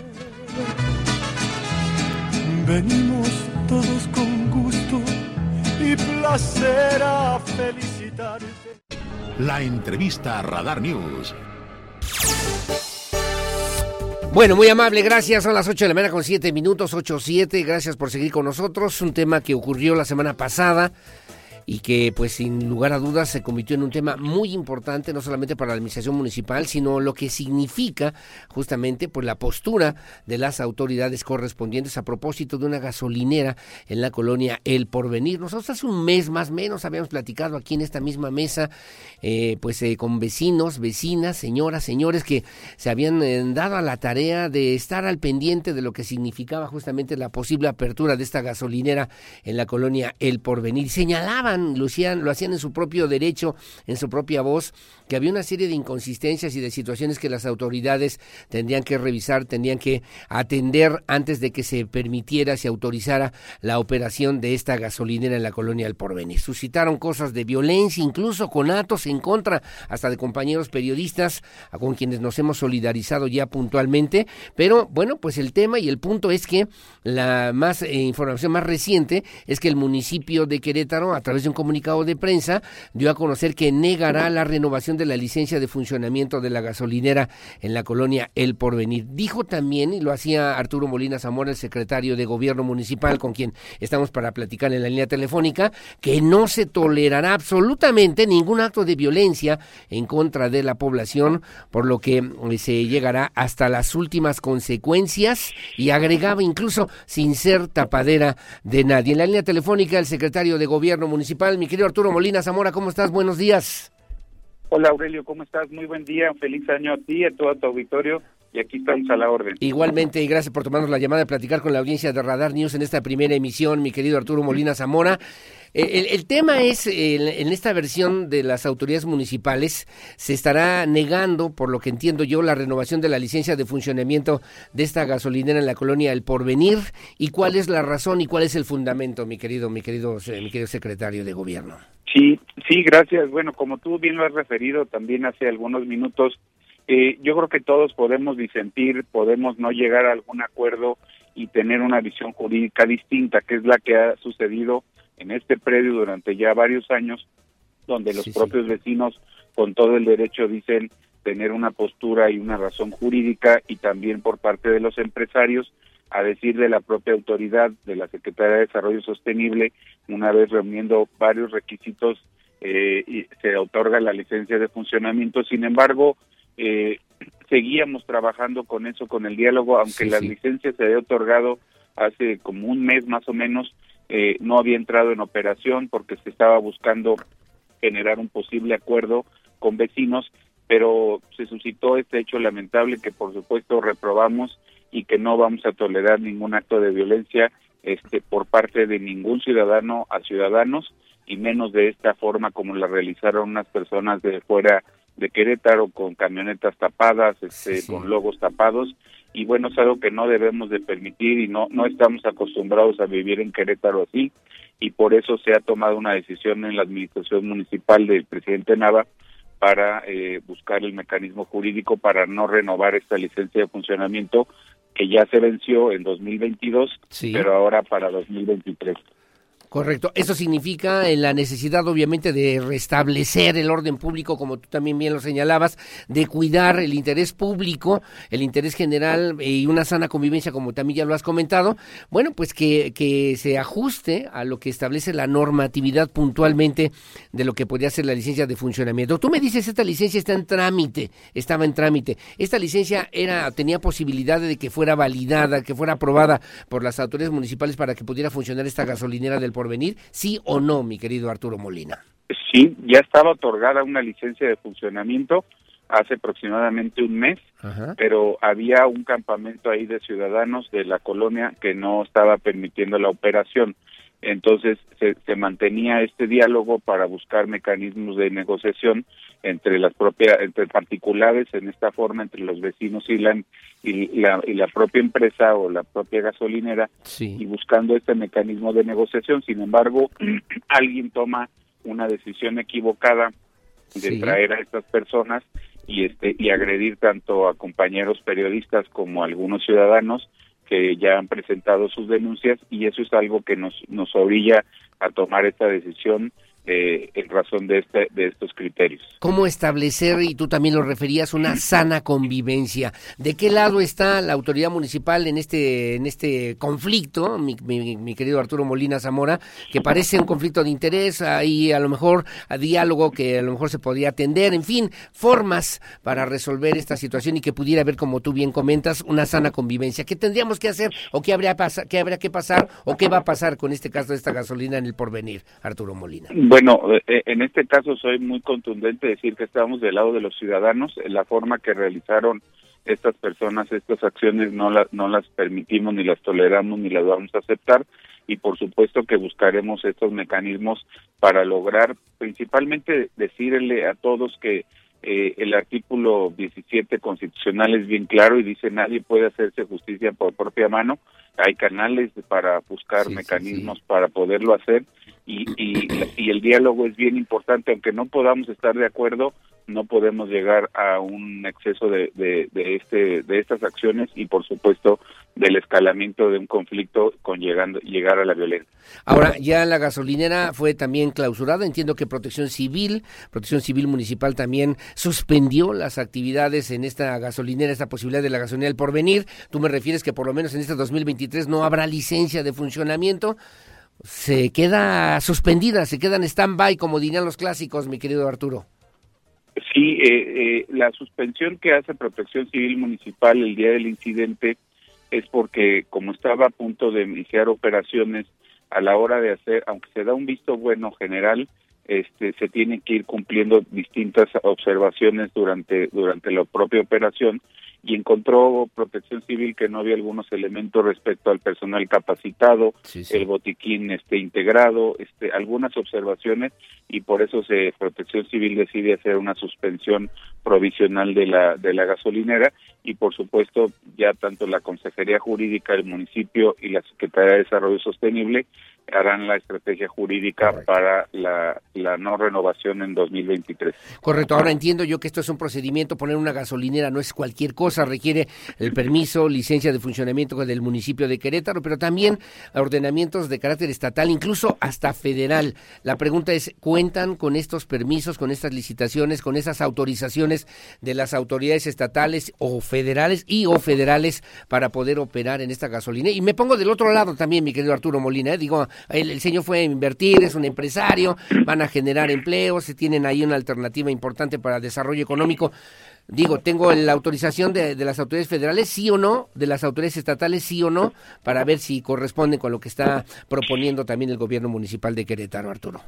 Venimos todos con gusto y placer a felicitarte. La entrevista a Radar News. Bueno, muy amable, gracias. Son las ocho de la mañana con siete minutos, ocho siete. Gracias por seguir con nosotros. Un tema que ocurrió la semana pasada y que, pues, sin lugar a dudas se convirtió en un tema muy importante, no solamente para la administración municipal, sino lo que significa justamente pues la postura de las autoridades correspondientes a propósito de una gasolinera en la colonia El Porvenir. Nosotros hace un mes más o menos habíamos platicado aquí en esta misma mesa, eh, pues eh, con vecinos, vecinas, señoras, señores que se habían eh, dado a la tarea de estar al pendiente de lo que significaba justamente la posible apertura de esta gasolinera en la colonia El Porvenir. Señalaban Lo hacían, lo hacían en su propio derecho, en su propia voz, que había una serie de inconsistencias y de situaciones que las autoridades tendrían que revisar, tendrían que atender antes de que se permitiera, se autorizara la operación de esta gasolinera en la colonia El Porvenir. Suscitaron cosas de violencia, incluso conatos en contra hasta de compañeros periodistas con quienes nos hemos solidarizado ya puntualmente, pero bueno, pues el tema y el punto es que la más eh, información más reciente es que el municipio de Querétaro, a través de un comunicado de prensa, dio a conocer que negará la renovación de la licencia de funcionamiento de la gasolinera en la colonia El Porvenir. Dijo también, y lo hacía Arturo Molina Zamora, el secretario de Gobierno Municipal, con quien estamos para platicar en la línea telefónica, que no se tolerará absolutamente ningún acto de violencia en contra de la población, por lo que se llegará hasta las últimas consecuencias, y agregaba incluso sin ser tapadera de nadie. En la línea telefónica, el secretario de Gobierno Municipal, mi querido Arturo Molina Zamora, ¿cómo estás? Buenos días. Hola Aurelio, ¿cómo estás? Muy buen día, feliz año a ti y a todo tu auditorio, y aquí estamos a la orden. Igualmente, y gracias por tomarnos la llamada de platicar con la audiencia de Radar News en esta primera emisión, mi querido Arturo Molina Zamora. El, el tema es, el, en esta versión de las autoridades municipales, se estará negando, por lo que entiendo yo, la renovación de la licencia de funcionamiento de esta gasolinera en la colonia El Porvenir. ¿Y cuál es la razón y cuál es el fundamento, mi querido, mi querido, mi querido secretario de Gobierno? Sí, sí, gracias. Bueno, como tú bien lo has referido también hace algunos minutos, eh, yo creo que todos podemos disentir, podemos no llegar a algún acuerdo y tener una visión jurídica distinta, que es la que ha sucedido en este predio durante ya varios años, donde los sí, propios sí. vecinos con todo el derecho dicen tener una postura y una razón jurídica, y también por parte de los empresarios, a decir de la propia autoridad de la Secretaría de Desarrollo Sostenible, una vez reuniendo varios requisitos, eh, y se otorga la licencia de funcionamiento. Sin embargo, eh, seguíamos trabajando con eso, con el diálogo, aunque sí, la sí. licencia se había otorgado hace como un mes más o menos, eh, no había entrado en operación porque se estaba buscando generar un posible acuerdo con vecinos, pero se suscitó este hecho lamentable que por supuesto reprobamos y que no vamos a tolerar ningún acto de violencia este por parte de ningún ciudadano a ciudadanos, y menos de esta forma como la realizaron unas personas de fuera de Querétaro con camionetas tapadas, este, sí. con logos tapados, y bueno, es algo que no debemos de permitir, y no no estamos acostumbrados a vivir en Querétaro así, y por eso se ha tomado una decisión en la administración municipal del presidente Nava para eh, buscar el mecanismo jurídico para no renovar esta licencia de funcionamiento que ya se venció en dos mil veintidós, sí. pero ahora para dos mil veintitrés. Correcto. Eso significa la necesidad, obviamente, de restablecer el orden público, como tú también bien lo señalabas, de cuidar el interés público, el interés general y una sana convivencia, como también ya lo has comentado. Bueno, pues que, que se ajuste a lo que establece la normatividad puntualmente de lo que podría ser la licencia de funcionamiento. Tú me dices, esta licencia está en trámite, estaba en trámite. Esta licencia era tenía posibilidad de que fuera validada, que fuera aprobada por las autoridades municipales para que pudiera funcionar esta gasolinera del Porvenir, ¿sí o no, mi querido Arturo Molina? Sí, ya estaba otorgada una licencia de funcionamiento hace aproximadamente un mes, Ajá. pero había un campamento ahí de ciudadanos de la colonia que no estaba permitiendo la operación. Entonces se, se mantenía este diálogo para buscar mecanismos de negociación entre las propias, entre particulares, en esta forma entre los vecinos y la y la, y la propia empresa o la propia gasolinera, sí. y buscando este mecanismo de negociación. Sin embargo, alguien toma una decisión equivocada de sí. traer a estas personas y este y agredir tanto a compañeros periodistas como a algunos ciudadanos que ya han presentado sus denuncias, y eso es algo que nos nos orilla a tomar esta decisión eh, en razón de este de estos criterios. ¿Cómo establecer, y tú también lo referías, una sana convivencia? ¿De qué lado está la autoridad municipal en este en este conflicto, mi, mi, mi querido Arturo Molina Zamora, que parece un conflicto de interés, ahí a lo mejor a diálogo que a lo mejor se podría atender, en fin, formas para resolver esta situación y que pudiera haber, como tú bien comentas, una sana convivencia? ¿Qué tendríamos que hacer o qué habría, pas- qué habría que pasar o qué va a pasar con este caso de esta gasolina en el Porvenir, Arturo Molina? Bueno, en este caso soy muy contundente decir que estamos del lado de los ciudadanos. La forma que realizaron estas personas estas acciones no las no las permitimos, ni las toleramos, ni las vamos a aceptar, y por supuesto que buscaremos estos mecanismos para lograr, principalmente decirle a todos que eh, el artículo diecisiete constitucional es bien claro y dice: nadie puede hacerse justicia por propia mano. Hay canales para buscar sí, mecanismos sí, sí. para poderlo hacer, y, y, y el diálogo es bien importante. Aunque no podamos estar de acuerdo, no podemos llegar a un exceso de, de, de este de estas acciones y por supuesto del escalamiento de un conflicto con llegando llegar a la violencia. Ahora, ya la gasolinera fue también clausurada. Entiendo que Protección Civil, Protección Civil Municipal también suspendió las actividades en esta gasolinera, esta posibilidad de la gasolinera del Porvenir. Tú me refieres que por lo menos en este dos mil veintitrés no habrá licencia de funcionamiento. Se queda suspendida, se queda en stand-by, como dirían los clásicos, mi querido Arturo. Sí, eh, eh, la suspensión que hace Protección Civil Municipal el día del incidente es porque, como estaba a punto de iniciar operaciones, a la hora de hacer, aunque se da un visto bueno general, este, se tienen que ir cumpliendo distintas observaciones durante durante la propia operación, y encontró Protección Civil que no había algunos elementos respecto al personal capacitado, sí, sí. el botiquín este integrado, este algunas observaciones, y por eso se Protección Civil decide hacer una suspensión provisional de la de la gasolinera, y por supuesto ya tanto la Consejería Jurídica del municipio y la Secretaría de Desarrollo Sostenible harán la estrategia jurídica Correcto. para la, la no renovación en dos mil veintitrés. Correcto. Ahora entiendo yo que esto es un procedimiento. Poner una gasolinera no es cualquier cosa, requiere el permiso, licencia de funcionamiento del municipio de Querétaro, pero también ordenamientos de carácter estatal, incluso hasta federal. La pregunta es, ¿cuentan con estos permisos, con estas licitaciones, con esas autorizaciones de las autoridades estatales o federales y o federales para poder operar en esta gasolinera? Y me pongo del otro lado también, mi querido Arturo Molina, ¿eh? digo, El, el señor fue a invertir, es un empresario, van a generar empleos, se tienen ahí una alternativa importante para desarrollo económico. Digo, ¿tengo la autorización de, de las autoridades federales, sí o no? ¿De las autoridades estatales, sí o no? Para ver si corresponde con lo que está proponiendo también el gobierno municipal de Querétaro, Arturo.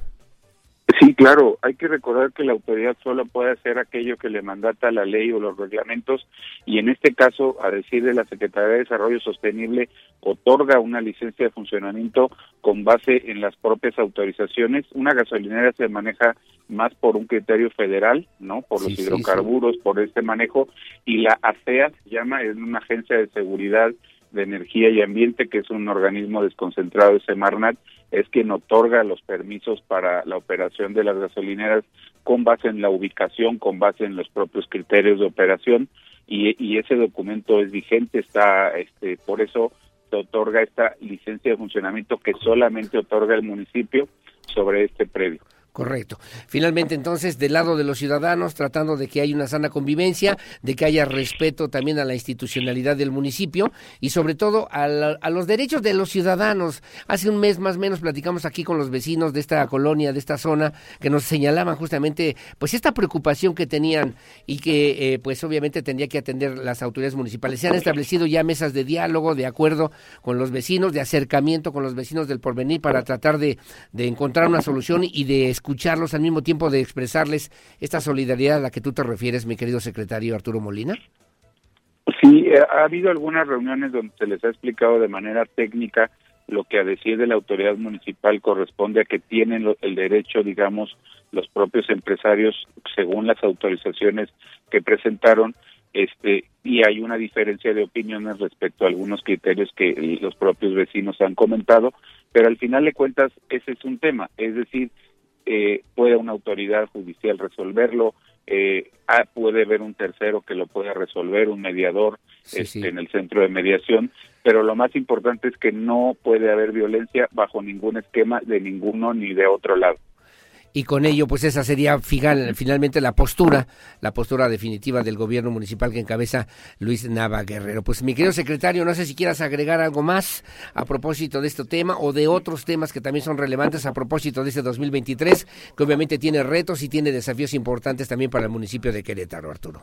Sí, claro, hay que recordar que la autoridad solo puede hacer aquello que le mandata la ley o los reglamentos, y en este caso, a decir de la Secretaría de Desarrollo Sostenible, otorga una licencia de funcionamiento con base en las propias autorizaciones. Una gasolinera se maneja más por un criterio federal, ¿no? Por los sí, hidrocarburos, sí, sí. por este manejo, y la A S E A se llama, es una agencia de seguridad de Energía y Ambiente, que es un organismo desconcentrado de Semarnat, es quien otorga los permisos para la operación de las gasolineras con base en la ubicación, con base en los propios criterios de operación, y, y ese documento es vigente, está, este, por eso se otorga esta licencia de funcionamiento que solamente otorga el municipio sobre este predio. Correcto. Finalmente, entonces, del lado de los ciudadanos, tratando de que haya una sana convivencia, de que haya respeto también a la institucionalidad del municipio y sobre todo a, la, a los derechos de los ciudadanos. Hace un mes más o menos platicamos aquí con los vecinos de esta colonia, de esta zona, que nos señalaban justamente pues esta preocupación que tenían y que eh, pues obviamente tendría que atender las autoridades municipales. Se han establecido ya mesas de diálogo, de acuerdo con los vecinos, de acercamiento con los vecinos del Porvenir para tratar de, de encontrar una solución y de escucharlos al mismo tiempo de expresarles esta solidaridad a la que tú te refieres, mi querido secretario Arturo Molina. Sí, ha habido algunas reuniones donde se les ha explicado de manera técnica lo que a decir de la autoridad municipal corresponde a que tienen lo, el derecho, digamos, los propios empresarios según las autorizaciones que presentaron, este y hay una diferencia de opiniones respecto a algunos criterios que los propios vecinos han comentado, pero al final de cuentas ese es un tema, es decir, Eh, pueda una autoridad judicial resolverlo, eh, ah, puede haber un tercero que lo pueda resolver, un mediador sí, este, sí. en el centro de mediación, pero lo más importante es que no puede haber violencia bajo ningún esquema de ninguno ni de otro lado. Y con ello, pues esa sería final, finalmente la postura, la postura definitiva del gobierno municipal que encabeza Luis Nava Guerrero. Pues mi querido secretario, no sé si quieras agregar algo más a propósito de este tema o de otros temas que también son relevantes a propósito de este dos mil veintitrés, que obviamente tiene retos y tiene desafíos importantes también para el municipio de Querétaro, Arturo.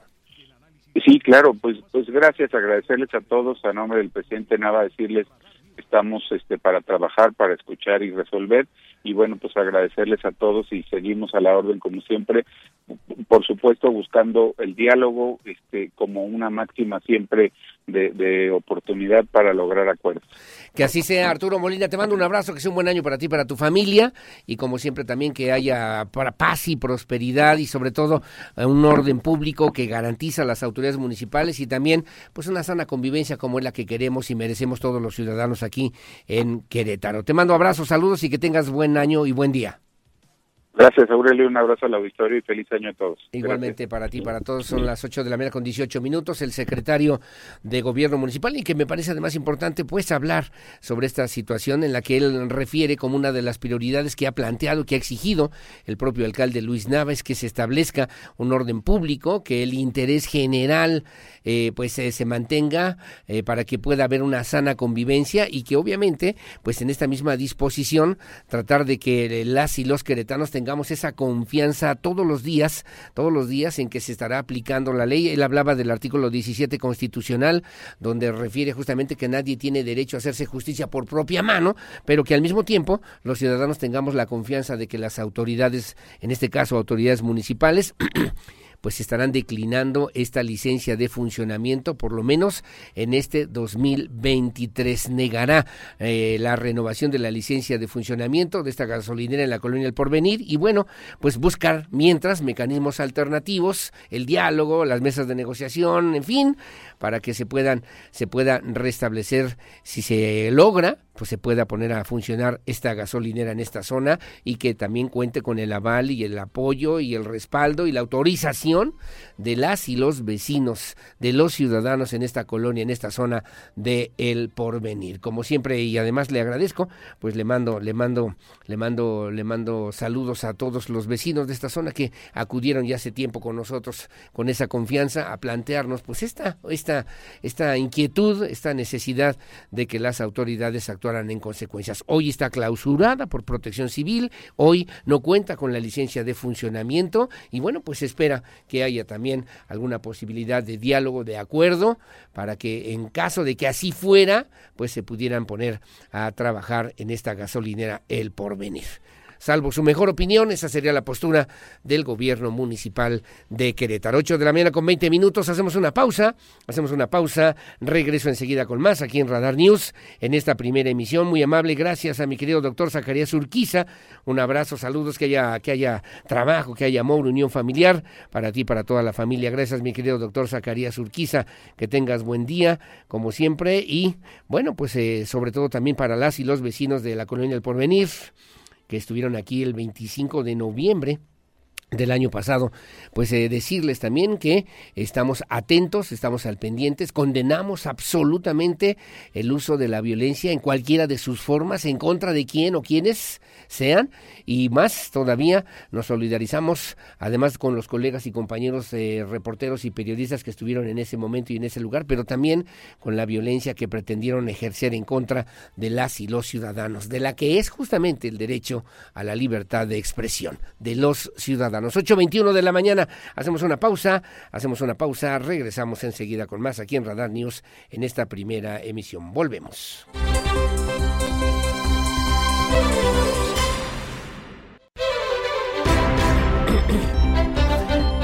Sí, claro, pues pues gracias, agradecerles a todos, a nombre del presidente Nava, decirles que estamos este, para trabajar, para escuchar y resolver, y bueno, pues agradecerles a todos y seguimos a la orden como siempre, por supuesto buscando el diálogo este como una máxima siempre de, de oportunidad para lograr acuerdos. Que así sea, Arturo Molina, te mando un abrazo, que sea un buen año para ti, para tu familia, y como siempre también que haya para paz y prosperidad y sobre todo un orden público que garantiza a las autoridades municipales y también pues una sana convivencia como es la que queremos y merecemos todos los ciudadanos aquí en Querétaro. Te mando abrazos, saludos y que tengas buen año y buen día. Gracias, Aurelio, un abrazo al auditorio y feliz año a todos. Igualmente Gracias. para ti, para todos, son las ocho de la mañana con dieciocho minutos, el secretario de Gobierno Municipal, y que me parece además importante pues hablar sobre esta situación en la que él refiere como una de las prioridades que ha planteado, que ha exigido el propio alcalde Luis Nava, es que se establezca un orden público, que el interés general eh, pues eh, se mantenga eh, para que pueda haber una sana convivencia y que obviamente pues en esta misma disposición tratar de que las y los queretanos tengan tengamos esa confianza todos los días, todos los días en que se estará aplicando la ley. Él hablaba del artículo diecisiete constitucional, donde refiere justamente que nadie tiene derecho a hacerse justicia por propia mano, pero que al mismo tiempo los ciudadanos tengamos la confianza de que las autoridades, en este caso autoridades municipales, pues estarán declinando esta licencia de funcionamiento, por lo menos en este dos mil veintitrés. Negará eh, la renovación de la licencia de funcionamiento de esta gasolinera en la colonia El Porvenir y bueno, pues buscar mientras mecanismos alternativos, el diálogo, las mesas de negociación, en fin, para que se puedan, se pueda restablecer, si se logra, pues se pueda poner a funcionar esta gasolinera en esta zona y que también cuente con el aval y el apoyo y el respaldo y la autorización de las y los vecinos, de los ciudadanos en esta colonia, en esta zona de El Porvenir. Como siempre, y además le agradezco, pues le mando, le mando, le mando, le mando saludos a todos los vecinos de esta zona que acudieron ya hace tiempo con nosotros, con esa confianza, a plantearnos pues esta, esta, esta inquietud, esta necesidad de que las autoridades actúen en consecuencias. Hoy está clausurada por Protección Civil, hoy no cuenta con la licencia de funcionamiento y bueno, pues se espera que haya también alguna posibilidad de diálogo, de acuerdo, para que en caso de que así fuera, pues se pudieran poner a trabajar en esta gasolinera El Porvenir. Salvo su mejor opinión, esa sería la postura del gobierno municipal de Querétaro. ocho de la mañana con veinte minutos, hacemos una pausa, hacemos una pausa, regreso enseguida con más aquí en Radar News, en esta primera emisión. Muy amable, gracias a mi querido doctor Zacarías Urquiza, un abrazo, saludos, que haya, que haya trabajo, que haya amor, unión familiar, para ti, para toda la familia. Gracias, mi querido doctor Zacarías Urquiza, que tengas buen día, como siempre, y bueno, pues eh, sobre todo también para las y los vecinos de la colonia El Porvenir, que estuvieron aquí el veinticinco de noviembre del año pasado, pues eh, decirles también que estamos atentos, estamos al pendientes, condenamos absolutamente el uso de la violencia en cualquiera de sus formas, en contra de quién o quienes sean, y más todavía nos solidarizamos además con los colegas y compañeros eh, reporteros y periodistas que estuvieron en ese momento y en ese lugar, pero también con la violencia que pretendieron ejercer en contra de las y los ciudadanos, de la que es justamente el derecho a la libertad de expresión de los ciudadanos. ocho veintiuno de la mañana, hacemos una pausa, hacemos una pausa, regresamos enseguida con más aquí en Radar News en esta primera emisión. Volvemos.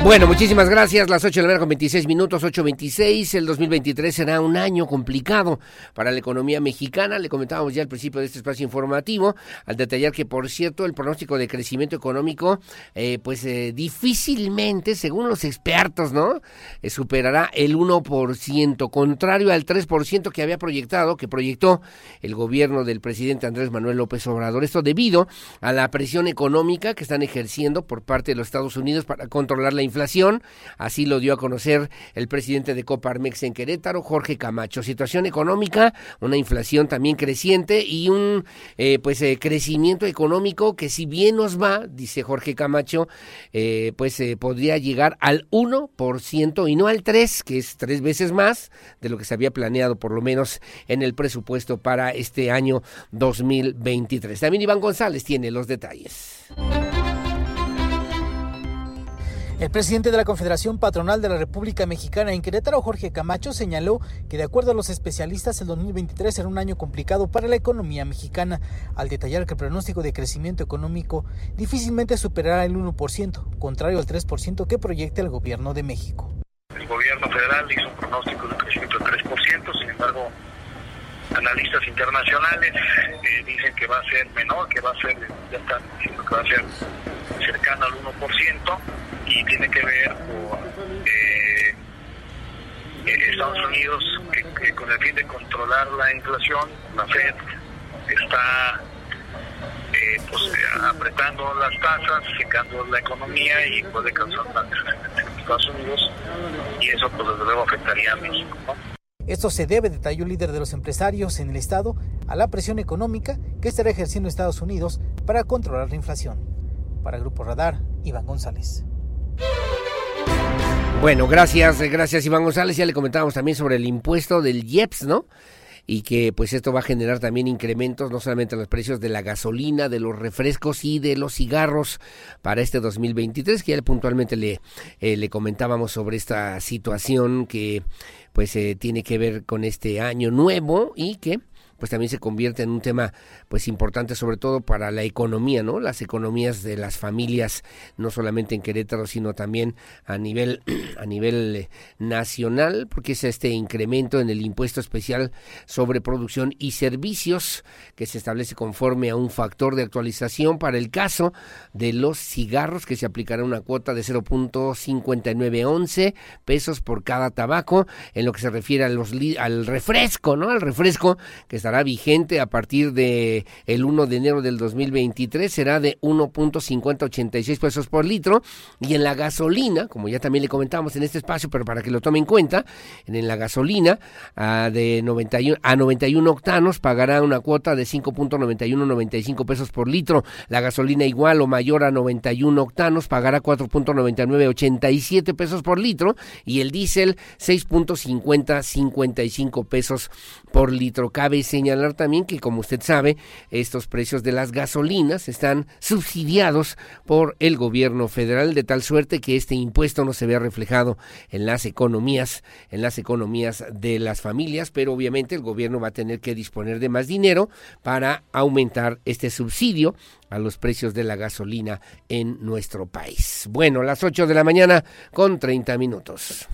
Bueno, muchísimas gracias. Las ocho de la mañana con veintiséis minutos, ocho veintiséis. El dos mil veintitrés será un año complicado para la economía mexicana. Le comentábamos ya al principio de este espacio informativo, al detallar que, por cierto, el pronóstico de crecimiento económico, eh, pues eh, difícilmente, según los expertos, ¿no? Eh, superará el uno por ciento, contrario al tres por ciento que había proyectado, que proyectó el gobierno del presidente Andrés Manuel López Obrador. Esto debido a la presión económica que están ejerciendo por parte de los Estados Unidos para controlar la inflación. Inflación, así lo dio a conocer el presidente de Coparmex en Querétaro, Jorge Camacho. Situación económica, una inflación también creciente y un eh, pues eh, crecimiento económico que, si bien nos va, dice Jorge Camacho, eh, pues eh, podría llegar al uno por ciento y no al tres por ciento, que es tres veces más de lo que se había planeado, por lo menos en el presupuesto para este año dos mil veintitrés. También Iván González tiene los detalles. El presidente de la Confederación Patronal de la República Mexicana en Querétaro, Jorge Camacho, señaló que, de acuerdo a los especialistas, el dos mil veintitrés será un año complicado para la economía mexicana, al detallar que el pronóstico de crecimiento económico difícilmente superará el uno por ciento, contrario al tres por ciento que proyecta el gobierno de México. El gobierno federal hizo un pronóstico de un crecimiento del tres por ciento, sin embargo, analistas internacionales eh, dicen que va a ser menor, que va a ser, ya están diciendo que va a ser cercano al uno por ciento, y tiene que ver con eh, Estados Unidos, que, que con el fin de controlar la inflación, la Fed está eh, pues, apretando las tasas, secando la economía y puede causar una recesión en Estados Unidos, y eso pues desde luego afectaría a México, ¿no? Esto se debe, detalló el líder de los empresarios en el estado, a la presión económica que estará ejerciendo Estados Unidos para controlar la inflación. Para Grupo Radar, Iván González. Bueno, gracias, gracias Iván González. Ya le comentábamos también sobre el impuesto del I E P S, ¿no? Y que pues esto va a generar también incrementos no solamente en los precios de la gasolina, de los refrescos y de los cigarros para este dos mil veintitrés, que ya puntualmente le, eh, le comentábamos sobre esta situación que pues eh, tiene que ver con este año nuevo y que pues también se convierte en un tema pues importante, sobre todo para la economía, ¿no? Las economías de las familias, no solamente en Querétaro, sino también a nivel a nivel eh, nacional, porque es este incremento en el impuesto especial sobre producción y servicios que se establece conforme a un factor de actualización para el caso de los cigarros, que se aplicará una cuota de cero punto cincuenta y nueve once pesos por cada tabaco, en lo que se refiere a los li- al refresco, ¿no? Al refresco que estará vigente a partir de el uno de enero del dos mil veintitrés, será de uno punto cincuenta ochenta y seis pesos por litro, y en la gasolina, como ya también le comentamos en este espacio, pero para que lo tome en cuenta, en la gasolina a de noventa y uno, a noventa y uno octanos pagará una cuota de cinco punto noventa y uno noventa y cinco pesos por litro. La gasolina igual o mayor a noventa y uno octanos pagará cuatro punto noventa y nueve ochenta y siete pesos por litro, y el diésel seis punto cincuenta cincuenta y cinco pesos por litro. Cabe señalar también que, como usted sabe, estos precios de las gasolinas están subsidiados por el gobierno federal, de tal suerte que este impuesto no se vea reflejado en las economías, en las economías de las familias, pero obviamente el gobierno va a tener que disponer de más dinero para aumentar este subsidio a los precios de la gasolina en nuestro país. Bueno, las ocho de la mañana con treinta minutos.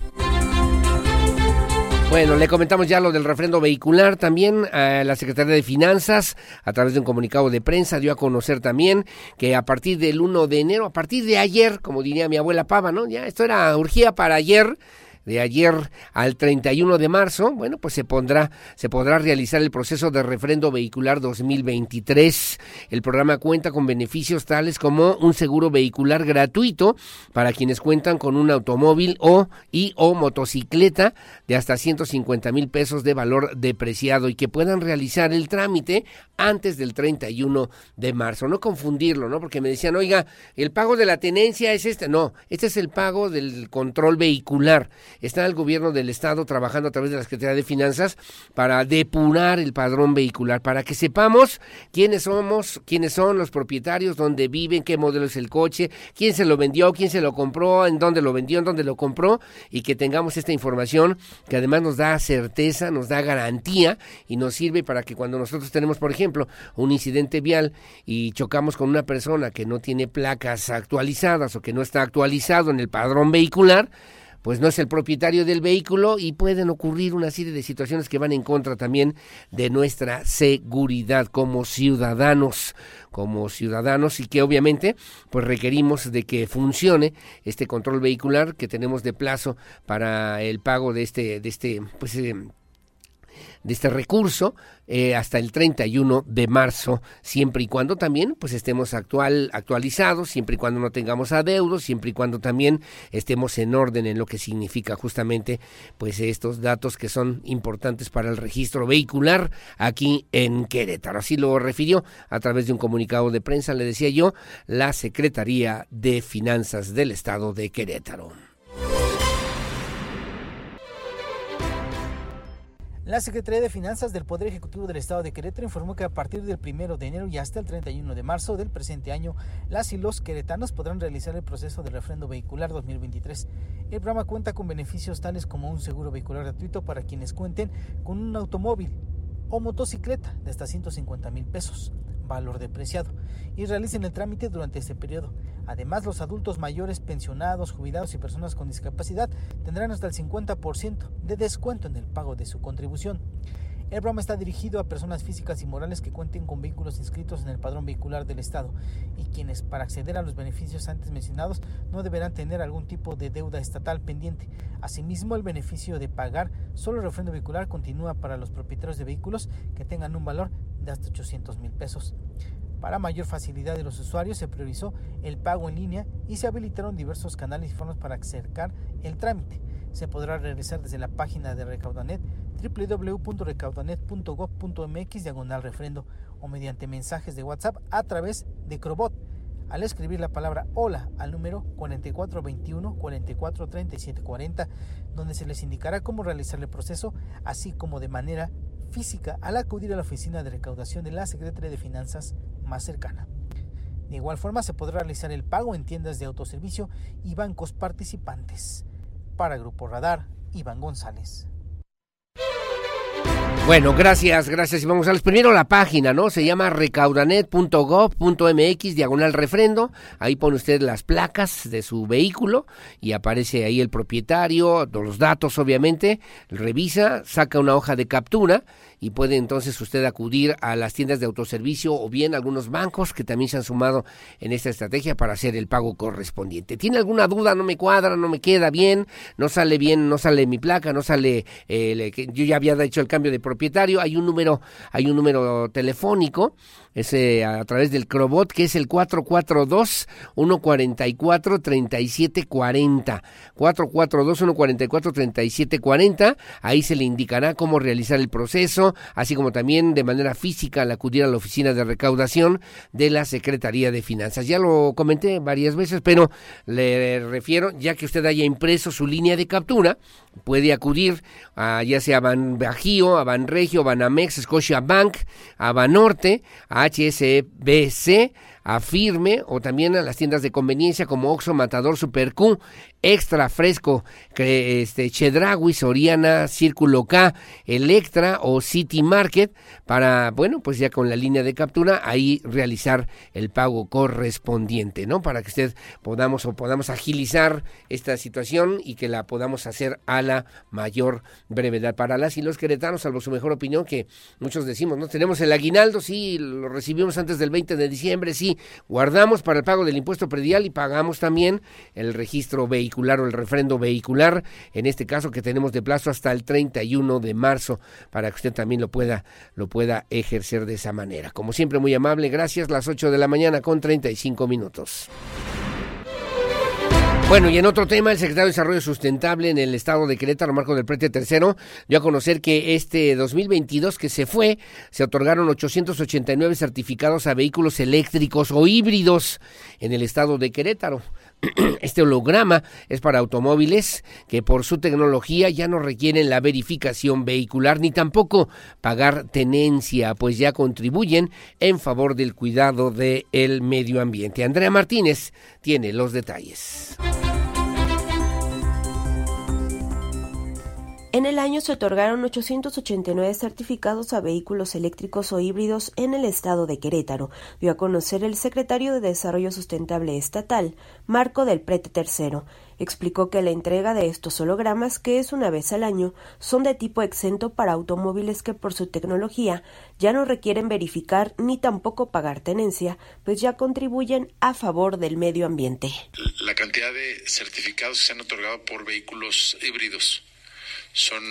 Bueno, le comentamos ya lo del refrendo vehicular también. Eh, la Secretaría de Finanzas, a través de un comunicado de prensa, dio a conocer también que a partir del uno de enero, a partir de ayer, como diría mi abuela Pava, ¿no? Ya esto era urgía para ayer. De ayer al treinta y uno de marzo, bueno, pues se pondrá, se podrá realizar el proceso de refrendo vehicular dos mil veintitrés. El programa cuenta con beneficios tales como un seguro vehicular gratuito para quienes cuentan con un automóvil o y o motocicleta de hasta ciento cincuenta mil pesos de valor depreciado y que puedan realizar el trámite antes del treinta y uno de marzo. No confundirlo, ¿no? Porque me decían, oiga, el pago de la tenencia es este. No, este es el pago del control vehicular. está el gobierno del estado trabajando a través de la Secretaría de Finanzas para depurar el padrón vehicular, para que sepamos quiénes somos, quiénes son los propietarios, dónde viven, qué modelo es el coche, quién se lo vendió, quién se lo compró, en dónde lo vendió, en dónde lo compró, y que tengamos esta información que además nos da certeza, nos da garantía y nos sirve para que cuando nosotros tenemos, por ejemplo, un incidente vial y chocamos con una persona que no tiene placas actualizadas o que no está actualizado en el padrón vehicular, pues no es el propietario del vehículo y pueden ocurrir una serie de situaciones que van en contra también de nuestra seguridad como ciudadanos, como ciudadanos y que obviamente pues requerimos de que funcione este control vehicular que tenemos de plazo para el pago de este, de este, pues eh, de este recurso eh, hasta el treinta y uno de marzo, siempre y cuando también pues estemos actual actualizados, siempre y cuando no tengamos adeudos, siempre y cuando también estemos en orden en lo que significa justamente pues estos datos que son importantes para el registro vehicular aquí en Querétaro. Así lo refirió a través de un comunicado de prensa, le decía yo, la Secretaría de Finanzas del Estado de Querétaro. La Secretaría de Finanzas del Poder Ejecutivo del Estado de Querétaro informó que a partir del primero de enero y hasta el treinta y uno de marzo del presente año, las y los queretanos podrán realizar el proceso de refrendo vehicular dos mil veintitrés. El programa cuenta con beneficios tales como un seguro vehicular gratuito para quienes cuenten con un automóvil o motocicleta de hasta ciento cincuenta mil pesos, valor depreciado, y realicen el trámite durante este periodo. Además, los adultos mayores, pensionados, jubilados y personas con discapacidad tendrán hasta el cincuenta por ciento de descuento en el pago de su contribución. El programa está dirigido a personas físicas y morales que cuenten con vehículos inscritos en el padrón vehicular del Estado y quienes, para acceder a los beneficios antes mencionados, no deberán tener algún tipo de deuda estatal pendiente. Asimismo, el beneficio de pagar solo el refrendo vehicular continúa para los propietarios de vehículos que tengan un valor de hasta ochocientos mil pesos. Para mayor facilidad de los usuarios, se priorizó el pago en línea y se habilitaron diversos canales y formas para acercar el trámite. Se podrá realizar desde la página de Recaudanet, doble u doble u doble u punto recaudanet punto gob punto mx diagonal refrendo, o mediante mensajes de WhatsApp a través de Crobot, al escribir la palabra hola al número cuarenta y cuatro veintiuno, cuarenta y cuatro treinta y siete cuarenta, donde se les indicará cómo realizar el proceso, así como de manera física al acudir a la oficina de recaudación de la Secretaría de Finanzas más cercana. De igual forma, se podrá realizar el pago en tiendas de autoservicio y bancos participantes. Para Grupo Radar, Iván González. Bueno, gracias, gracias Iván González. Primero la página, ¿no? Se llama recaudanet punto gob punto mx, diagonal refrendo. Ahí pone usted las placas de su vehículo y aparece ahí el propietario, los datos obviamente, revisa, saca una hoja de captura y puede entonces usted acudir a las tiendas de autoservicio o bien algunos bancos que también se han sumado en esta estrategia para hacer el pago correspondiente. ¿Tiene alguna duda? No me cuadra, no me queda bien, no sale bien, no sale mi placa, no sale, eh, yo ya había hecho el cambio de propietario. Hay un número, hay un número telefónico, es eh, a través del Crobot, que es el cuatro cuatro dos, uno cuatro cuatro, tres siete cuatro cero, cuatro cuatro dos, uno cuatro cuatro, tres siete cuatro cero. Ahí se le indicará cómo realizar el proceso, así como también de manera física al acudir a la oficina de recaudación de la Secretaría de Finanzas. Ya lo comenté varias veces, pero le refiero, ya que usted haya impreso su línea de captura, puede acudir a ya sea a Banbajío, a Banregio, Banamex, Scotiabank, a Banorte, a H S B C, a Firme o también a las tiendas de conveniencia como Oxxo, Matador, Super Q, Extra, Fresco, este, Chedraui, Soriana, Círculo K, Electra o City Market para, bueno, pues ya con la línea de captura ahí realizar el pago correspondiente, ¿no? Para que usted podamos o podamos agilizar esta situación y que la podamos hacer a la mayor brevedad para las y los queretanos, salvo su mejor opinión, que muchos decimos, ¿no? Tenemos el aguinaldo, sí, lo recibimos antes del veinte de diciembre, sí, guardamos para el pago del impuesto predial y pagamos también el registro vehicular o el refrendo vehicular, en este caso que tenemos de plazo hasta el treinta y uno de marzo, para que usted también lo pueda, lo pueda ejercer de esa manera. Como siempre, muy amable, gracias, las ocho de la mañana con treinta y cinco minutos. Bueno, y en otro tema, el secretario de Desarrollo Sustentable en el estado de Querétaro, Marco del Prete tercero, dio a conocer que este dos mil veintidós que se fue, se otorgaron ochocientos ochenta y nueve certificados a vehículos eléctricos o híbridos en el estado de Querétaro. Este holograma es para automóviles que por su tecnología ya no requieren la verificación vehicular ni tampoco pagar tenencia, pues ya contribuyen en favor del cuidado del medio ambiente. Andrea Martínez tiene los detalles. En el año se otorgaron ochocientos ochenta y nueve certificados a vehículos eléctricos o híbridos en el estado de Querétaro, dio a conocer el secretario de Desarrollo Sustentable Estatal, Marco del Prete tercero. Explicó que la entrega de estos hologramas, que es una vez al año, son de tipo exento para automóviles que por su tecnología ya no requieren verificar ni tampoco pagar tenencia, pues ya contribuyen a favor del medio ambiente. La cantidad de certificados que se han otorgado por vehículos híbridos son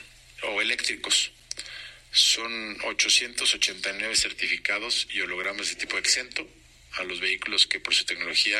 o eléctricos son ochocientos ochenta y nueve certificados y hologramas de tipo exento a los vehículos que por su tecnología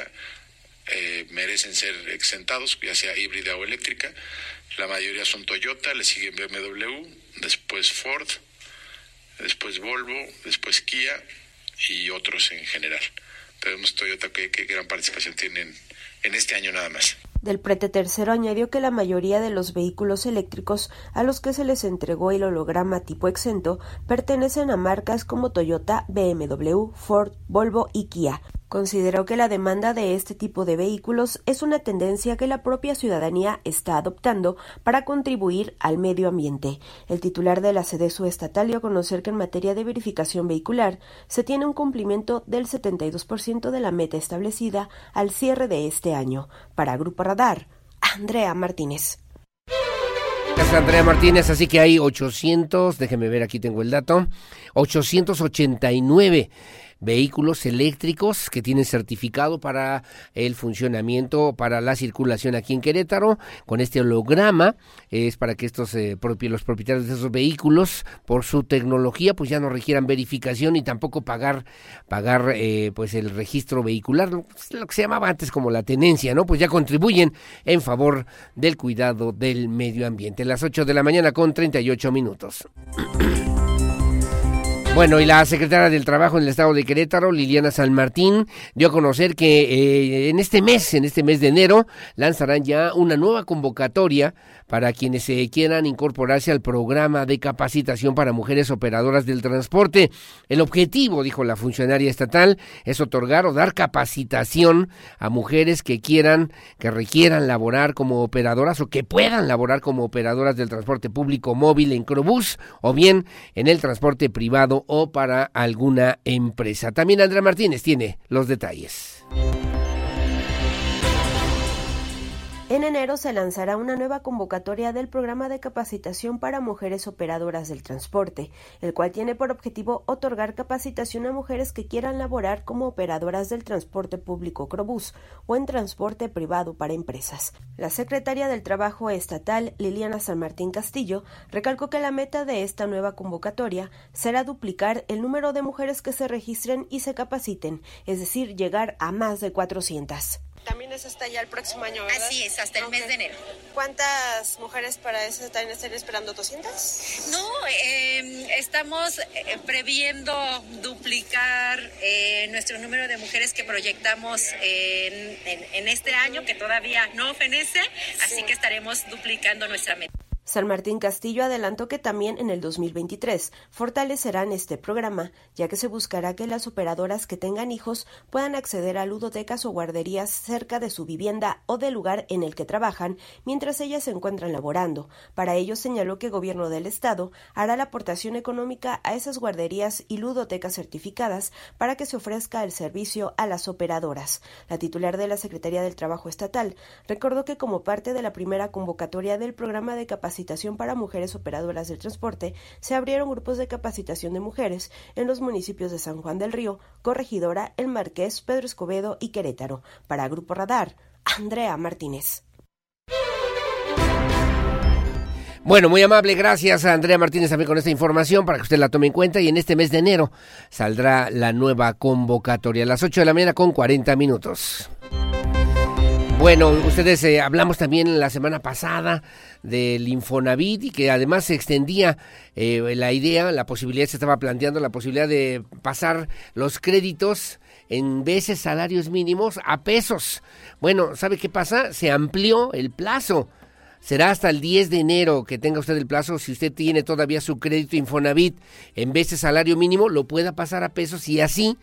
eh, merecen ser exentados, ya sea híbrida o eléctrica. La mayoría son Toyota, le siguen B M W, después Ford, después Volvo, después Kia y otros en general. Pero vemos Toyota que, que gran participación tienen en este año nada más. Del Prete tercero añadió que la mayoría de los vehículos eléctricos a los que se les entregó el holograma tipo exento pertenecen a marcas como Toyota, B M W, Ford, Volvo y Kia. Consideró que la demanda de este tipo de vehículos es una tendencia que la propia ciudadanía está adoptando para contribuir al medio ambiente. El titular de la SEDESU estatal dio a conocer que en materia de verificación vehicular se tiene un cumplimiento del setenta y dos por ciento de la meta establecida al cierre de este año. Para Grupo Radar, Andrea Martínez. Gracias, Andrea Martínez. Así que hay ochocientos, déjeme ver, aquí tengo el dato, ochocientos ochenta y nueve vehículos eléctricos que tienen certificado para el funcionamiento, para la circulación aquí en Querétaro. Con este holograma es para que estos eh, propi- los propietarios de esos vehículos, por su tecnología, pues ya no requieran verificación y tampoco pagar pagar eh, pues el registro vehicular, lo que se llamaba antes como la tenencia, ¿no? Pues ya contribuyen en favor del cuidado del medio ambiente. Las ocho de la mañana con treinta y ocho minutos. Bueno, y la secretaria del Trabajo en el estado de Querétaro, Liliana San Martín, dio a conocer que eh, en este mes, en este mes de enero, lanzarán ya una nueva convocatoria para quienes se eh, quieran incorporarse al programa de capacitación para mujeres operadoras del transporte. El objetivo, dijo la funcionaria estatal, es otorgar o dar capacitación a mujeres que quieran, que requieran laborar como operadoras o que puedan laborar como operadoras del transporte público móvil en Crobús o bien en el transporte privado o para alguna empresa. También Andrea Martínez tiene los detalles. En enero se lanzará una nueva convocatoria del programa de capacitación para mujeres operadoras del transporte, el cual tiene por objetivo otorgar capacitación a mujeres que quieran laborar como operadoras del transporte público Crobús o en transporte privado para empresas. La secretaria del Trabajo estatal, Liliana San Martín Castillo, recalcó que la meta de esta nueva convocatoria será duplicar el número de mujeres que se registren y se capaciten, es decir, llegar a más de cuatrocientas. También es hasta ya el próximo año, ¿verdad? Así es, hasta el okay. mes de enero. ¿Cuántas mujeres para eso están, están esperando? ¿doscientas? No, eh, estamos eh, previendo duplicar eh, nuestro número de mujeres que proyectamos en, en, en este año, que todavía no fenece, sí. Así que estaremos duplicando nuestra meta. San Martín Castillo adelantó que también en el dos mil veintitrés fortalecerán este programa, ya que se buscará que las operadoras que tengan hijos puedan acceder a ludotecas o guarderías cerca de su vivienda o del lugar en el que trabajan mientras ellas se encuentran laborando. Para ello señaló que el gobierno del estado hará la aportación económica a esas guarderías y ludotecas certificadas para que se ofrezca el servicio a las operadoras. La titular de la Secretaría del Trabajo estatal recordó que como parte de la primera convocatoria del programa de capacitación para mujeres operadoras del transporte, se abrieron grupos de capacitación de mujeres en los municipios de San Juan del Río, Corregidora, El Marqués, Pedro Escobedo y Querétaro. Para Grupo Radar, Andrea Martínez. Bueno, muy amable, gracias a Andrea Martínez también con esta información para que usted la tome en cuenta y en este mes de enero saldrá la nueva convocatoria a las ocho de la mañana con cuarenta minutos. Bueno, ustedes eh, hablamos también la semana pasada del Infonavit y que además se extendía eh, la idea, la posibilidad, se estaba planteando la posibilidad de pasar los créditos en veces salarios mínimos a pesos. Bueno, ¿sabe qué pasa? Se amplió el plazo. Será hasta el diez de enero que tenga usted el plazo. Si usted tiene todavía su crédito Infonavit en vez de salario mínimo, lo pueda pasar a pesos y así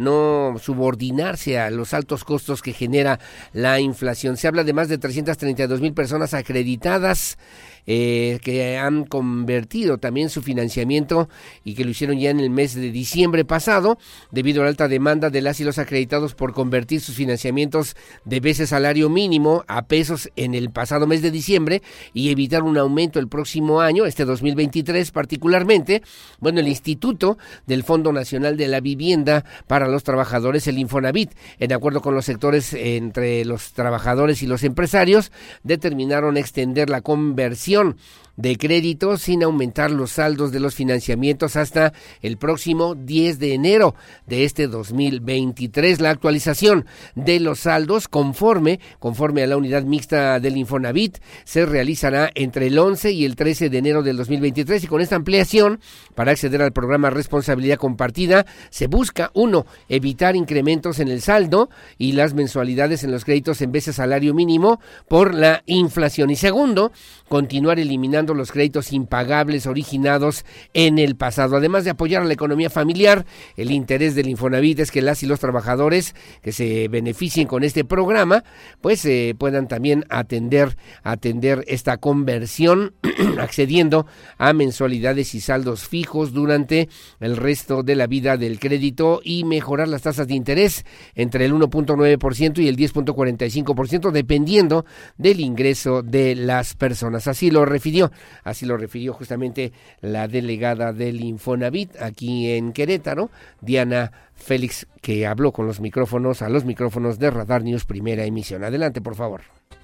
no subordinarse a los altos costos que genera la inflación. Se habla de más de trescientas treinta y dos mil personas acreditadas eh, que han convertido también su financiamiento y que lo hicieron ya en el mes de diciembre pasado, debido a la alta demanda de las y los acreditados por convertir sus financiamientos de veces salario mínimo a pesos en el pasado mes de diciembre y evitar un aumento el próximo año, este dos mil veintitrés particularmente. Bueno, el Instituto del Fondo Nacional de la Vivienda para los Trabajadores, el Infonavit, en acuerdo con los sectores entre los trabajadores y los empresarios, determinaron extender la conversión de crédito sin aumentar los saldos de los financiamientos hasta el próximo diez de enero de este dos mil veintitrés. La actualización de los saldos conforme, conforme a la unidad mixta del Infonavit se realizará entre el once y el trece de enero del dos mil veintitrés, y con esta ampliación para acceder al programa Responsabilidad Compartida se busca, uno, evitar incrementos en el saldo y las mensualidades en los créditos en vez de salario mínimo por la inflación, y segundo, continuar eliminando los créditos impagables originados en el pasado. Además de apoyar a la economía familiar, el interés del Infonavit es que las y los trabajadores que se beneficien con este programa, pues eh, puedan también atender, atender esta conversión, accediendo a mensualidades y saldos fijos durante el resto de la vida del crédito y mejorar las tasas de interés entre el uno punto nueve por ciento y el diez punto cuarenta y cinco por ciento, dependiendo del ingreso de las personas. Así lo refirió Así lo refirió justamente la delegada del Infonavit aquí en Querétaro, Diana Félix, que habló con los micrófonos, a los micrófonos de Radar News Primera Emisión. Adelante, por favor.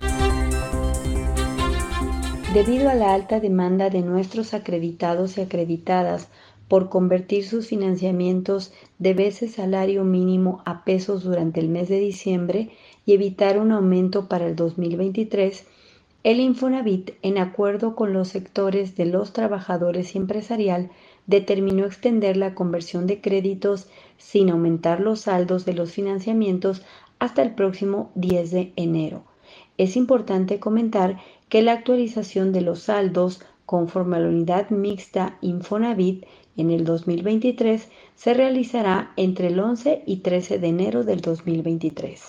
Debido a la alta demanda de nuestros acreditados y acreditadas por convertir sus financiamientos de veces salario mínimo a pesos durante el mes de diciembre y evitar un aumento para el dos mil veintitrés, el Infonavit, en acuerdo con los sectores de los trabajadores y empresarial, determinó extender la conversión de créditos sin aumentar los saldos de los financiamientos hasta el próximo diez de enero. Es importante comentar que la actualización de los saldos conforme a la unidad mixta Infonavit en el dos mil veintitrés se realizará entre el once y trece de enero del dos mil veintitrés.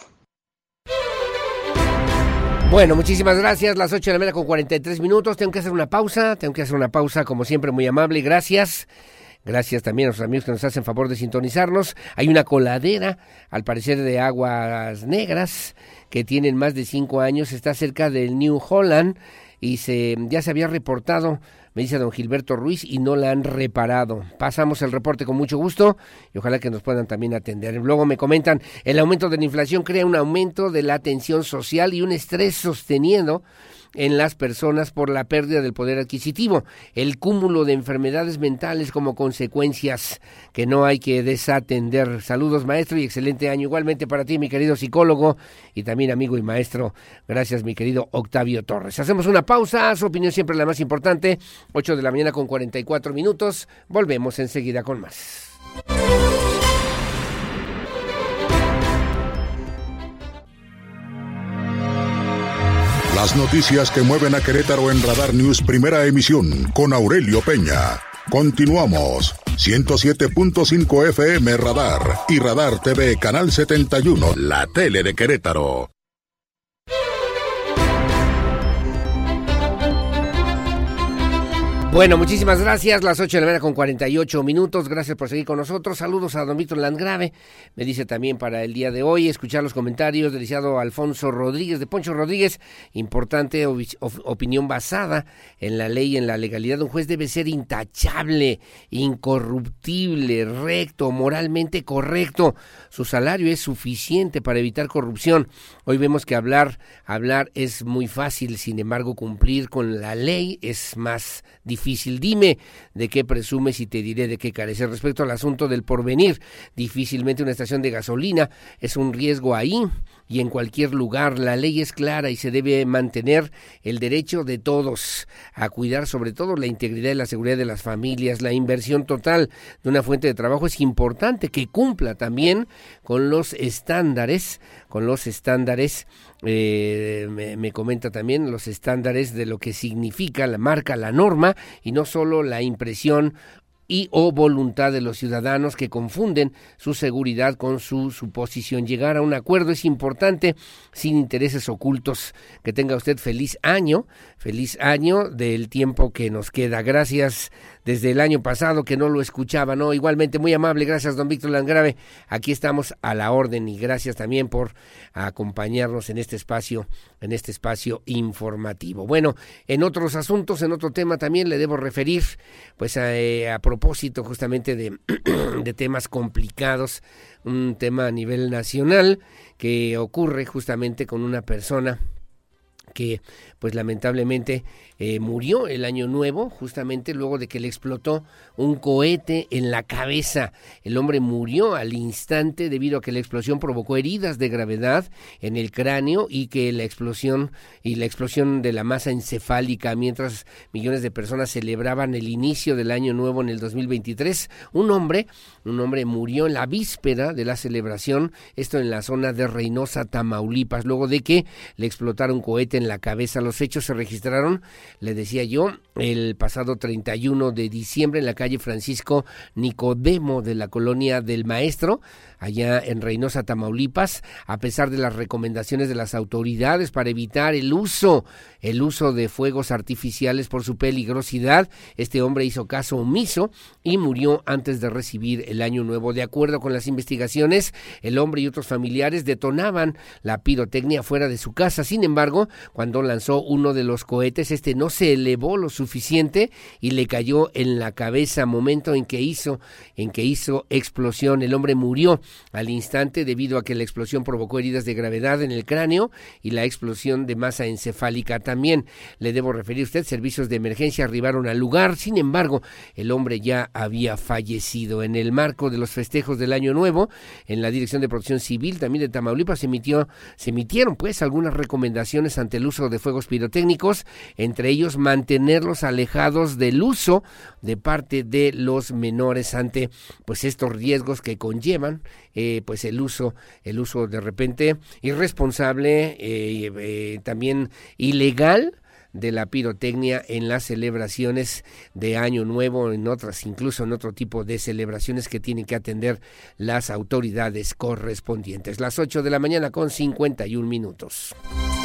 Bueno, muchísimas gracias, las ocho de la mañana con cuarenta y tres minutos, tengo que hacer una pausa, tengo que hacer una pausa, como siempre, muy amable, gracias. Gracias también a los amigos que nos hacen favor de sintonizarnos. Hay una coladera, al parecer de aguas negras, que tienen más de cinco años, está cerca del New Holland y se ya se había reportado, me dice don Gilberto Ruiz, y no la han reparado. Pasamos el reporte con mucho gusto y ojalá que nos puedan también atender. Luego me comentan, el aumento de la inflación crea un aumento de la tensión social y un estrés sostenido en las personas por la pérdida del poder adquisitivo, el cúmulo de enfermedades mentales como consecuencias que no hay que desatender. Saludos, maestro, y excelente año igualmente para ti, mi querido psicólogo y también amigo y maestro. Gracias, mi querido Octavio Torres. Hacemos una pausa, su opinión siempre la más importante, ocho de la mañana con cuarenta y cuatro minutos, volvemos enseguida con más. Las noticias que mueven a Querétaro en Radar News Primera Emisión con Aurelio Peña. Continuamos. ciento siete punto cinco F M Radar y Radar T V Canal setenta y uno, la tele de Querétaro. Bueno, muchísimas gracias, las ocho de la mañana con cuarenta y ocho minutos, gracias por seguir con nosotros, saludos a don Víctor Landgrave, me dice también para el día de hoy, escuchar los comentarios del licenciado Alfonso Rodríguez, de Poncho Rodríguez, importante op- opinión basada en la ley y en la legalidad, un juez debe ser intachable, incorruptible, recto, moralmente correcto, su salario es suficiente para evitar corrupción, hoy vemos que hablar, hablar es muy fácil, sin embargo cumplir con la ley es más difícil. Difícil. Dime de qué presumes y te diré de qué careces. Respecto al asunto del porvenir, difícilmente una estación de gasolina es un riesgo ahí. y en cualquier lugar. La ley es clara y se debe mantener el derecho de todos a cuidar sobre todo la integridad y la seguridad de las familias. La inversión total de una fuente de trabajo es importante que cumpla también con los estándares, con los estándares, eh, me, me comenta también los estándares de lo que significa la marca, la norma, y no solo la impresión y o voluntad de los ciudadanos que confunden su seguridad con su suposición. Llegar a un acuerdo es importante sin intereses ocultos. Que tenga usted feliz año, feliz año del tiempo que nos queda. Gracias desde el año pasado que no lo escuchaba, ¿no? Igualmente muy amable, gracias don Víctor Landgrave. Aquí estamos a la orden y gracias también por acompañarnos en este espacio, en este espacio informativo. Bueno, en otros asuntos, en otro tema también le debo referir, pues a, eh, a propósito justamente de, de temas complicados, un tema a nivel nacional que ocurre justamente con una persona que pues lamentablemente eh, murió el año nuevo, justamente luego de que le explotó un cohete en la cabeza. El hombre murió al instante debido a que la explosión provocó heridas de gravedad en el cráneo y que la explosión y la explosión de la masa encefálica, mientras millones de personas celebraban el inicio del año nuevo en el dos mil veintitrés, un hombre, un hombre murió en la víspera de la celebración, esto en la zona de Reynosa, Tamaulipas, luego de que le explotara un cohete en la cabeza. Los hechos se registraron, le decía yo, el pasado treinta y uno de diciembre en la calle Francisco Nicodemo de la colonia del Maestro, allá en Reynosa, Tamaulipas. A pesar de las recomendaciones de las autoridades para evitar el uso, el uso de fuegos artificiales por su peligrosidad, este hombre hizo caso omiso y murió antes de recibir el año nuevo. De acuerdo con las investigaciones, el hombre y otros familiares detonaban la pirotecnia fuera de su casa. Sin embargo, cuando lanzó uno de los cohetes, este no se elevó lo suficiente y le cayó en la cabeza, momento en que hizo, en que hizo explosión. El hombre murió al instante debido a que la explosión provocó heridas de gravedad en el cráneo y la explosión de masa encefálica. También le debo referir a usted, servicios de emergencia arribaron al lugar. Sin embargo, el hombre ya había fallecido. En el marco de los festejos del Año Nuevo, en la Dirección de Protección Civil también de Tamaulipas se emitió, se emitieron pues algunas recomendaciones ante el uso de fuegos pirotécnicos, entre ellos mantenerlos alejados del uso de parte de los menores ante pues estos riesgos que conllevan eh, pues el uso, el uso de repente irresponsable, eh, eh, también ilegal de la pirotecnia en las celebraciones de Año Nuevo, en otras, incluso en otro tipo de celebraciones que tienen que atender las autoridades correspondientes. Las ocho de la mañana con cincuenta y un minutos.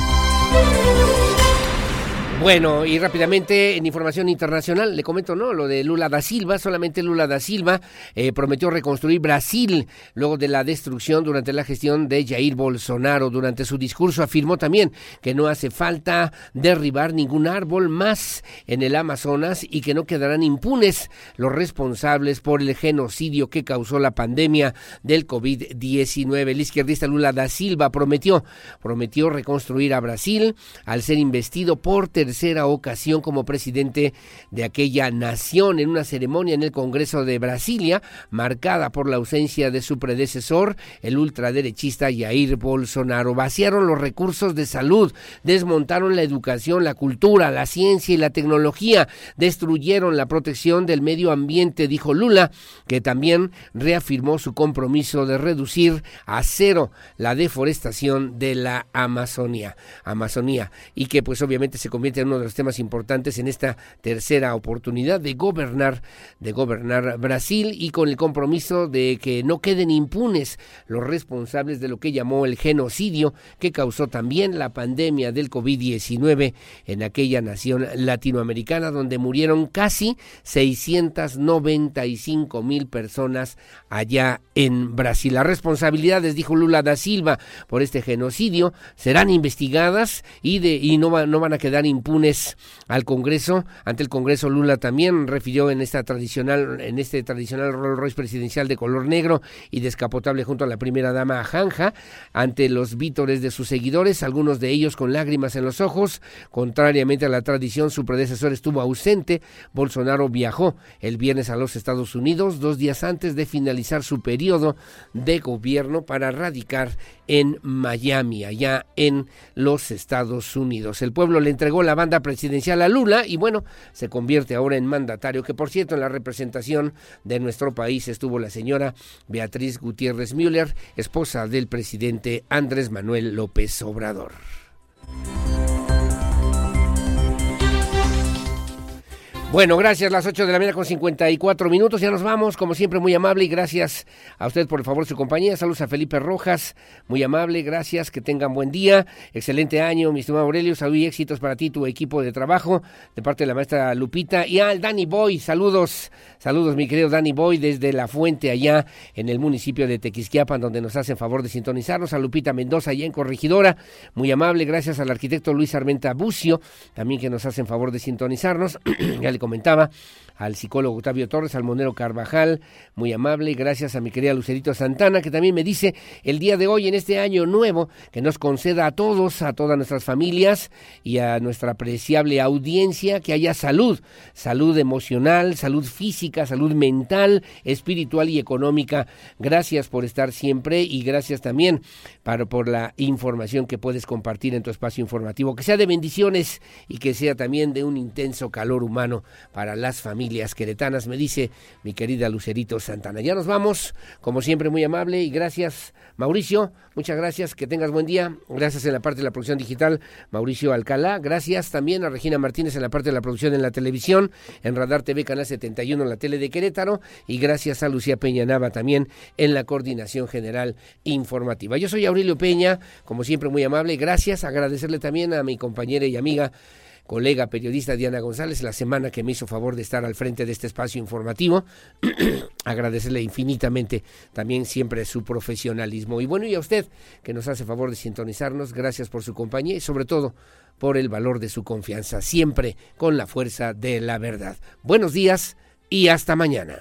Bueno, y rápidamente en información internacional, le comento, ¿no? Lo de Lula da Silva, solamente Lula da Silva eh, prometió reconstruir Brasil luego de la destrucción durante la gestión de Jair Bolsonaro. Durante su discurso afirmó también que no hace falta derribar ningún árbol más en el Amazonas y que no quedarán impunes los responsables por el genocidio que causó la pandemia del COVID diecinueve. El izquierdista Lula da Silva prometió, prometió reconstruir a Brasil al ser investido por tercera ocasión como presidente de aquella nación en una ceremonia en el Congreso de Brasilia, marcada por la ausencia de su predecesor, el ultraderechista Jair Bolsonaro. Vaciaron los recursos de salud, desmontaron la educación, la cultura, la ciencia y la tecnología, destruyeron la protección del medio ambiente, dijo Lula, que también reafirmó su compromiso de reducir a cero la deforestación de la Amazonía, Amazonía, y que pues obviamente se convierte en uno de los temas importantes en esta tercera oportunidad de gobernar, de gobernar Brasil, y con el compromiso de que no queden impunes los responsables de lo que llamó el genocidio que causó también la pandemia del COVID diecinueve en aquella nación latinoamericana donde murieron casi seiscientas noventa y cinco mil personas allá en Brasil. Las responsabilidades, dijo Lula da Silva, por este genocidio serán investigadas y de y no, va, no van a quedar impunes al Congreso. Ante el Congreso, Lula también refirió en esta tradicional, en este tradicional Rolls Royce presidencial de color negro y descapotable junto a la primera dama Janja, ante los vítores de sus seguidores, algunos de ellos con lágrimas en los ojos. Contrariamente a la tradición, su predecesor estuvo ausente. Bolsonaro viajó el viernes a los Estados Unidos, dos días antes de finalizar su periodo de gobierno, para radicar en Miami, allá en los Estados Unidos. El pueblo le entregó la banda presidencial a Lula y bueno, se convierte ahora en mandatario, que por cierto en la representación de nuestro país estuvo la señora Beatriz Gutiérrez Müller, esposa del presidente Andrés Manuel López Obrador. Bueno, gracias, las ocho de la mañana con cincuenta y cuatro minutos, ya nos vamos, como siempre muy amable y gracias a usted por el favor de su compañía. Saludos a Felipe Rojas, muy amable, gracias, que tengan buen día, excelente año, mi estimado Aurelio, salud y éxitos para ti, tu equipo de trabajo, de parte de la maestra Lupita, y al Danny Boy, saludos, saludos mi querido Danny Boy, desde La Fuente, allá en el municipio de Tequisquiapan, donde nos hacen favor de sintonizarnos, a Lupita Mendoza, allá en Corregidora, muy amable, gracias al arquitecto Luis Armenta Bucio, también que nos hacen favor de sintonizarnos, ya le comentaba, al psicólogo Octavio Torres, al monero Carvajal, muy amable, gracias a mi querida Lucerito Santana, que también me dice el día de hoy, en este año nuevo, que nos conceda a todos, a todas nuestras familias y a nuestra apreciable audiencia, que haya salud, salud emocional, salud física, salud mental, espiritual y económica. Gracias por estar siempre y gracias también para, por la información que puedes compartir en tu espacio informativo, que sea de bendiciones y que sea también de un intenso calor humano para las familias queretanas, me dice mi querida Lucerito Santana. Ya nos vamos, como siempre muy amable y gracias Mauricio, muchas gracias, que tengas buen día, gracias en la parte de la producción digital Mauricio Alcalá, gracias también a Regina Martínez en la parte de la producción en la televisión, en Radar T V Canal setenta y uno en la tele de Querétaro y gracias a Lucía Peña Nava también en la coordinación general informativa. Yo soy Aurelio Peña, como siempre muy amable, gracias, agradecerle también a mi compañera y amiga colega periodista Diana González, la semana que me hizo favor de estar al frente de este espacio informativo, agradecerle infinitamente también siempre su profesionalismo. Y bueno, y a usted que nos hace favor de sintonizarnos, gracias por su compañía y sobre todo por el valor de su confianza, siempre con la fuerza de la verdad. Buenos días y hasta mañana.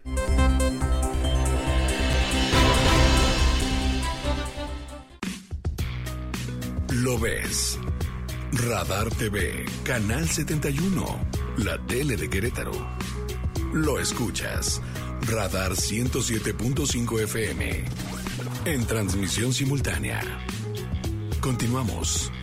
Lo ves. Radar T V, Canal setenta y uno, la tele de Querétaro. Lo escuchas, Radar ciento siete punto cinco F M, en transmisión simultánea. Continuamos.